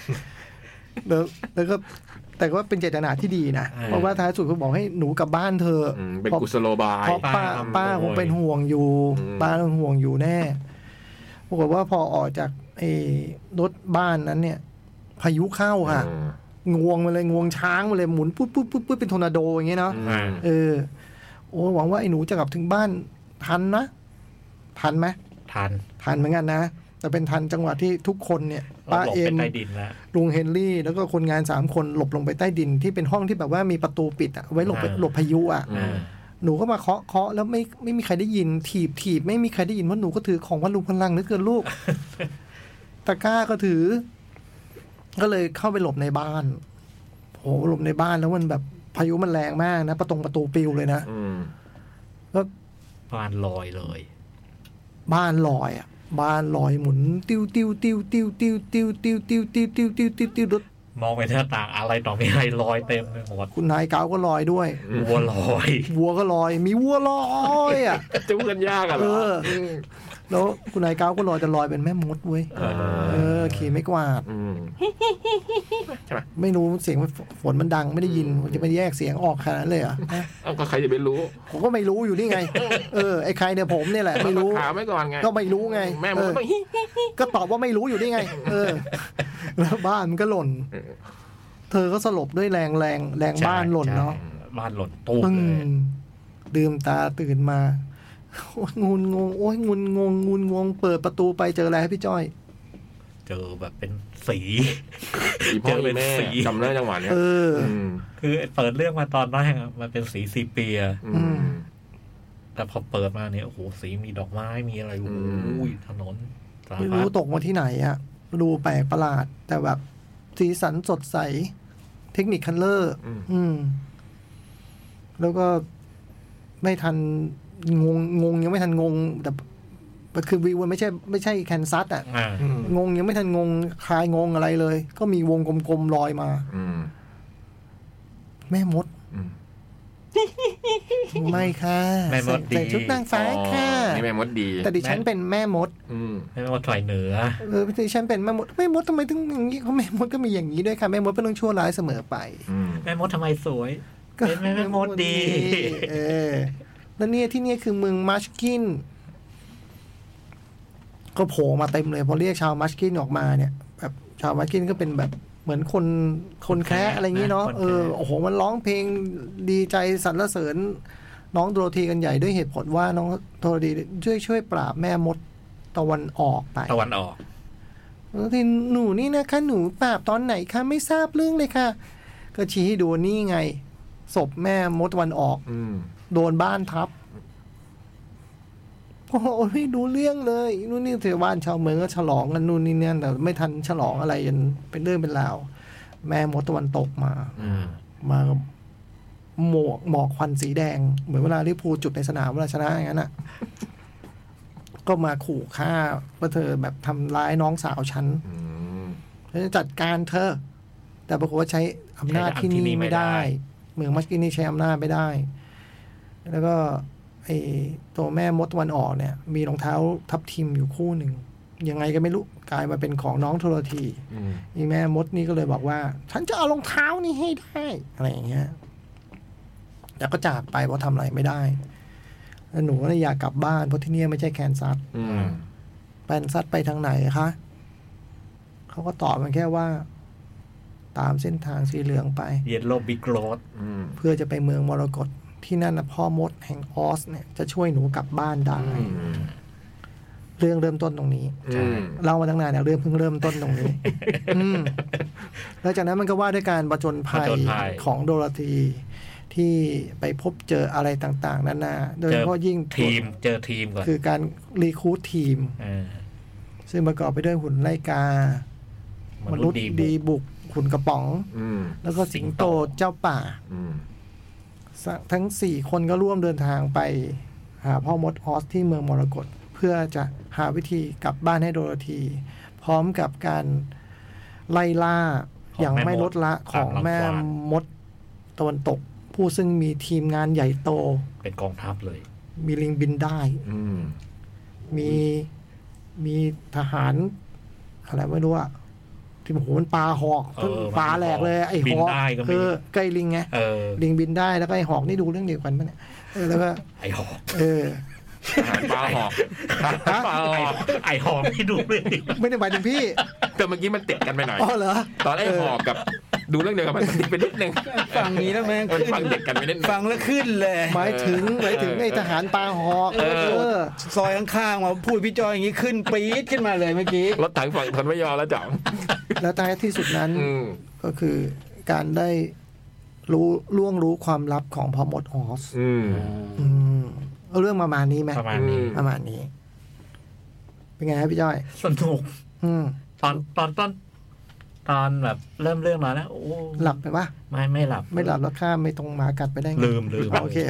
แล้วก็แต่ว่าเป็นเจตนาที่ดีนะเพราะว่าท้ายสุดเขาบอกให้หนูกลับบ้านเธอเป็นกุศโลบายเพราะป้าคงเป็นห่วงอยู่ป้าคงห่วงอยู่แน่ปรากฏว่าพอออกจากรถบ้านนั้นเนี่ยพายุเข้าค่ะงวงมาเลยงวงช้างมาเลยหมุนปุ๊บเป็นทอร์นาโดอย่างเงี้ยเนาะโอ้หวังว่าไอ้หนูจะกลับถึงบ้านทันไหมทันเหมือนกันนะแต่เป็นทันจังหวะที่ทุกคนเนี่ยป้าเอ็มลุงเฮนรี่แล้วก็คนงาน3 คนหลบลงไปใต้ดินที่เป็นห้องที่แบบว่ามีประตูปิดไว้หลบพายุหนูก็มาเคาะแล้วไม่มีใครได้ยินถีบไม่มีใครได้ยินเพราะหนูก็ถือของพลุงพลังเหลือเกินลูกตะกร้าก็ถือก็เลยเข้าไปหลบในบ้านโหหลบในบ้านแล้วมันแบบพายุมันแรงมากนะประตูปลิวเลยนะแล้วบ้านลอยเลยบ้านลอยหมุนติ้วมองไปหน้าต่างอะไรต่อมีอะไรลอยเต็มไปหมดคุณนายเกาก็ลอยด้วยวัวลอยวัวก็ลอยมีวัวลอยจะพูดกันยากอ่ะแล้วคุณนายเกาก็ลอยจะลอยเป็นแม่มดเว้ยขี่ไม่กวาดใช่ไหมไม่รู้เสียงฝนมันดังไม่ได้ยินจะไปแยกเสียงออกขนาดนั้นเลยอ่ะก็ใครจะไปรู้ผมก็ไม่รู้อยู่นี่ไงไอ้ใครเนี่ยผมนี่แหละไม่รู้ถามไว้ก่อนไงก็ไม่รู้ไงแม่มดก็ตอบว่าไม่รู้อยู่นี่ไงแล้วบ้านมันก็หล่นเธอก็สลบด้วยแรงบ้านหล่นเนาะบ้านหล่นตู้เลยดื่มตาตื่นมางุนงงโอ้ยงุนงงเปิดประตูไปเจออะไรพี่จ้อยเจอแบบเป็นสีเจอเป็นสีจำได้จังหวะเนี้ยคือเปิดเรื่องมาตอนแรกมันเป็นสีซีเปียแต่พอเปิดมาเนี่ยโอ้โหสีมีดอกไม้มีอะไรโอ้ยถนนไม่รู้ตกมาที่ไหนอะดูแปลกประหลาดแต่แบบสีสันสดใสเทคนิคคัลเลอร์แล้วก็ไม่ทันงงยังไม่ทันงงแต่คือวิวมันไม่ใช่แคนซัสอ่ะงงยังไม่ทันงงคลายงงอะไรเลยก็มีวงกลมๆลอยมาแม่มดไม่ค่ะแม่มดดีใส่ชุดนางฟ้าค่ะนี่แม่มดดีแต่ดิฉันเป็นแม่มดแม่มดถอยเหนือดิฉันเป็นแม่มดทำไมถึงอย่างนี้เขาแม่มดก็มีอย่างนี้ด้วยค่ะแม่มดเป็นเรื่องชั่วร้ายเสมอไปแม่มดทำไมสวยเป็นแม่มดดีแล้วเนี่ยที่นี่คือเมืองมัชกินก็โผล่มาเต็มเลยพอเรียกชาวมัชกินออกมาเนี่ยแบบชาวมัชกินก็เป็นแบบเหมือนคนแคะอะไรอย่างนี้เนาะโอ้โหมันร้องเพลงดีใจสรรเสริญน้องโดโรธีกันใหญ่ด้วยเหตุผลว่าน้องโดโรธีช่วยปราบแม่มดตะวันออกที่หนูนี่นะคะหนูปราบตอนไหนคะไม่ทราบเรื่องเลยค่ะก็ชี้ให้ดูนี่ไงศพแม่มดตะวันออกโดนบ้านทับโอ้โหไม่ดูเรื่องเลยนู่นนี่เทวานชาวเมืองก็ฉลองกันนู่นนี่เนี่ยแต่ไม่ทันฉลองอะไรจนเป็นเรื่องเป็นราวแม่มดตะวันตกมาหมอกควันสีแดงเหมือนเวลาที่พูจุดในสนามเวลาชนะอย่างนั้นอ่ะก็มาขู่ฆ่าว่าเธอแบบทำร้ายน้องสาวฉันจะจัดการเธอแต่ปรากฏว่าใช้อำนาจที่นี่ไม่ได้เมืองมัชกินนี่ใช้อำนาจไม่ได้แล้วก็ไอ้ตัวแม่มดตะวันออกเนี่ยมีรองเท้าทับทิมอยู่คู่หนึ่งยังไงก็ไม่รู้กลายมาเป็นของน้องโทโรธีอีแม่มดนี่ก็เลยบอกว่าฉันจะเอารองเท้านี่ให้ได้อะไรอย่างเงี้ยแต่ก็จากไปเพราะทำอะไรไม่ได้แล้วหนูก็เลยอยากกลับบ้านเพราะที่นี่ไม่ใช่แคนซัสแคนซัสไปทางไหนคะเขาก็ตอบมันแค่ว่าตามเส้นทางสีเหลืองไปเยลโลบิ๊กโรดเพื่อจะไปเมืองมรกตที่นั่นนะพ่อมดแห่งออสเนี่ยจะช่วยหนูกลับบ้านได้เรื่องเริ่มต้นตรงนี้เล่ามาตั้งนานแล้วเรื่องเพิ่งเริ่มต้นตรงนี้แล้วจากนั้นมันก็ว่าด้วยการประจนภัยของโดโรธีที่ไปพบเจออะไรต่างๆนานาโดยเฉพาะยิ่งเจอทีมก่อนคือการรีคูดทีมซึ่งประกอบไปด้วยหุ่นไลกามนุษย์ดีบุกหุ่นกระป๋องแล้วก็สิงโตเจ้าป่าทั้ง4คนก็ร่วมเดินทางไปหาพ่อมดออสที่เมืองมรกตเพื่อจะหาวิธีกลับบ้านให้โดโรธีพร้อมกับการไล่ล่าอย่างไม่ลดละของแม่มดตะวันตกผู้ซึ่งมีทีมงานใหญ่โตเป็นกองทัพเลยมีลิงบินได้มีทหารอะไรไม่รู้อะที่โอ้โหมันปลาหอกปลาแหลกเลยไอ้หอกใกล้ลิงไงลิงบินได้แล้วก็ไอ้หอกนี่ดูเรื่องเดียวกันป่ะเนี่ยแล้วก็ไอ้หอกปลาหอกไอ้หอกที่ดูเรื่องไม่ได้หมายถึงพี่แต่เมื่อกี้มันติดกันไปหน่อยอ๋อเหรอตอนไอ้หอกกับดูเรื่องเดียวกันมันติดไปนิดนึงฟังนี้แล้วแม่งฟังเด็กกันไม่ได้ฟังแล้วขึ้นเลยหมายถึงไอ้ทหารปลาหอกซอยข้างๆมาพูดพี่จอยอย่างนี้ขึ้นปี๊ดขึ้นมาเลยเมื่อกี้รถถังฝั่งทนไม่ยอมแล้วจังแล้วท้ายที่สุดนั้นก็คือการได้ล่วงรู้ความลับของพ่อมดออสเรื่องประมาณนี้ไหมประมาณนี้เป็นไงครับพี่จ้อยสนุกตอนแบบเริ่มเรื่องมาแล้วโอ้หลับไปปะไม่หลับแล้วข้ามไม่ตรงหมากัดไปได้ไงลืมโอเค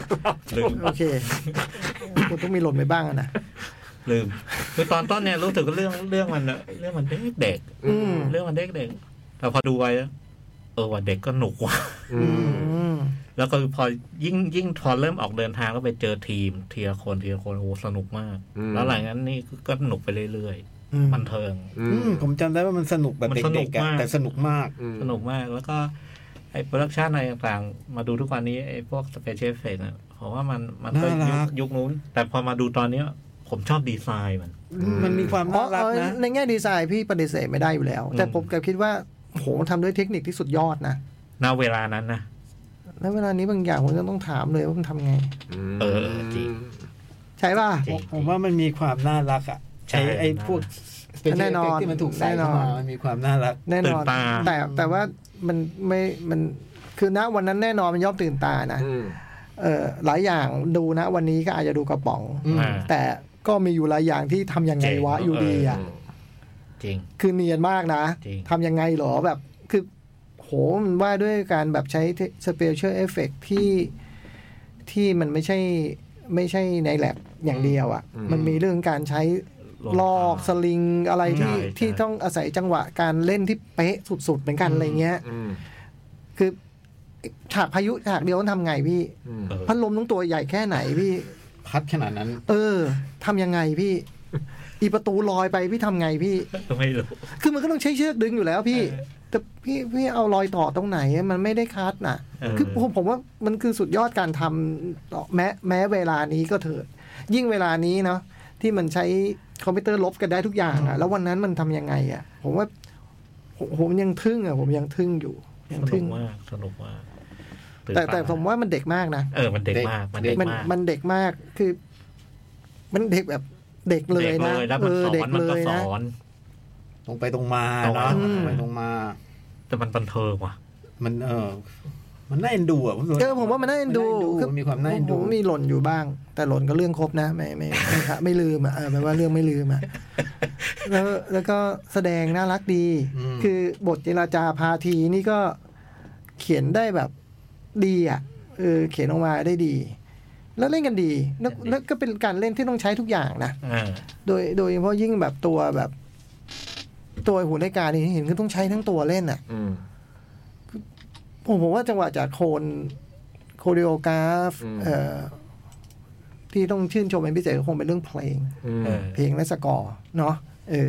คุณต้องมีหล่นไปบ้างนะลืมคือตอนต้นเนี่ยรู้สึกว่าเรื่องมันเด็กเรื่องมันเด็กแต่พอดูไปว่าเด็กก็หนุกว่ะแล้วก็พอยิ่งพอเริ่มออกเดินทางก็ไปเจอทีมทีละคนโอ้สนุกมากแล้วหลังจากนั้นนี่ก็สนุกไปเรื่อยๆมันเทิงผมจำได้ว่ามันสนุกแบบเด็กๆแต่สนุกมากแล้วก็ไอ้โปรดักชันอะไรต่างๆมาดูทุกวันนี้ไอ้พวกสเปเชียลเอฟเฟคต์เพราะว่ามันก็ยุคนู้นแต่พอมาดูตอนนี้ผมชอบดีไซน์มันมีความน่ารักนะในแง่ดีไซน์พี่ปฏิเสธไม่ได้อยู่แล้วแต่ผมก็คิดว่าโหมันทำด้วยเทคนิคที่สุดยอดนะณเวลานั้นนะณเวลานี้บางอย่างผมต้องถามเลยว่ามันทำไงจริงใช่ป่ะผมว่ามันมีความน่ารักอ่ะไอ้พวกแน่นอนที่มันถูกใส่เข้ามามันมีความน่ารักแน่นอนแต่ว่ามันคือณวันนั้นแน่นอนมันย่อมตื่นตานะหลายอย่างดูนะวันนี้ก็อาจจะดูกระป๋องแต่ก็มีอยู่หลายอย่างที่ทำยังไงวะอยู่ดีอ่ะจริงคือเนียนมากนะทำยังไงหรอแบบคือโหมันว่าด้วยการแบบใช้ special effect ที่มันไม่ใช่ในแลบอย่างเดียวอ่ะมันมีเรื่องการใช้ลอกสลิงอะไรที่ต้องอาศัยจังหวะการเล่นที่เป๊ะสุดๆเหมือนกันอะไรเงี้ยคือฉากพายุฉากเดียวทำไงพี่พัดลมต้องตัวใหญ่แค่ไหนพี่พัดขนาดนั้นทำยังไงพี่อีประตูลอยไปพี่ทำไงพี่ไม่รู้คือมันก็ต้องใช้เชือกดึงอยู่แล้วพี่แต่พี่เอารอยต่อตรงไหนมันไม่ได้คัดน่ะคือผมว่ามันคือสุดยอดการทำแม้เวลานี้ก็เถิดยิ่งเวลานี้เนาะที่มันใช้คอมพิวเตอร์ลบกันได้ทุกอย่างอ่ะแล้ววันนั้นมันทำยังไงอ่ะผมว่าผมยังทึ่งผมยังทึ่งอยู่ยังทึ่งสนุกมากแต่ผมว่ามันเด็กมากนะมันเด็กมากมันเด็กมากคือมันเด็กแบบเด็กเลยนะเด็กเลยนะตรงไปตรงมาเนาะไปตรงมาแต่มันบันเทิงว่ะมันมันน่าเอ็นดูอ่ะผมว่ามันน่าเอ็นดูคือมีความน่าเอ็นดูมีหล่นอยู่บ้างแต่หล่นก็เรื่องครบนะไม่ลืมอ่ะแปลว่าเรื่องไม่ลืมอ่ะแล้วก็แสดงน่ารักดีคือบทเจรจาพาทีนี่ก็เขียนได้แบบดีอ่ะเขียนออกมาได้ดีแล้วเล่นกันดีแล้วก็เป็นการเล่นที่ต้องใช้ทุกอย่างนะโดยเฉพาะยิ่งแบบตัวหุ่นรายการนี่เห็นคือต้องใช้ทั้งตัวเล่นอ่ะผมว่าจังหวะจากโคเรียกราฟที่ต้องชื่นชมเป็นพิเศษก็คงเป็นเรื่องเพลงและสกอร์เนาะ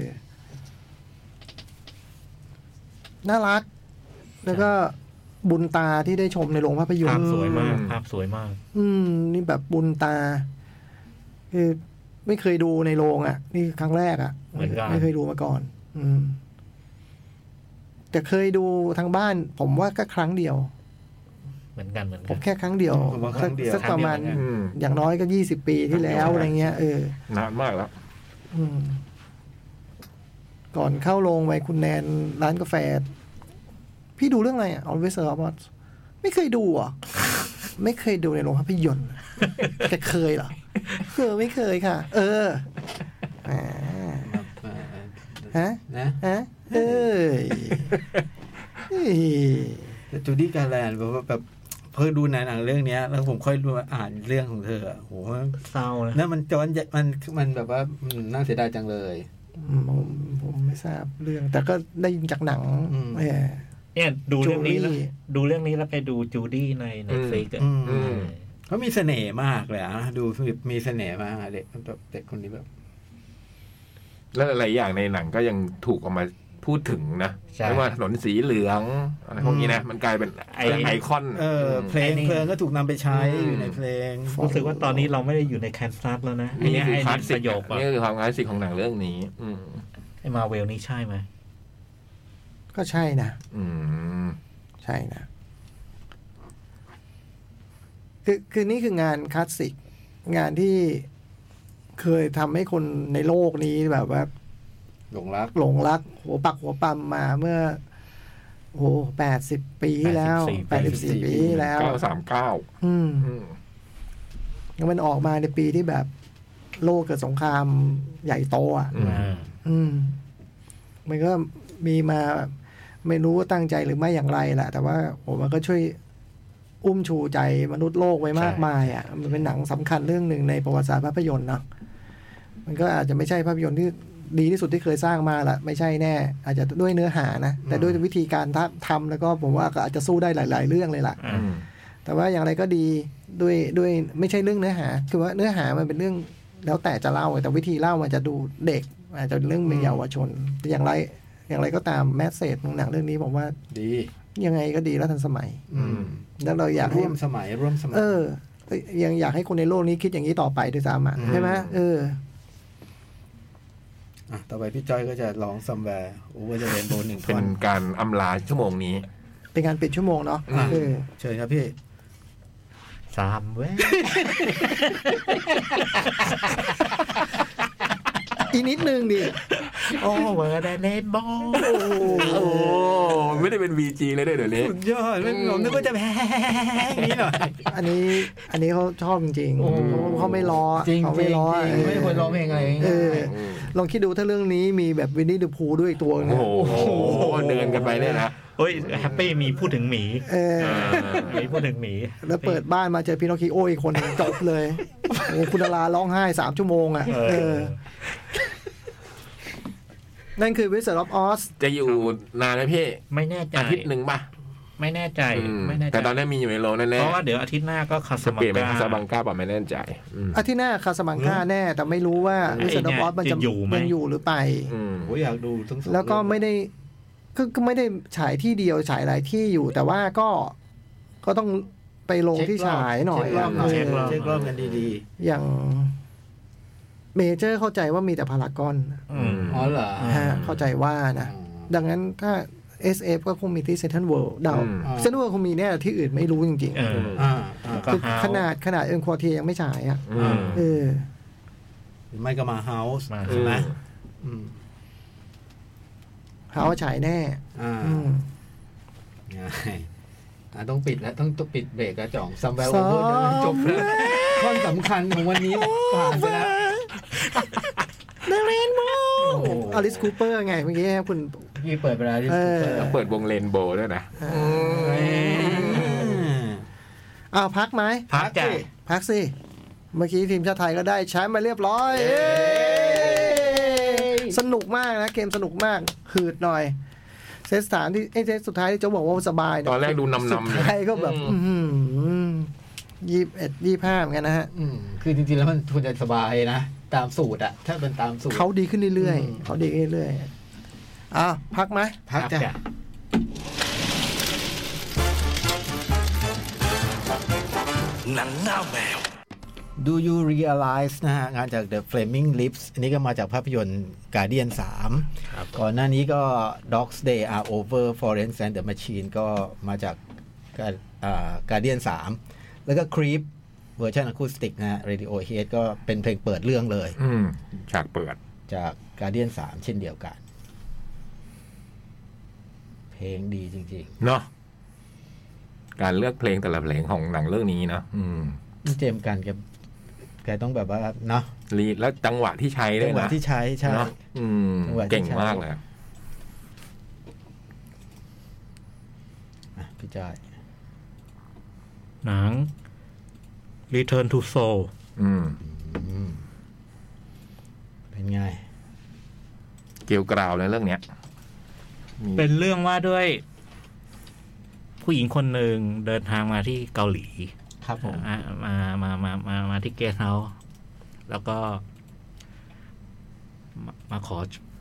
น่ารักแล้วก็บุญตาที่ได้ชมในโรงภาพยนตร์ภาพสวยมากนี่แบบบุญตาคือไม่เคยดูในโรงอ่ะนี่ครั้งแรกอ่ะไม่เคยดูมาก่อนแต่เคยดูทางบ้านผมว่าก็ครั้งเดียวเหมือนกันผมแค่ครั้งเดียวสักประมาณอย่างน้อยก็20 ปีที่แล้วอะไรเงี้ยนานมากแล้วก่อนเข้าโรงไปคุณแนนร้านกาแฟพี่ดูเรื่องอะไรอ่ะ Always Robot ไม่เคยดูอ่ะไม่เคยดูในโรงภาพยนตร์แกเคยเหรอไม่เคยค่ะฮะจูดี้การแลนด์แบบเพิ่งดูหนังเรื่องนี้แล้วผมค่อยดูอ่านเรื่องของเธอโหเศร้านะนั่นมันจอนมันแบบว่าน่าเสียดายจังเลยผมไม่ทราบเรื่องแต่ก็ได้ยินจากหนังเนี่ยดูเรื่องนี้แล้วไปดูจูดี้ใน Netflix เขามีเสน่ห์มากเลยอ่ะดูมีเสน่ห์มากเด็กคนนี้แบบแล้วหลายอย่างในหนังก็ยังถูกออกมาพูดถึงนะไม่ว่าถนนสีเหลืองอะไรพวกนี้นะมันกลายเป็นไอคอนเพลงก็ถูกนำไปใช้อยู่ในเพลงรู้สึกว่าตอนนี้เราไม่ได้อยู่ในแคนซัสแล้วนะนี่คือคลาสสิกนี่คือความคลาสสิกของหนังเรื่องนี้ไอ้มาเวลนี่ใช่ไหมก็ใช่นะใช่นะคือนี่คืองานคลาสสิกงานที่เคยทำให้คนในโลกนี้แบบว่าหลงรักหัวปักหัวปั๊มมาเมื่อ80 ปีแล้ว84 ปีแล้ว 939 แล้วมันออกมาในปีที่แบบโลกเกิดสงครามใหญ่โตอ่ะมันก็มีมาไม่รู้ว่าตั้งใจหรือไม่อย่างไรแหละแต่ว่ามันก็ช่วยอุ้มชูใจมนุษย์โลกไว้มากมายอ่ะมันเป็นหนังสำคัญเรื่องหนึ่งในประวัติศาสตร์ภาพยนตร์เนาะมันก็อาจจะไม่ใช่ภาพยนตร์ที่ดีที่สุดที่เคยสร้างมาละไม่ใช่แน่อาจจะด้วยเนื้อหานะแต่ด้วยวิธีการทำแล้วก็ผมว่าก็อาจจะสู้ได้หลายๆเรื่องเลยล่ะแต่ว่าอย่างไรก็ดีด้วยไม่ใช่เรื่องเนื้อหาคือว่าเนื้อหามันเป็นเรื่องแล้วแต่จะเล่าแต่วิธีเล่ามันจะดูเด็กอาจจะเรื่องเยาวชนแต่อย่างไรก็ตามแมสเสจของหนังเรื่องนี้ผมว่าดียังไงก็ดีแล้วทันสมัยแล้วเราอยากร่วมสมัยยังอยากให้คนในโลกนี้คิดอย่างนี้ต่อไปด้วยซ้ำใช่ไหมต่อไปพี่จ้อยก็จะร้องซัมแวร์ว่าจะเป็นโบน1 ท่อนเป็นการอำลาชั่วโมงนี้เป็นการปิดชั่วโมงเนาะเชิญครับพี่ซัมแวร์อีกนิดนึงดิโอ้เวอร์ได้เล่นบอลโอ้ไม่ได้เป็น VG เลยเดี๋ยวนี้สุดยอดผมนึกว่าจะแพ้นี่หน่อยอันนี้เขาชอบจริงๆเขาไม่ล้อเขาไม่ล้อไม่ควรร้องเพลงอะไรลองคิดดูถ้าเรื่องนี้มีแบบวินนี่เดอะพูด้วยตัวนึงโอ้โหเดินกันไปเนี่ยนะเฮ้ยแฮปปี้มีพูดถึงหมีมีพูดถึงหมีแล้วเปิดบ้านมาเจอพี่นอคิโออีกคนจบเลยโอ้คุณดาราร้องไห้3 ชั่วโมงอ่ะนั่นคือ Wizard of Oz จะอยู่นานไหมพี่ไม่แน่ใจอาทิตย์นึงป่ะไม่แน่ใจแต่ตอนนี้มีอยู่ในโรงแน่ๆเพราะว่าเดี๋ยวอาทิตย์หน้าก็คาสบังกาป่ะไม่แน่ใจอาทิตย์หน้าคาสบังกาแน่แต่ไม่รู้ว่า Wizard of Oz มันจะยังอยู่หรือไปโอ้อยากดูทั้ง2 แล้วก็ไม่ได้ก็ไม่ได้ฉายที่เดียวฉายหลายที่อยู่แต่ว่าก็ต้องไปลงที่ฉายหน่อยเช็ครอบกันดีๆอย่างเมเจอร์เข้าใจว่ามีแต่พารากอนอ๋อเหรอเข้าใจว่านะดังนั้นถ้า SF ก็คงมีที่เซ็นทรัลเวิลด์เดาเซ็นทรัลเวิลด์คงมีแน่ที่อื่นไม่รู้จริงๆคือขนาดเอ็นควอเทียยังไม่ฉายอ่ะไม่ก็มาเฮาส์ใช่ไหมเฮาส์ฉายแน่ต้องปิดแล้วต้องปิดเบรกแล้วจ่องซัมแวร์โอเวอร์มันจบแล้วข้อสำคัญของวันนี้ผ่านไปแล้ว The Rainbow อลิสคูเปอร์ไงเมื่อกี้คุณพี่เปิดไปแล้วแล้วเปิดวงเรนโบว์ด้วยนะพักไหมพักสิเมื่อกี้ทีมชาติไทยก็ได้แชมป์มาเรียบร้อยสนุกมากนะเกมสนุกมากหืดหน่อยเซต3ที่เซตสุดท้ายที่จะบอกว่าสบายตอนแรกดูนำสุดท้ายก็แบบ21-25เหมือนกันนะฮะคือจริงๆแล้วมันควรจะสบายนะตามสูตรอะถ้าเป็นตามสูตรเขาดีขึ้นเรื่อยๆเขาดีขึ้นเรื่อยพักไหมพักจ้ะหนังหน้าแมว Do you realize นะฮะงานจาก The Flaming Lips อันนี้ก็มาจากภาพยนตร์ Guardian 3ก่อนหน้านี้ก็ Dogs Day Are Over Florence and the Machine ก็มาจาก Guardian 3แล้วก็ Creep เวอร์ชันอะคูสติกนะฮะ Radiohead ก็เป็นเพลงเปิดเรื่องเลยฉากเปิดจาก Guardian 3 เช่นเดียวกันเพลงดีจริงๆเนาะการเลือกเพลงแต่ละเพลงของหนังเรื่องนี้นะเจมกันแกต้องแบบว่าเนาะลีดแล้วจังหวะที่ใช้ด้วยนะจังหวะที่ใช้ใช่เก่งมากเลยพี่จ้อยหนัง Return to Soul เป็นไงเกี่ยวกราวในเรื่องเนี้ยเป็นเรื่องว่าด้วยผู้หญิงคนหนึ่งเดินทางมาที่เกาหลีครับผมมาที่เกสต์เฮาส์แล้วก็มาขอ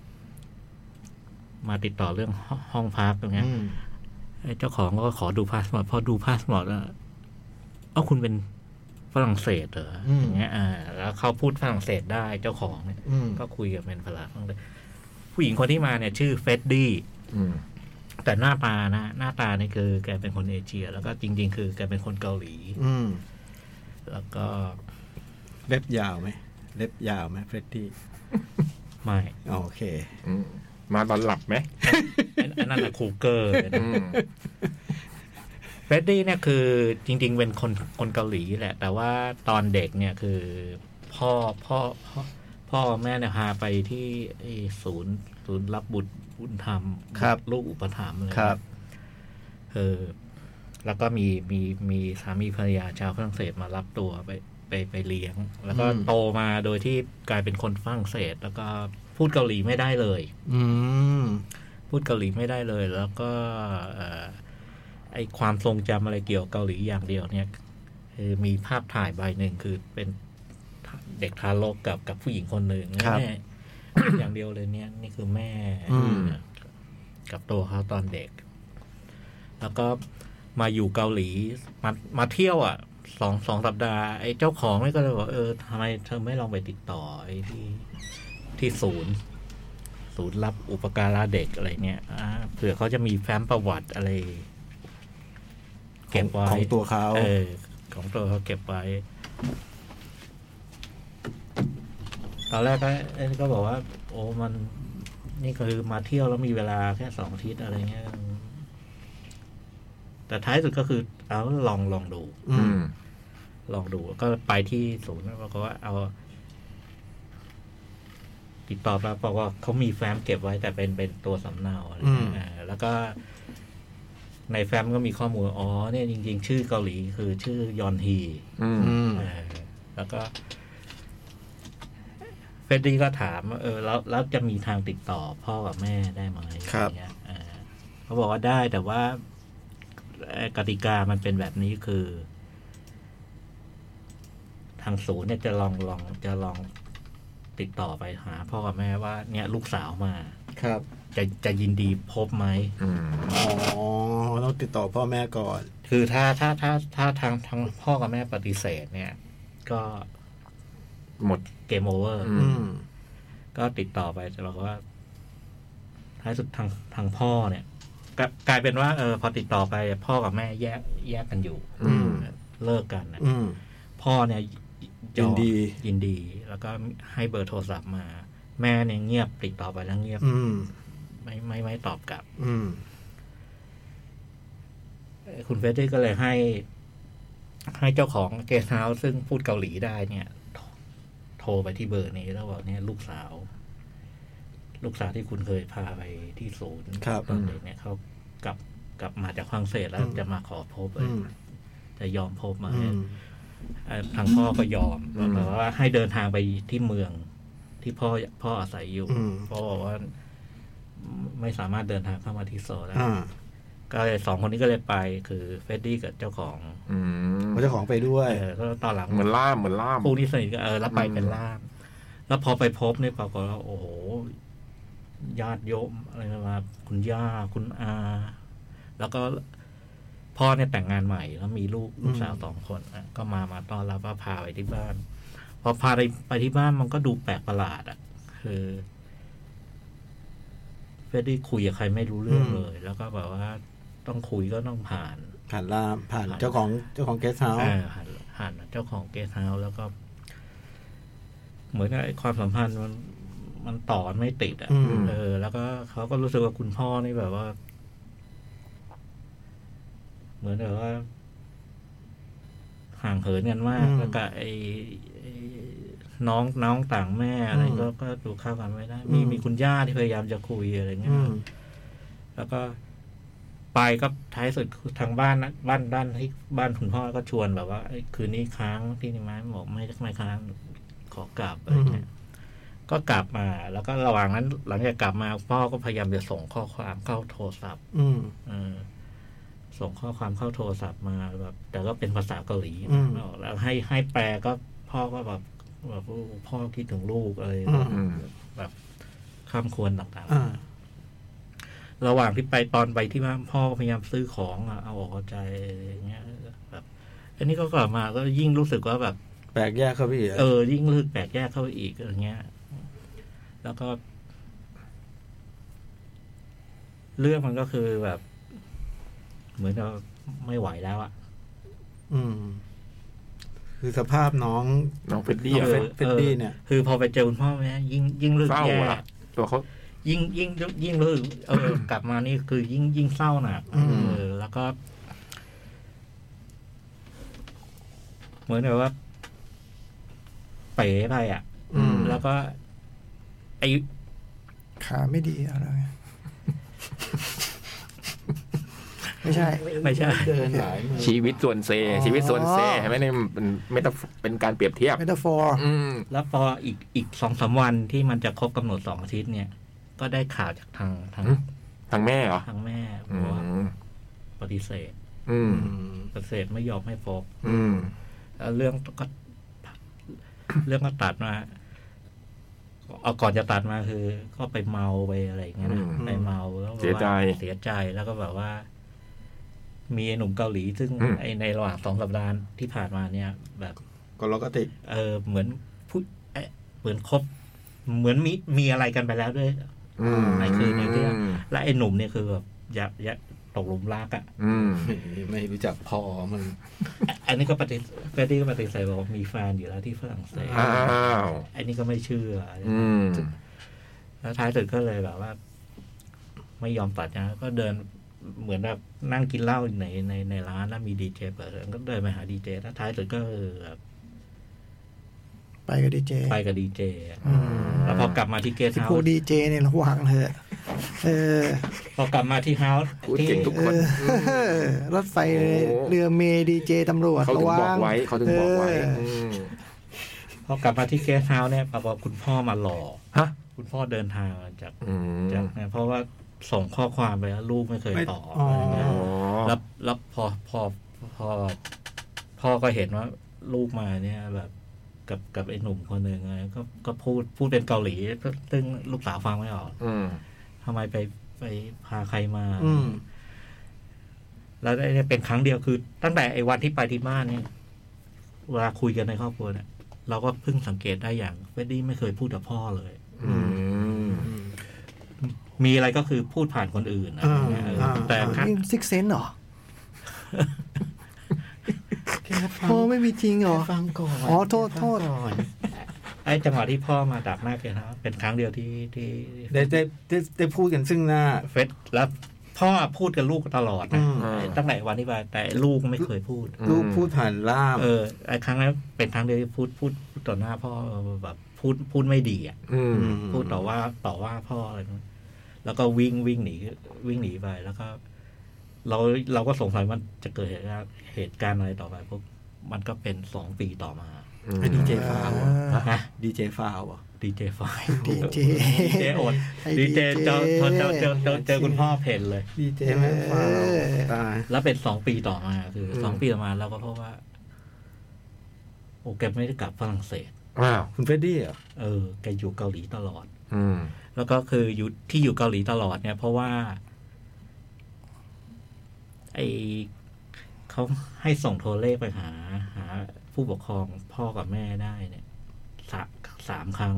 มาติดต่อเรื่องห้องพักตรงนี้เจ้าของก็ขอดูพาสปอร์ตพอดูพาสปอร์ตแล้วคุณเป็นฝรั่งเศสเหรออย่างเงี้ยแล้วเขาพูดฝรั่งเศสได้เจ้าของเนี่ยก็คุยกับเป็นฝรั่งผู้หญิงคนที่มาเนี่ยชื่อเฟดดี้แต่หน้าตานี่คือแกเป็นคนเอเชียแล้วก็จริงๆคือแกเป็นคนเกาหลีแล้วก็เล็บยาวไหมเฟรดดี้ไม่โอเคมาตอนหลับไหมอันนั้นคูเกอร์เฟรดดี้เนี่ยคือจริงๆเป็นคนเกาหลีแหละแต่ว่าตอนเด็กเนี่ยคือพ่อแม่เนี่ยพาไปที่ศูนย์รับบุตรธรรมลูกอุปถัมภ์เลยครับแล้วก็มีสามีภรรยาชาวฝรั่งเศสมารับตัวไปเลี้ยงแล้วก็โตมาโดยที่กลายเป็นคนฝรั่งเศสแล้วก็พูดเกาหลีไม่ได้เลยพูดเกาหลีไม่ได้เลยแล้วก็ไอความทรงจำอะไรเกี่ยวเกาหลีอย่างเดียวเนี่ยคือมีภาพถ่ายใบหนึ่งคือเป็นเด็กทารกกับผู้หญิงคนหนึ่งแม่อย่างเดียวเลยเนี่ยนี่คือแม่กับตัวเขาตอนเด็กแล้วก็มาอยู่เกาหลีมาเที่ยว2 สัปดาห์ไอ้เจ้าของนี่ก็เลยบอกทำไมเธอไม่ลองไปติดต่อไอ้ที่ศูนย์รับอุปการะเด็กอะไรเนี่ยเผื่อเขาจะมีแฟ้มประวัติอะไรเก็บไว้ของตัวเขาของตัวเขาเก็บไว้ตอนแรกก็บอกว่าโอ้มันนี่คือมาเที่ยวแล้วมีเวลาแค่2 อาทิตย์อะไรเงี้ยแต่ท้ายสุดก็คือเอาลองดูลองดูก็ไปที่ศูนย์แล้วก็ว่าเอาติดต่อมาบอกว่าเขามีแฟ้มเก็บไว้แต่เป็นตัวสำเนาอะไรแล้วก็ในแฟ้มก็มีข้อมูลเนี่ยจริงๆชื่อเกาหลีคือชื่อยอนฮีแล้วก็เฟดดี้ก็ถามแล้วจะมีทางติดต่อพ่อกับแม่ได้ไหมครับเขาบอกว่าได้แต่ว่ากติกามันเป็นแบบนี้คือทางศูนย์เนี่ยจะลองติดต่อไปหาพ่อกับแม่ว่าเนี่ยลูกสาวมาครับจะยินดีพบไหมต้องติดต่อพ่อแม่ก่อนคือถ้าทางพ่อกับแม่ปฏิเสธเนี่ยก็หมดเกมโอเวอร์ก็ติดต่อไปแต่บอกว่าท้ายสุดทางพ่อเนี่ยกลายเป็นว่าพอติดต่อไปพ่อกับแม่แยกกันอยู่เลิกกันนะพ่อเนี่ยยินดีแล้วก็ให้เบอร์โทรศัพท์มาแม่เนี่ยเงียบติดต่อไปแล้วเงียบไม่ตอบกลับคุณเฟสตี้ก็เลยให้เจ้าของเกสต์เฮาส์ซึ่งพูดเกาหลีได้เนี่ยโทรไปที่เบอร์นี้แล้วบอกเนี่ยลูกสาวที่คุณเคยพาไปที่ศูนย์ตอนเด็กเนี่ยเขากลับมาจากฝรั่งเศสแล้วจะมาขอพบจะยอมพบมาทางพ่อก็ยอมแต่ว่าให้เดินทางไปที่เมืองที่พ่ออาศัยอยู่พ่อบอกว่าไม่สามารถเดินทางเข้ามาที่โซลได้ก็เลย2 คนนี้ก็เลยไปคือเฟดดี้กับเจ้าของเจ้าของไปด้วยก็ตอนหลังเหมือนล่ามผู้ที่สนิทก็แล้วไปเป็นล่ามแล้วพอไปพบเนี่ยปรากฏว่าโอ้โหญาติโยมอะไรมาคุณย่าคุณอาแล้วก็พ่อเนี่ยแต่งงานใหม่แล้วมีลูกสาว2 คนก็มาต้อนรับพาไปที่บ้านพอพาไปที่บ้านมันก็ดูแปลกประหลาดคือเฟดดี้คุยกับใครไม่รู้เรื่องเลยแล้วก็แบบว่าต้องคุยก็ต้องผ่านผ่านล่ามผ่านเจ้าของเกสต์เฮาส์ผ่านเจ้าของเกสต์เฮาส์แล้วก็เหมือนกับความสัมพันธ์มันต่อไม่ติดอ่ะแล้วก็เขาก็รู้สึกว่าคุณพ่อนี่แบบว่าเหมือนแบบว่าห่างเหินกันมากแล้วก็ไอ้น้องต่างแม่อะไรก็ดูเข้ากันไม่ได้มีคุณย่าที่พยายามจะคุยอะไรเงี้ยแล้วก็ไปก็ท้ายสุดทางบ้านนะบ้านที่บ้านคุณพ่อก็ชวนแบบว่าคืนนี้ค้างที่นี่ไหมบอกไม่ค้างขอกลับอะไรเงี้ยก็กลับมาแล้วก็ระหว่างนั้นหลังจากกลับมาพ่อก็พยายามจะส่งข้อความเข้าโทรศัพท์ส่งข้อความเข้าโทรศัพท์มาแบบแต่ก็เป็นภาษาเกาหลีแล้วให้แปลก็พ่อก็แบบพ่อคิดถึงลูกอะไรแบบข้ามควรต่างๆระหว่างที่ตอนไปที่บ้านพ่อก็พยายามซื้อของเอาออกใจอย่างเงี้ยแบบอันนี้ก็กลับมาก็ยิ่งรู้สึกว่าแบบแปลกแยกเข้าไปอีกยิ่งรู้สึกแปลกแยกเข้าไปอีกอะไรเงี้ยแล้วก็เรื่องมันก็คือแบบเหมือนเราไม่ไหวแล้วอ่ะคือสภาพน้องเฟดดี้เนี่ยคือพอไปเจอคุณพ่อเนี่ยยิ่งรู้สึกแย่ตัวเขายิ่งรู้สึกกลับมานี่คือยิ่งเศร้าหนักแล้วก็เหมือนแบบว่าเป๋ไปอ่ะแล้วก็ไอขาไม่ดีอะไรไม่ใช่เดินหลายชีวิตส่วนเซใช่ไหมเนี่ยเป็นการเปรียบเทียบเมตาฟอร์แล้วพออีก 2-3 วันที่มันจะครบกำหนด2 อาทิตย์เนี่ยก็ได้ข่าวจากทางแม่เหรอทางแม่บอกว่าปฏิเสธไม่ยอมให้พบแล้วเรื่องก็ตัดมาเอาก่อนจะตัดมาคือก็ไปเมาไปอะไรอย่างเงี้ยนะไปเมาแล้วเสียใจแล้วก็แบบว่ามีหนุ่มเกาหลีซึ่งในระหว่าง2 สัปดาห์ที่ผ่านมาเนี่ยแบบก็เราก็ติดเหมือนเหมือนคบเหมือนมีอะไรกันไปแล้วด้วยในคืนในเรื่องและไอ้หนุ่มเนี่ยคือแบบอยากตกหลุมรักอ่ะไม่รู้จักพอมันอันนี้ก็ปฏิเสธบอกว่ามีแฟนอยู่แล้วที่ฝรั่งเศสอันนี้ก็ไม่เชื่อแล้วท้ายสุดก็เลยแบบว่าไม่ยอมตัดนะก็เดินเหมือนแบบนั่งกินเหล้าในร้านแล้วมีดีเจเปิดก็เดินไปหาดีเจแล้วท้ายสุดก็แบบไปกับดีเจแล้วพอกลับมาที่เกสต์เฮาส์พวกดีเจเนี่ยระวังเถอะพอกลับมาที่เฮาส์ที่เก่งทุกคนรถไฟเรือเมดีเจตำรวจเขาถึงบอกไว้พอกลับมาที่เกสต์เฮาส์เนี่ยปรากฏคุณพ่อมาหล่อคุณพ่อเดินทางจากเพราะว่าส่งข้อความไปแล้วลูกไม่เคยตอบอะไรเงี้ยแล้วพอพ่อก็เห็นว่าลูกมาเนี่ยแบบกับไอ้หนุ่มคนหนึ่งไงก็พูดเป็นเกาหลีซึ่งลูกสาวฟังไม่ออกทำไมไปพาใครมาแล้วนี่เป็นครั้งเดียวคือตั้งแต่ไอ้วันที่ไปที่บ้านเนี่ยเวลาคุยกันในครอบครัวเนี่ยเราก็เพิ่งสังเกตได้อย่างเฟดดี้ไม่เคยพูดกับพ่อเลยมีอะไรก็คือพูดผ่านคนอื่นอะไรเงี้ยแต่นี่ซิกเซนส์เหรอพ่อไม่มีจริงเหรอฟังก่อนโทษไอ้จังหวะที่พ่อมาดักหน้าแกนะเป็นครั้งเดียวที่ได้พูดกันซึ่งหน้าเฟซแล้วพ่อพูดกับลูกตลอดนะตั้งแต่วันที่ไปแต่ลูกไม่เคยพูดลูกพูดผ่านล่ามไอ้ครั้งนั้นเป็นครั้งเดียวที่พูดต่อหน้าพ่อแบบพูดไม่ดีอ่ะพูดต่อว่าพ่ออะไรแล้วก็วิ่งหนีไปแล้วก็เราก็สงสัยมันจะเกิดเหตุการณ์อะไรต่อไปพวกมันก็เป็น2 ปีต่อมาดีเจฟาวดีเจฟาวดีเจฟาวดีเจอดดีเจเจอคุณพ่อเพนเลยดีเจแม่ฟาวตายแล้วเป็น2 ปีต่อมาคือ2 ปีต่อมาแล้วก็เพราะว่าโอแกไม่ได้กลับฝรั่งเศสคุณเฟรดดี้แกอยู่เกาหลีตลอดแล้วก็คืออยู่เกาหลีตลอดเนี่ยเพราะว่าเขาให้ส่งโทรเลขไปหาผู้ปกครองพ่อกับแม่ได้เนี่ย3 ครั้ง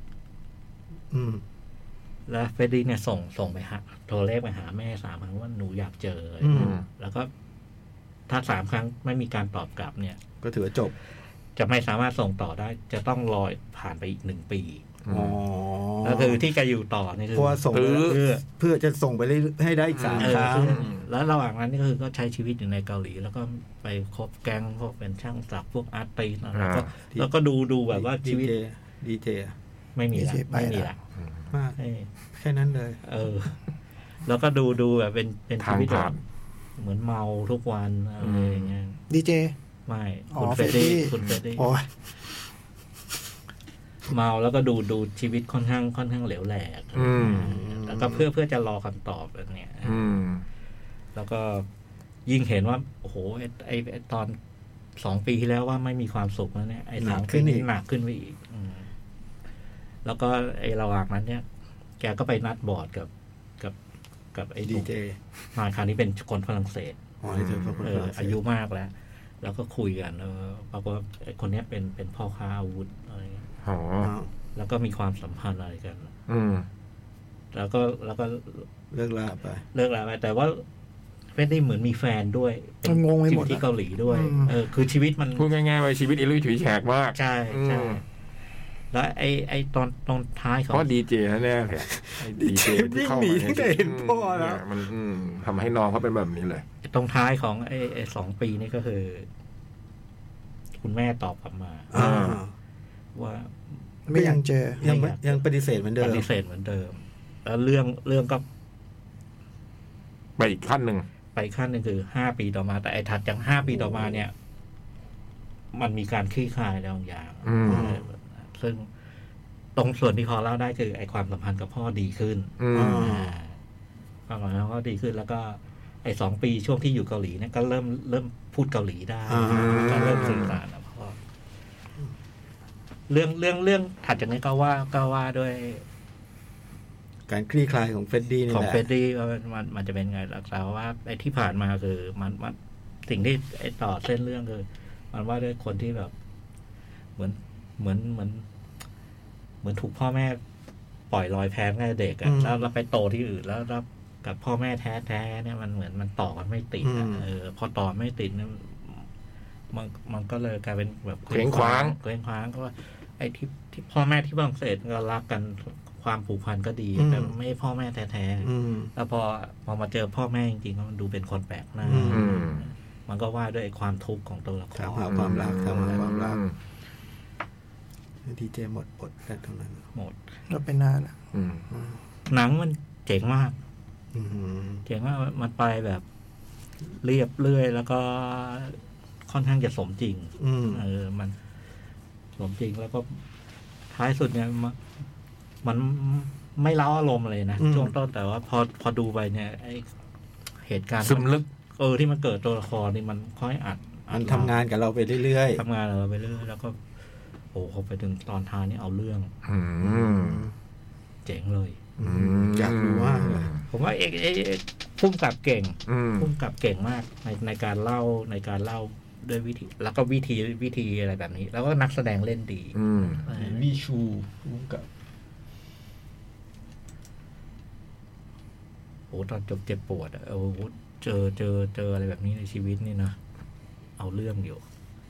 แล้วเฟรดดี้เนี่ยส่งไปหาโทรเลขไปหาแม่3 ครั้งว่าหนูอยากเจอแล้วก็ถ้า3 ครั้งไม่มีการตอบกลับเนี่ยก็ถือว่าจบจะไม่สามารถส่งต่อได้จะต้องรอผ่านไปอีก1 ปีก็คือที่จะอยู่ต่อนี่คือเพื่อจะส่งไปให้ได้อีก3 ครั้งแล้วระหว่างนั้นนี่คือก็ใช้ชีวิตอยู่ในเกาหลีแล้วก็ไปคบแก๊งพวกเป็นช่างศักดิ์พวกอาร์ติสต์แล้วก็ดูแบบว่าชีวิตดีเจไม่มีละไม่มีละมากแค่นั้นเลยแล้วก็ดูแบบเป็นชีวิตแบบเหมือนเมาทุกวันอะไรอย่างเงี้ยดีเจไม่คุณเฟรดดี้เมาแล้วก็ดูชีวิตค่อนข้างเหลวแหลกแล้วก็เพื่อจะรอคำตอบแบบเนี้ยแล้วก็ยิ่งเห็นว่าโอ้โหไอตอน2 ปีที่แล้วว่าไม่มีความสุขแล้วเนี่ยไอ้3 ปีนี้หนักขึ้นไปอีกแล้วก็ไอ้ระหว่างนั้นเนี่ยแกก็ไปนัดบอร์ดกับไอ้ดีเจมาคราวนี้เป็นคนฝรั่งเศสอายุมากแล้วก็คุยกันปรากฏว่าไอ้คนนี้เป็นพ่อค้าอาวุธอะไรแล้วก็มีความสัมพันธ์อะไรกันแล้วก็เลิกลาไปแต่ว่าไม่ได้เหมือนมีแฟนด้วยงงไปหมดที่เกาหลีด้วยคือชีวิตมันพูดง่ายๆว่าชีวิตอิลุยฉุยแฉกมากใช่แล้วไอ้ตอนท้ายเขาดีเจแน่เลยดีเจที่เข้ามาเห็นพ่อแล้วมันทำให้น้องเขาเป็นแบบนี้เลยตรงท้ายของไอ้2 ปีนี้ก็คือคุณแม่ตอบกลับมาว่าไม่ยังเจอยังปฏิเสธเหมือนเดิมแล้วเรื่องก็ไปอีกขั้นหนึ่งคือ5 ปีต่อมาแต่ไอ้ถัดจาก5 ปีต่อมาเนี่ยมันมีการคลี่คลายแล้วอย่างซึ่งตรงส่วนที่พอเล่าได้คือไอ้ความสัมพันธ์กับพ่อดีขึ้นความสัมพันธ์กับพ่อดีขึ้นแล้วก็ไอ้2 ปีช่วงที่อยู่เกาหลีเนี่ยก็เริ่มพูดเกาหลีได้ก็เริ่มสื่อสารแล้วพ่อเรื่องถัดจากนี้ก็ว่าด้วยการคลี่คลายของเฟรดดี้นี่แหละของเฟรดดี้ว่ามันจะเป็นไงรักษาว่าไอ้ที่ผ่านมาคือมันสิ่งที่ไอ้ต่อเส้นเรื่องคือมันว่าด้วยคนที่แบบเหมือนถูกพ่อแม่ปล่อยลอยแพตั้งแต่เด็กอ่ะแล้วเราไปโตที่อื่นแล้วกับพ่อแม่แท้ๆเนี่ยมันเหมือนมันต่อกันไม่ติดพอต่อไม่ติดเนี่ยมันก็เลยกลายเป็นแบบเคว้งคว้างก็ว่าไอ้ที่พ่อแม่ที่ฝรั่งเศสก็รักกันความผูกพันก็ดีแต่ไม่พ่อแม่แท้ๆแล้วพอมาเจอพ่อแม่จริงๆมันดูเป็นคนแปลกหน้ามันก็ว่าด้วยความทุกข์ของตัวละครความรักดีเจหมดบทแค่ตรงนั้นหมดก็เป็นนานหนังมันเจ๋งมากเจ๋งมากมันไปแบบเรียบเรื่อยแล้วก็ค่อนข้างจะสมจริงมันสมจริงแล้วก็ท้ายสุดเนี่ยมันไม่เล้าอารมณ์เลยนะช่วงต้นแต่ว่าพอดูไปเนี่ยไอเหตุการณ์ซึมลึกที่มันเกิดตัวละครนี่มันค่อยอัดมันทำงานกับเราไปเรื่อยๆทำงานเราไปเรื่อยแล้วก็โอ้พอไปถึงตอนท้ายนี่เอาเรื่องเจ๋งเลยอยากรู้ว่าผมว่าพุ่มกับเก่งมากในการเล่าด้วยวิธีแล้วก็วิธีอะไรแบบนี้แล้วก็นักแสดงเล่นดีมีชูพุ่มกับโอ้ตอนจบเจ็บปวดเจออะไรแบบนี้ในชีวิตนี่นะเอาเรื่องอยู่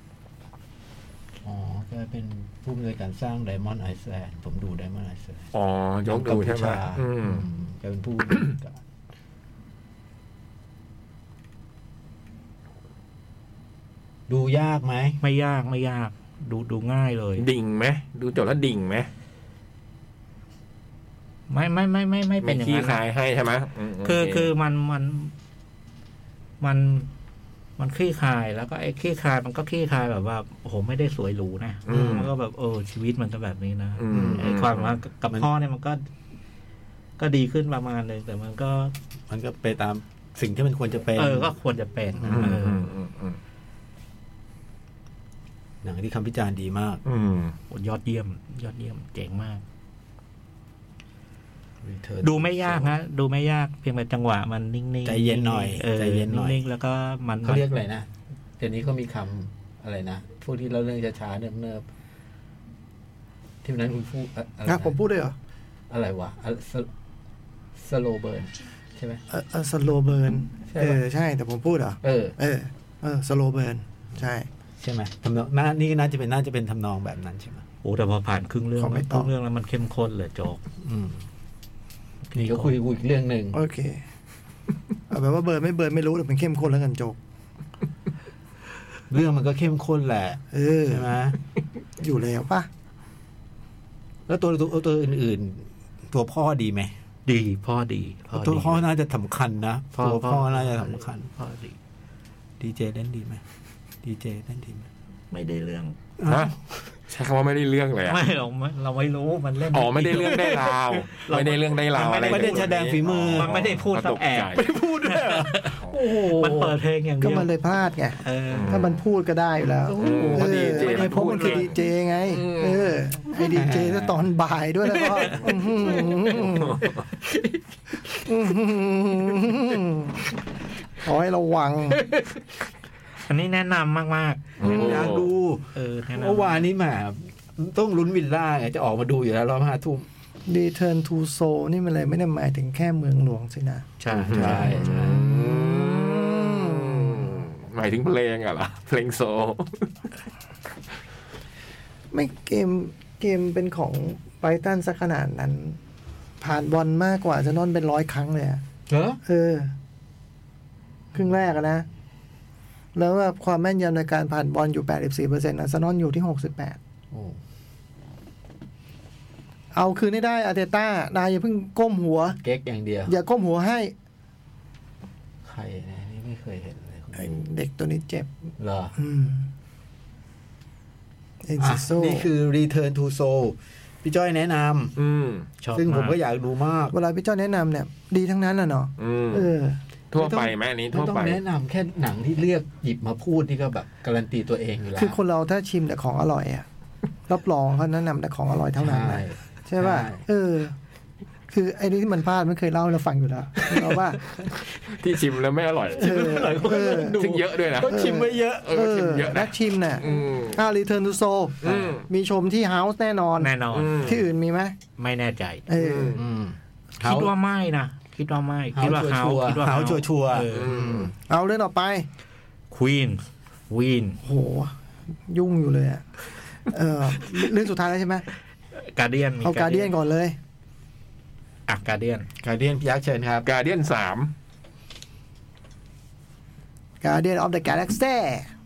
ก็เป็นผู้ในการสร้าง Diamond Island ผมดู Diamond Island ยกดูใช่ไหมจะเป็นผู้ดูยากไหมไม่ยากดูง่ายเลยดิ่งไหมดูจบแล้วดิ่งไหมไม่เป็นอย่างนั้นขี้คายให้ใช่ไหมคือมันคลี่คลายแล้วก็ไอ้คลี่คลายมันก็คลี่คลายแบบว่าโอ้โหไม่ได้สวยหรูนะมันก็แบบชีวิตมันก็แบบนี้นะไอ้ความว่ากับพ่อเนี่ยมันก็ดีขึ้นประมาณนึงแต่มันก็ไปตามสิ่งที่มันควรจะเป็นก็ควรจะเป็นหนังที่คำวิจารณ์ดีมากยอดเยี่ยมเจ๋งมากดูไม่ยากนะดูไม่ยากเพียงแต่จังหวะมันนิ่งๆใจเย็นหน่อยใจเย็นหน่อยนิ่งๆแล้วก็มันเขาเรียกอะไรนะเดี๋ยวนี้เขามีคำอะไรนะพวกที่เราเรื่องช้าๆเนิบๆที่นั้นคุณพูดผมพูดได้เหรออะไรวะสโลเบิร์นใช่ไหมสโลเบิร์นใช่แต่ผมพูดเหรอสโลว์เบิร์นใช่ไหมทำนองนี่น่าจะเป็นทำนองแบบนั้นใช่ไหมโอ้แต่พอผ่านครึ่งเรื่องแล้วมันเข้มข้นเลยโจ๊กนี่ก็คุยอีกเรื่องนึงโอเคเอาแบบว่าเบิร์นไม่รู้แต่เป็นเข้มข้นแล้วกันโจ๊กเรื่องมันก็เข้มข้นแหละใช่ไหมอยู่แล้วป่ะแล้วตัวอื่นๆตัวพ่อดีไหมดีพ่อดีตัวพ่อน่าจะสำคัญนะตัวพ่อน่าจะสำคัญพ่อดีเจเล่นดีไหมดีเจเล่นดีไหมไม่ได้เรื่องใช้คำว่าไม่ได้เรื่องเลยไม่เราไม่รู้มันเล่นไม่ได้เรื่องได้ราวไม่ได้เรื่องได้ราวอะไรไม่ได้แสดงฝีมือมันไม่ได้พูดสักแอบไม่พูดด้วยโอ้โหมันเปิดเพลงอย่างเดียวก็มันเลยพลาดไงถ้ามันพูดก็ได้อยู่แล้วไม่เพราะมันคือดีเจไงไอ้ดีเจก็ตอนบ่ายด้วยแล้วก็ขอให้ระวังอันนี้แนะนำมากๆอยากดูเมื่อวานนี้มาต้องลุ้นวิลล่าไงจะออกมาดูอยู่แล้วรอบ 5 ทุ่ม Return to Seoul นี่มันเลยไม่ได้หมายถึงแค่เมืองหลวงสินะใช่หมายถึงเพลงเหรอเพลงโซไม่เกมเป็นของไบรตันสักขนาดนั้นผ่านบอลมากกว่าจะนอนเป็น100 ครั้งเลยครึ่งแรกนะแล้วว่าความแม่นยำในการผ่านบอลอยู่ 84% อาร์เซนอลอยู่ที่ 68เอาคืนให้ได้อาร์เตต้านายอย่าเพิ่งก้มหัวเก๊กอย่างเดียวอย่าก้มหัวให้ใครนะนี่ไม่เคยเห็นเลยเด็กตัวนี้เจ็บเหรอนี่คือ Return to Seoul พี่จ้อยแนะนำซึ่งผมก็อยากดูมากเวลาพี่จ้อยแนะนำเนี่ยดีทั้งนั้นเนาะทั่วไปไหมอันนี้ทั่วไปต้องแนะนำแค่หนังที่เลือกหยิบมาพูดนี่ก็แบบการันตีตัวเองอยู่แล้วคือคนเราถ้าชิมแต่ของอร่อยรับรองเขาแนะนำแต่ของอร่อยเท่านั้นใช่ป่ะคือไอ้นี่ที่มันพลาดมันเคยเล่าให้เราฟังอยู่แล้วเราว่าที่ชิมแล้วไม่อร่อยซึ่งเยอะด้วยนะก็ชิมไม่เยอะชิมเยอะนักชิมน่ะReturn to Seoul มีชมที่เฮาส์แน่นอนที่อื่นมีไหมไม่แน่ใจคิดว่าไม่นะคิดว่าไม่คิดว่าเขาชัวร์เอาเรื่องต่อไปควีนโหยุ่งอยู่เลยเรื่องสุดท้ายแล้วใช่ไหมการ์เดียนเอาการ์เดียนก่อนเลยการ์เดียนพี่ยักษ์เชิญครับการ์เดียน3 Guardian of the Galaxy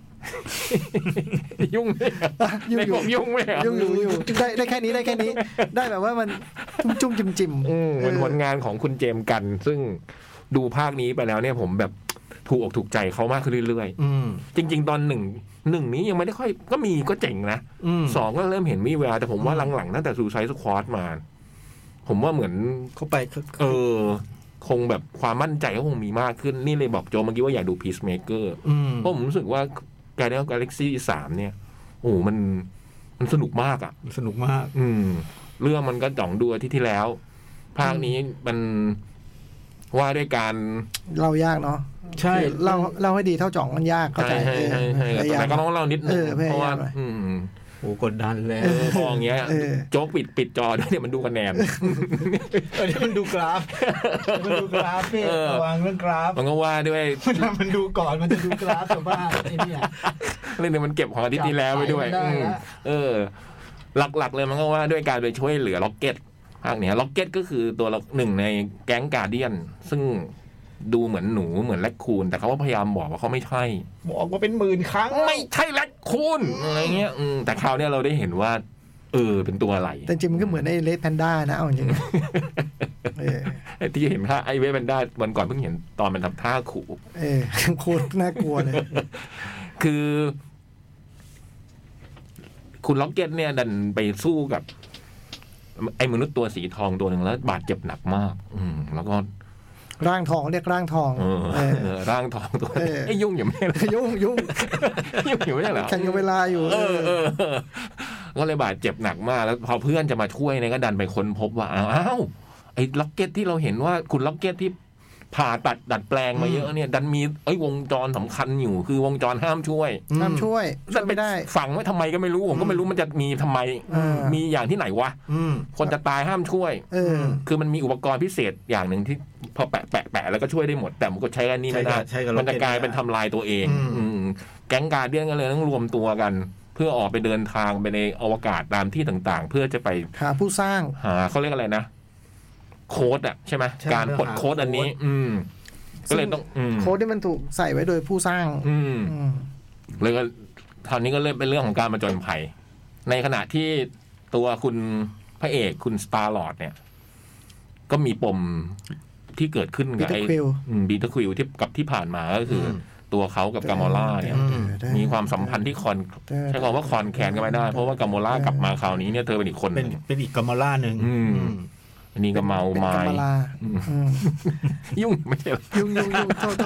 ยุ่งไหมยุ่งได้แค่นี้ได้แบบว่ามันจุ่มจิมเหมือนผลงานของคุณเจมส์กันซึ่งดูภาคนี้ไปแล้วเนี่ยผมแบบถูกอกถูกใจเขามากขึ้นเรื่อยๆจริงๆตอนหนึ่งนี้ยังไม่ได้ค่อยก็มีก็เจ๋งนะ2ก็เริ่มเห็นมีเวลาแต่ผมว่าหลังๆตั้งแต่Suicide Squadมาผมว่าเหมือนเขาไปคงแบบความมั่นใจก็คงมีมากขึ้นนี่เลยบอกโจเมื่อกี้ว่าอยากดู Peacemaker เพราะผมรู้สึกว่า Guardian of Galaxy 3เนี่ยโอ้มันสนุกมากสนุกมากเรื่องมันก็จ่องดูอาทิตย์ที่แล้วภาคนี้มันว่าด้วยการเล่ายากเนาะใช่เล่าให้ดีเท่าจ่องมันยากเข้าใจแต่ก็ต้องเล่านิดนึงเพราะว่าโอ้กดดันแล้วพออย่างเงี้ยโจ๊กปิดจอด้วยเนี่ยมันดูคะแนนมันดูกราฟพี่วางเรื่องกราฟมันก็ว่าด้วยมันดูก่อนมันจะดูกราฟชาวบ้านไอ้เนี่ยเรื่องนี้มันเก็บของอาทิตย์ที่แล้วไว้ด้วยหลักๆเลยมันก็ว่าด้วยการไปช่วยเหลือล็อกเก็ตภาคนี้ล็อกเก็ตก็คือตัวหนึ่งในแก๊งการ์เดียนซึ่งดูเหมือนหนูเหมือนแรคคูนแต่เขาพยายามบอกว่าเขาไม่ใช่บอกว่าเป็น10,000 ครั้งไม่ใช่แรคคูนอะไรเงี้ยแต่คราวนี้เราได้เห็นว่าเป็นตัวอะไรแต่จริงมันก็เหมือนไอ้เลดแพนด้านะเอาจริงที่เห็นท่าไอ้เวสแพนด้าวันก่อนเพิ่งเห็นตอนมันทำท่าขู่โคตรน่ากลัวเลยคือคุณล็อกเก็ตเนี่ยดันไปสู้กับไอ้มนุษย์ตัวสีทองตัวหนึ่งแล้วบาดเจ็บหนักมากแล้วก็ร่างทองเรียกร่างทองร่างทองตัวไอ้ยุ่งอยู่ไม่ยุ่งอยู่ไม่ใช่เหรอแข่งกับเวลาอยู่ก็เลยบาดเจ็บหนักมากแล้วพอเพื่อนจะมาช่วยเนี่ยก็ดันไปค้นพบว่าอ้าวไอ้ล็อกเก็ตที่เราเห็นว่าคุณล็อกเก็ตที่ผ่าตัดดัดแปลงมาเยอะเนี่ยดันมีวงจรสำคัญอยู่คือวงจรห้ามช่วยไม่ได้ฝังไว้ทำไมก็ไม่รู้ผมก็ไม่รู้มันจะมีทำไมมีอย่างที่ไหนวะคนจะตายห้ามช่วยคือมันมีอุปกรณ์พิเศษอย่างหนึ่งที่พอแปะแล้วก็ช่วยได้หมดแต่มันก็ใช้อันนี้ไม่ได้มันจะกลายเป็นทำลายตัวเองแก๊งการเดียนก็เลยต้องรวมตัวกันเพื่อออกไปเดินทางไปในอวกาศตามที่ต่างๆเพื่อจะไปหาผู้สร้างหาเขาเรียกอะไรนะโค้ดอ่ะใช่ไหมการปลดโค้ดอันนี้ก็เลยต้องโค้ดที่มันถูกใส่ไว้โดยผู้สร้างเลยก็คราวนี้ก็เริ่มเป็นเรื่องของการผจญภัยในขณะที่ตัวคุณพระเอกคุณสตาร์ลอร์ดเนี่ยก็มีปมที่เกิดขึ้นกับไอ้บีเตอร์ควิลที่กับที่ผ่านมาก็คือตัวเขากับกามอล่าเนี่ยมีความสัมพันธ์ที่ใช้คำว่าคอนแคนก็ไม่ได้เพราะว่ากามอล่ากลับมาคราวนี้เนี่ยเธอเป็นอีกคนเป็นอีกกามอล่าหนึ่งอันนี้ก็เมาไม้ยุ่งไม่ใช่ยุ่งโทษ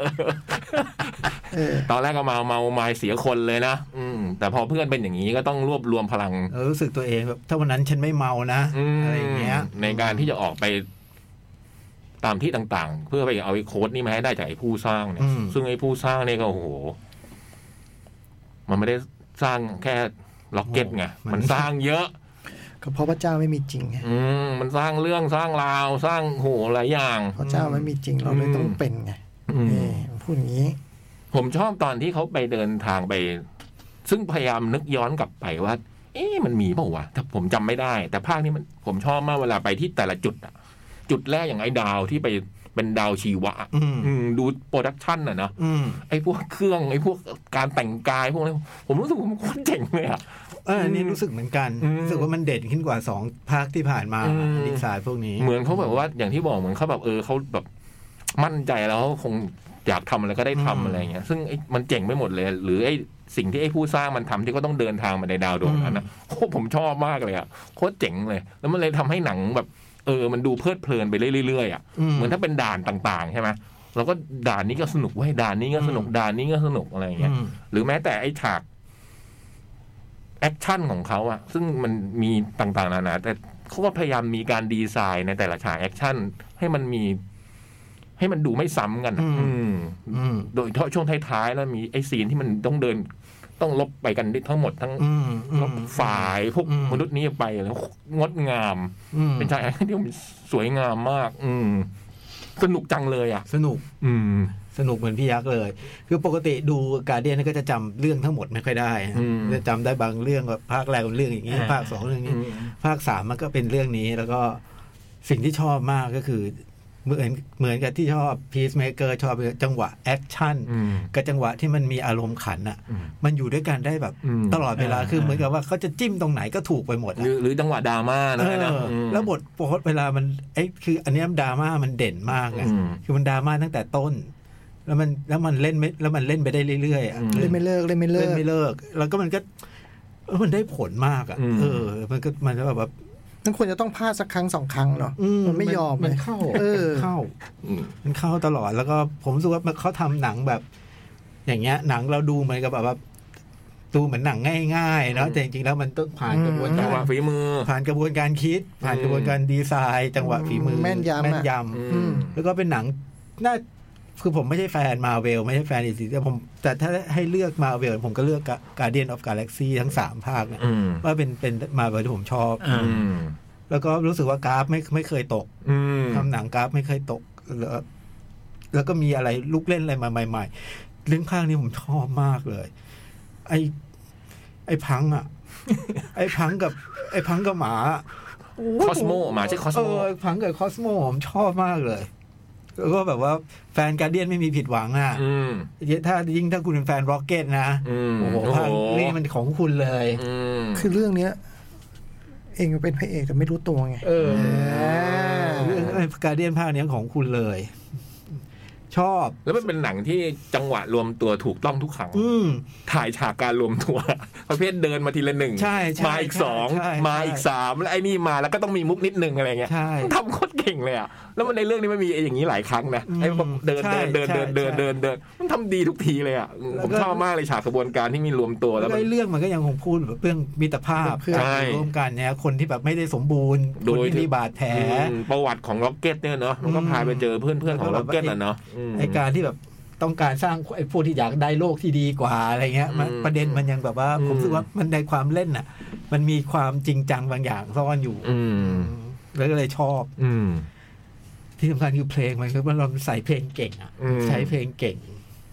ตอนแรกก็เมาไม้เสียคนเลยนะแต่พอเพื่อนเป็นอย่างนี้ก็ต้องรวบรวมพลังรู้สึกตัวเองแบบถ้าวันนั้นฉันไม่เมานะอะไรอย่างเงี้ยในการที่จะออกไปตามที่ต่างๆเพื่อไปเอาไอ้โค้ดนี่มาให้ได้จากไอ้ผู้สร้างเนี่ยซึ่งไอ้ผู้สร้างเนี่ยก็โอ้โหมันไม่ได้สร้างแค่ล็อกเก็ตไงมันสร้างเยอะก็เพราะพระเจ้าไม่มีจริงไงมันสร้างเรื่องสร้างราวสร้างโหหลายอย่างพระเจ้าไม่มีจริงเราเลยต้องเป็นไงพูดอย่างนี้ผมชอบตอนที่เขาไปเดินทางไปซึ่งพยายามนึกย้อนกลับไปว่ามันมีเปล่าวะแต่ผมจำไม่ได้แต่ภาคนี้ผมชอบมากเวลาไปที่แต่ละจุดอะจุดแรกอย่างไอ้ดาวที่ไปเป็นดาวชีวะดูโปรดักชันอะนะไอ้พวกเครื่องไอ้พวกการแต่งกายพวกนี้ผมรู้สึกว่ามันโคตรเจ๋งเลยอะอันนี้รู้สึกเหมือนกันรู้สึกว่ามันเด่นขึ้นกว่า2ภาคที่ผ่านมาดีไซน์พวกนี้เหมือนเขาแบบว่าอย่างที่บอกเหมือนเขาแบบเขาแบบมั่นใจแล้วคงอยากทำอะไรก็ได้ทำอะไรเงี้ยซึ่งมันเจ๋งไปหมดเลยหรือไอ้สิ่งที่ไอ้ผู้สร้างมันทำที่ก็ต้องเดินทางมาในดาวดวงนั้นนะโคตรผมชอบมากเลยอะโคตรเจ๋งเลยแล้วมันเลยทำให้หนังแบบมันดูเพลิดเพลินไปเรื่อยๆอ่ะเหมือนถ้าเป็นด่านต่างๆใช่ไหมเราก็ด่านนี้ก็สนุกเว้ยด่านนี้ก็สนุกด่านนี้ก็สนุกอะไรอย่างเงี้ยหรือแม้แต่ไอ้ฉากแอคชั่นของเขาอ่ะซึ่งมันมีต่างๆนานาแต่เขาก็พยายามมีการดีไซน์ในแต่ละฉากแอคชั่นให้มันดูไม่ซ้ำกันโดยเฉพาะช่วงท้ายๆแล้วมีไอ้ซีนที่มันต้องลบไปกันทั้งหมดทั้งฝ่ายพวกมนุษย์นี้ไปแล้วงดงามเป็นฉากที่สวยงามมากสนุกจังเลยอ่ะสนุกเหมือนพี่ยักษ์เลยคือปกติดูการ์เดียนก็จะจำเรื่องทั้งหมดไม่ค่อยได้จะจำได้บางเรื่องแบบภาคแรกเป็นเรื่องอย่างนี้ภาค2เรื่องนี้ภาค3มันก็เป็นเรื่องนี้แล้วก็สิ่งที่ชอบมากก็คือเหมือนกับที่ชอบ Peacemaker ชอบจังหวะแอคชั่นกับจังหวะที่มันมีอารมณ์ขันอ่ะมันอยู่ด้วยกันได้แบบตลอดเวลาคือเหมือนกับว่าเขาจะจิ้มตรงไหนก็ถูกไปหมดหรือจังหวะดราม่านะแล้วบทเวลามันคืออันนี้ดราม่ามันเด่นมากไงคือมันดราม่าตั้งแต่ต้นแล้วมันเล่นไม่แล้วมันเล่นไปได้เรื่อยๆเล่นไม่เลิกแล้วก็มันก็มันได้ผลมากอ่ะมันแบบว่ามันควรจะต้องพลาดสักครั้ง2ครั้งเนาะมันไม่ยอมมันเข้ามันเข้าตลอดแล้วก็ผมรู้สึกว่าเขาทำหนังแบบอย่างเงี้ยหนังเราดูเหมือนกับแบบว่าดูเหมือนหนังง่ายๆเนาะแต่จริงๆแล้วมันต้องผ่านกระบวนการฝีมือผ่านกระบวนการคิดผ่านกระบวนการดีไซน์จังหวะฝีมือแม่นยำแล้วก็เป็นหนังน่าคือผมไม่ใช่แฟนมาเวลไม่ใช่แฟนDCแต่ถ้าให้เลือกมาเวลผมก็เลือก Guardian of Galaxy ทั้ง3ภาคเนี่ยว่าเป็นมาเวลที่ผมชอบแล้วก็รู้สึกว่ากราฟไม่เคยตกทำหนังกราฟไม่เคยตกแล้วก็มีอะไรลูกเล่นอะไรมาใหม่ๆเรื่องภาคนี้ผมชอบมากเลยไอ้พังอ่ะไอ้พังกับหมาคอสโมหมาชื่อคอสโมพังกับคอสโมผมชอบมากเลยแล้วก็แบบว่าแฟนการ์เดียนไม่มีผิดหวังอ่ะถ้าคุณเป็นแฟนร็อกเก็ตนะโอ้โหภาคนี้มันของคุณเลยคือเรื่องเนี้ยเองเป็นพระเอกแต่ไม่รู้ตัวไงเรื่องการ์เดียนภาคนี้ของคุณเลยชอบแล้วมันเป็นหนังที่จังหวะรวมตัวถูกต้องทุกครั้งถ่ายฉากการรวมตัวประเภทเดินมาทีละ1มาอีก2มาอีก3แล้วไอ้นี่มาแล้วก็ต้องมีมุกนิดนึงอะไรเงี้ยทำโคตรเก่งเลยอ่ะแล้วมันในเรื่องนี้มันมีอย่างนี้หลายครั้งนะไอ้เดินมันทำดีทุกทีเลยอ่ะผมชอบมากเลยฉากกระบวนการที่มีรวมตัวแล้วเรื่องมันก็ยังคงพูดแบบเรื่องมิตรภาพร่วมกันเนี่ยคนที่แบบไม่ได้สมบูรณ์คนที่มีบาดแผลประวัติของร็อกเก็ตเนี่ยเนาะมันก็พาไปเจอเพื่อนของร็อกเก็ตอ่ะเนาะไอ้การที่แบบต้องการสร้างไอ้พวกที่อยากได้โลกที่ดีกว่าอะไรเงี้ยประเด็นมันยังแบบว่าผมรู้สึกว่ามันในความเล่นน่ะมันมีความจริงจังบางอย่างซ่อนอยู่แล้วก็เลยชอบที่สำคัญคือเพลงมันคือมันเราใส่เพลงเก่งอ่ะใช้เพลงเก่ง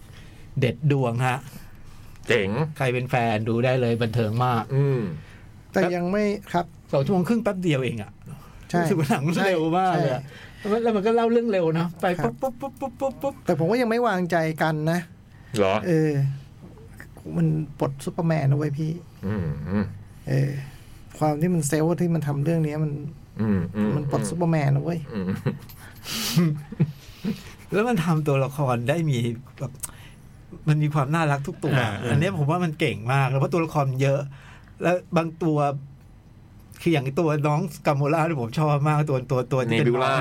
เด็ดดวงฮะเจ๋งใครเป็นแฟนดูได้เลยบันเทิงมากแต่ยังไม่ครับ 2 ชั่วโมงครึ่งแป๊บเดียวเองอ่ะใช่รู้สึกว่าหนังเร็วมากเลยแล้วมันก็เล่าเรื่องเร็วนะไปปุ๊บแต่ผมก็ยังไม่วางใจกันนะเหรอมันปลดซุปเปอร์แมนเอาไว้พี่ความที่มันเซลล์ที่มันทำเรื่องนี้มันปลดซุปเปอร์แมนเอาไว้แล้วมันทำตัวละครได้มีแบบมันมีความน่ารักทุกตัวอันนี้ผมว่ามันเก่งมากแล้วเพราะตัวละครเยอะแล้วบางตัวคืออย่างตัวน้องกาโมล่าที่ผมชอบมากตัวเนบิวล่า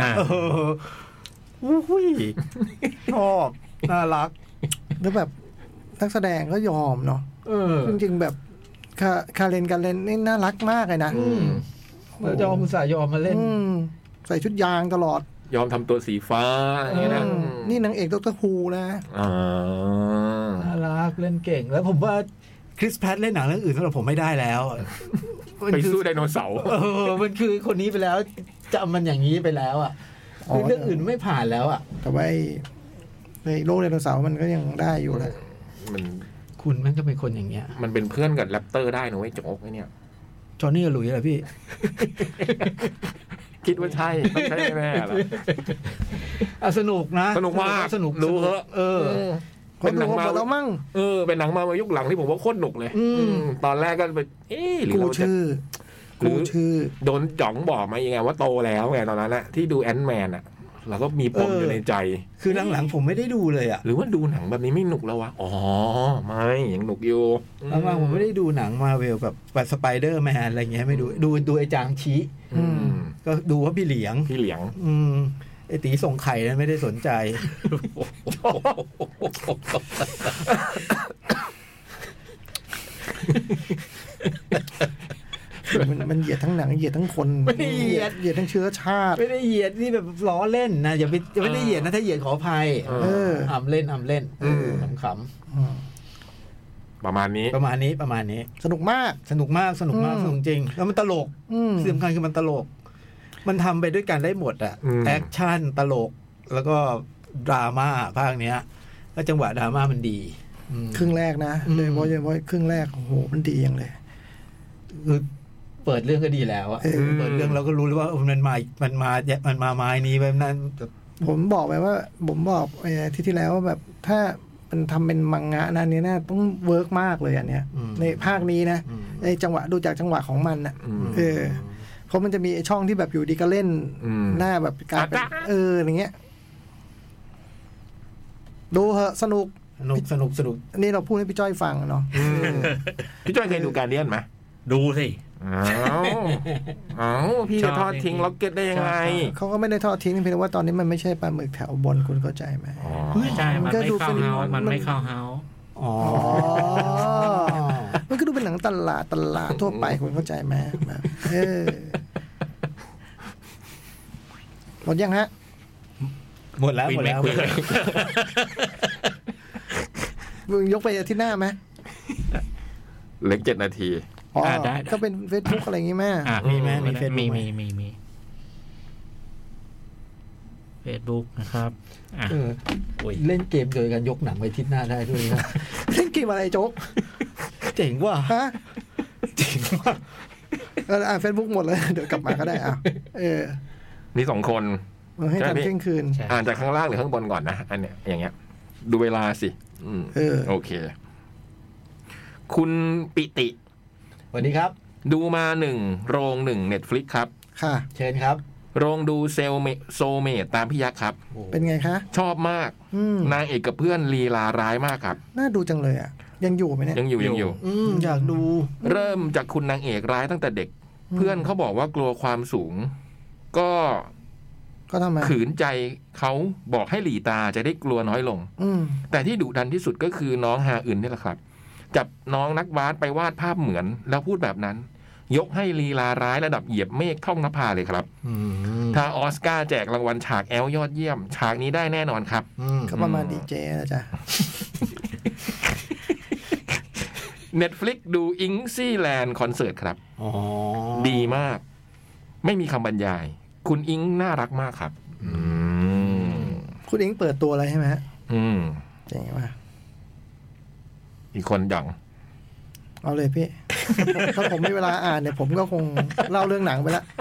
อุ้ยชอบน่ารักแล้วแบบนักแสดงก็ยอมเนาะจริงๆแบบคาเรนนี่น่ารักมากเลยนะแล้วยอมอุตส่าห์ยอมมาเล่นใส่ชุดยางตลอดยอมทำตัวสีฟ้าอย่างเงี้ยนะนี่นางเอกดร.ฮูนะน่ารักเล่นเก่งแล้วผมว่าคริสแพทเล่นหนังเรื่องอื่นสำหรับผมไม่ได้แล้วไปสู้ไดโนเสาร์มันคือคนนี้ไปแล้วจำมันอย่างนี้ไปแล้วอ่ะเรื่องอื่นไม่ผ่านแล้วอ่ะแต่ว่าในโลกไดโนเสาร์มันก็ยังได้อยู่แหละมันคุณมันก็เป็นคนอย่างเงี้ยมันเป็นเพื่อนกับแรปเตอร์ได้นะเว้ยโจ๊กไอ้เนี่ยจอห์นนี่กับหลุยส์เหรอพี่คิดว่าใช่ต้องใช่แน่ๆล่ะสนุกนะสนุกมากสนุกรู้เหรอเป็นหนังมาแล้วมั้งเป็นหนังมายุคหลังที่ผมว่าโคตรหนุกเลยตอนแรกก็เป็นหรือเราจะกูชื่อโดนจ่องบอกมายังไงว่าโตแล้วไงตอนนั้นแหละที่ดูแอนท์แมนอ่ะเราก็มีปมอยู่ในใจคือหลังๆผมไม่ได้ดูเลยอ่ะหรือว่าดูหนังแบบนี้ไม่หนุกแล้ววะอ๋อไม่ยังหนุกอยู่หลังๆผมไม่ได้ดูหนังมาเวลแบบสไปเดอร์แมนอะไรเงี้ยไม่ดูไอ้จางชีก็ดูว่าพี่เหลียงไอ้ตีส่งไข่นั้นไม่ได้สนใจมันเหยียดทั้งหนังเหยียดทั้งคนเหยียดทั้งเชื้อชาติไม่ได้เหยียดนี่แบบล้อเล่นนะอย่าไม่ได้เหยียดนะถ้าเหยียดขออภัยอำเล่นขำประมาณนี้สนุกมากสนุกจริงแล้วมันตลกที่สำคัญคือมันตลกมันทำไปด้วยกันได้หมดอะแอคชั่นตลกแล้วก็ดราม่าภาคเนี้ยแล้วจังหวะดราม่ามันดีครึ่งแรกนะโดยเฉพาะครึ่งแรกโอ้โหมันดีอย่างเลยคือเปิดเรื่องก็ดีแล้วอะเปิดเรื่องเราก็รู้แล้วว่ามันมาไม้นี้แบบนั้นผมบอกไปว่าผมบอกที่แล้วว่าแบบถ้ามันทำเป็นมังงะนั้นนี้น่าต้องเวิร์กมากเลยอันเนี้ยในภาคนี้นะในจังหวะดูจากจังหวะของมันอะเพราะมันจะมีช่องที่แบบอยู่ดีก็เล่นหน้าแบบการอย่างเงี้ยดูเหอะสนุกนี่เราพูดให้พี่จ้อยฟังเนาะพี่จ้อยเคยดูการเดียนไหมดูสิพี่จะทอดทิ้งล็อกเก็ตได้ยังไงเขาก็ไม่ได้ทอดทิ้งเพียงแต่ว่าตอนนี้มันไม่ใช่ปลาหมึกแถวบนคุณเข้าใจไหมใช่มันไม่เข้าเฮามันไม่เข้าเฮามันก็ดูเป็นหนังตลาดทั่วไปคุณเข้าใจไหมหมดยังฮะหมดแล้วมึงยกไปอาทิตย์หน้าไหมเหลือ7 นาทีได้ก็เป็น Facebook อะไรอย่างงี้แม่มีไหมมี Facebook มี Facebook นะครับเล่นเกมโดยการยกหนังไปอาทิตย์หน้าได้ด้วยนะเล่นเกมอะไรโจ๊กเจ๋งว่ะฮะเจ๋งว่ะFacebook หมดเลยเดี๋ยวกลับมาก็ได้มี2 คนให้ทำเที่ยงคืนอ่านจากข้างล่างหรือข้างบนก่อนนะอันเนี้ยอย่างเงี้ยดูเวลาสิโอเคคุณปิติสวัสดีครับดูมา1 โรง 1 Netflix ครับค่ะเชิญครับโรงดูโซเมตตามพี่ยักษ์ครับเป็นไงคะชอบมากนางเอกกับเพื่อนลีลาร้ายมากครับน่าดูจังเลยอ่ะยังอยู่ไหมเนี่ยยังอยู่อยากดูเริ่มจากคุณนางเอกร้ายตั้งแต่เด็กเพื่อนเขาบอกว่ากลัวความสูงก็ทำไมขืนใจเขาบอกให้หลีตาจะได้กลัวน้อยลงแต่ที่ดุดันที่สุดก็คือน้องฮาอึนนี่แหละครับจับน้องนักบาสไปวาดภาพเหมือนแล้วพูดแบบนั้นยกให้ลีลาร้ายระดับเหยียบเมฆท่องนภาเลยครับถ้าออสการ์แจกรางวัลฉากแอลยอดเยี่ยมฉากนี้ได้แน่นอนครับก็ประมาณดีเจนะจ๊ะ Netflix ดูอิงซี่แลนด์คอนเสิร์ตครับดีมากไม่มีคำบรรยายคุณอิงน่ารักมากครับคุณอิงเปิดตัวอะไรใช่ไหมเจ๋งมากอีกคนหย่องเอาเลยพี่ ถ้าผมมีเวลาอ่านเนี่ยผมก็คงเล่าเรื่องหนังไปแล้ว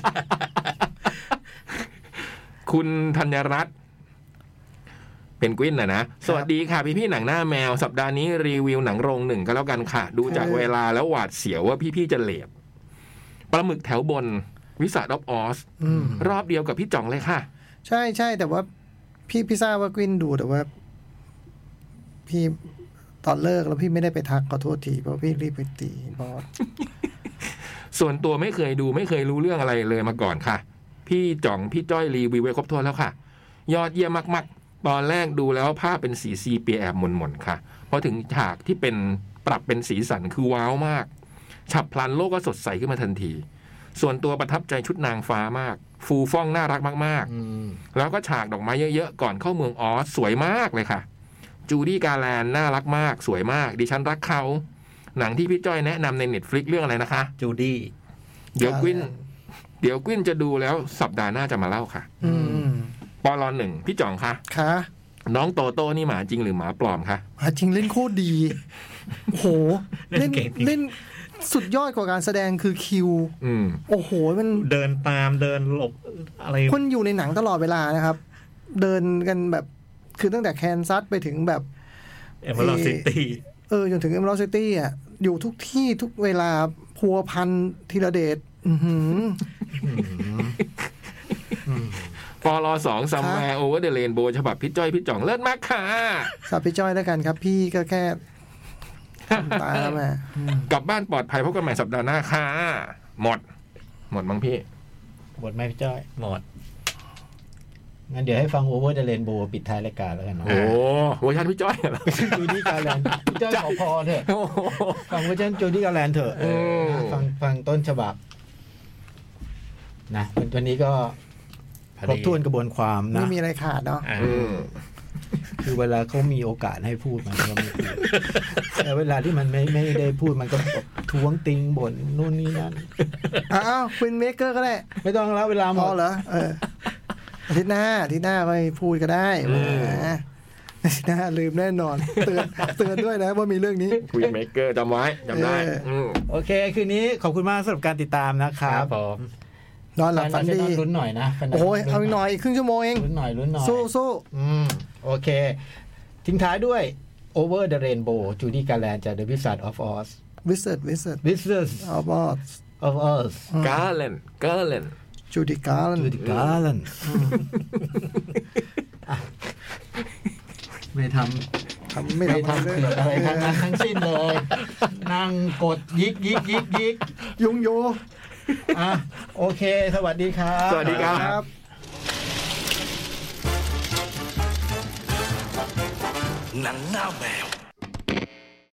คุณธัญรัตน์เป็นกวินนะสวัสดีค่ะพี่หนังหน้าแมวสัปดาห์นี้รีวิวหนังโรงหนึ่งก็แล้วกันค่ะดูจากเวลาแล้วหวาดเสียวว่าพี่จะเหลบปลาหมึกแถวบนวิสาดออสรอบเดียวกับพี่จ่องเลยค่ะใช่ใช่แต่ว่าพี่ทราบว่ากวินดูแต่ว่าพี่ตอนเลิกแล้วพี่ไม่ได้ไปทักขอโทษทีเพราะพี่รีบไปตีบอสส่วนตัวไม่เคยดูไม่เคยรู้เรื่องอะไรเลยมาก่อนค่ะพี่จ่องพี่จ้อยรีวิวไว้ครบถ้วนแล้วค่ะยอดเยี่ยมมากๆตอนแรกดูแล้วภาพเป็นสีซีเปียแอบหม่นๆค่ะพอถึงฉากที่เป็นปรับเป็นสีสันคือว้าวมากฉับพลันโลกก็สดใสขึ้นมาทันทีส่วนตัวประทับใจชุดนางฟ้ามากฟูฟ่องน่ารักมากๆแล้วก็ฉากดอกไม้เยอะๆก่อนเข้าเมืองออสสวยมากเลยค่ะจูดี้การแลนน่ารักมากสวยมากดิฉันรักเขาหนังที่พี่จ้อยแนะนำใน Netflix เรื่องอะไรนะคะจูดี้เดี๋ยวกวินจะดูแล้วสัปดาห์หน้าจะมาเล่าค่ะปล.1 พี่จ่องคะค่ะน้องโตโต้นี่หมาจริงหรือหมาปลอมคะหมาจริงเล่นโคตรดีโอ้โหเล่นสุดยอดกว่าการแสดงคือคิวโอ้โหมันเดินตามเดินหลบอะไรคนอยู่ในหนังตลอดเวลานะครับเดินกันแบบคือตั้งแต่แคนซัสไปถึงแบบเอเมอรัลด์ซิตี้จนถึงเอเมอรัลด์ซิตี้อ่ะอยู่ทุกที่ทุกเวลาพัวพันธีรเดชปล.2 Somewhere Over the Rainbow ฉบับพี่จ้อยพี่จ่องเลิศมากค่ะสับพี่จ้อยแล้วกันครับพี่ก็แค่ตายแล้วแม่กลับบ้านปลอดภัยพบกันใหม่สัปดาห์หน้าค่ะหมดมั้งพี่หมดไหมพี่จ้อยหมดงั้นเดี๋ยวให้ฟัง Over the Rainbow ปิดท้ายรายการแล้วกันโอ้เวอร์ชันพี่จ้อยเหรอจูดี้การแลนพี่จ้อยขอพอเถอะฟังเวอร์ชันจูดี้การแลนเถอะฟังต้นฉบับนะวันนี้ก็ครบถ้วนกระบวนความนะไม่มีอะไรขาดเนาะคือเวลาเขามีโอกาสให้พูดมันก็ไม่พูดแต่เวลาที่มันไม่ได้พูดมันก็ท้วงติงบ่นนู่นนี่นั่นอ้าวคุณเมกเกอร์ก็ได้ไม่ต้องแล้วเวลาหมดเหรออาทิตย์หน้าไปพูดก็ได้อาทิตย์หน้าลืมแน่นอนเตือนด้วยนะว่ามีเรื่องนี้คุณเมกเกอร์จำไว้จำได้โอเคคืนนี้ขอบคุณมากสำหรับการติดตามนะครับผมนอนหลับฝันดีลุ้นหน่อยนะโอ้ยเอาหน่อยครึ่งชั่วโมงเองลุ้นหน่อยสู้โอเคทิ้งท้ายด้วย Over the Rainbow จูดี้การแลนจาก The Wizard of Oz Wizard of Oz Garland จูดี้การแลนไม่ทำอะไรทั้งสิ้นเลยนั่งกดยิกยุงโยโอเคสวัสดีครับสวัสดีครับหนังหน้าแมว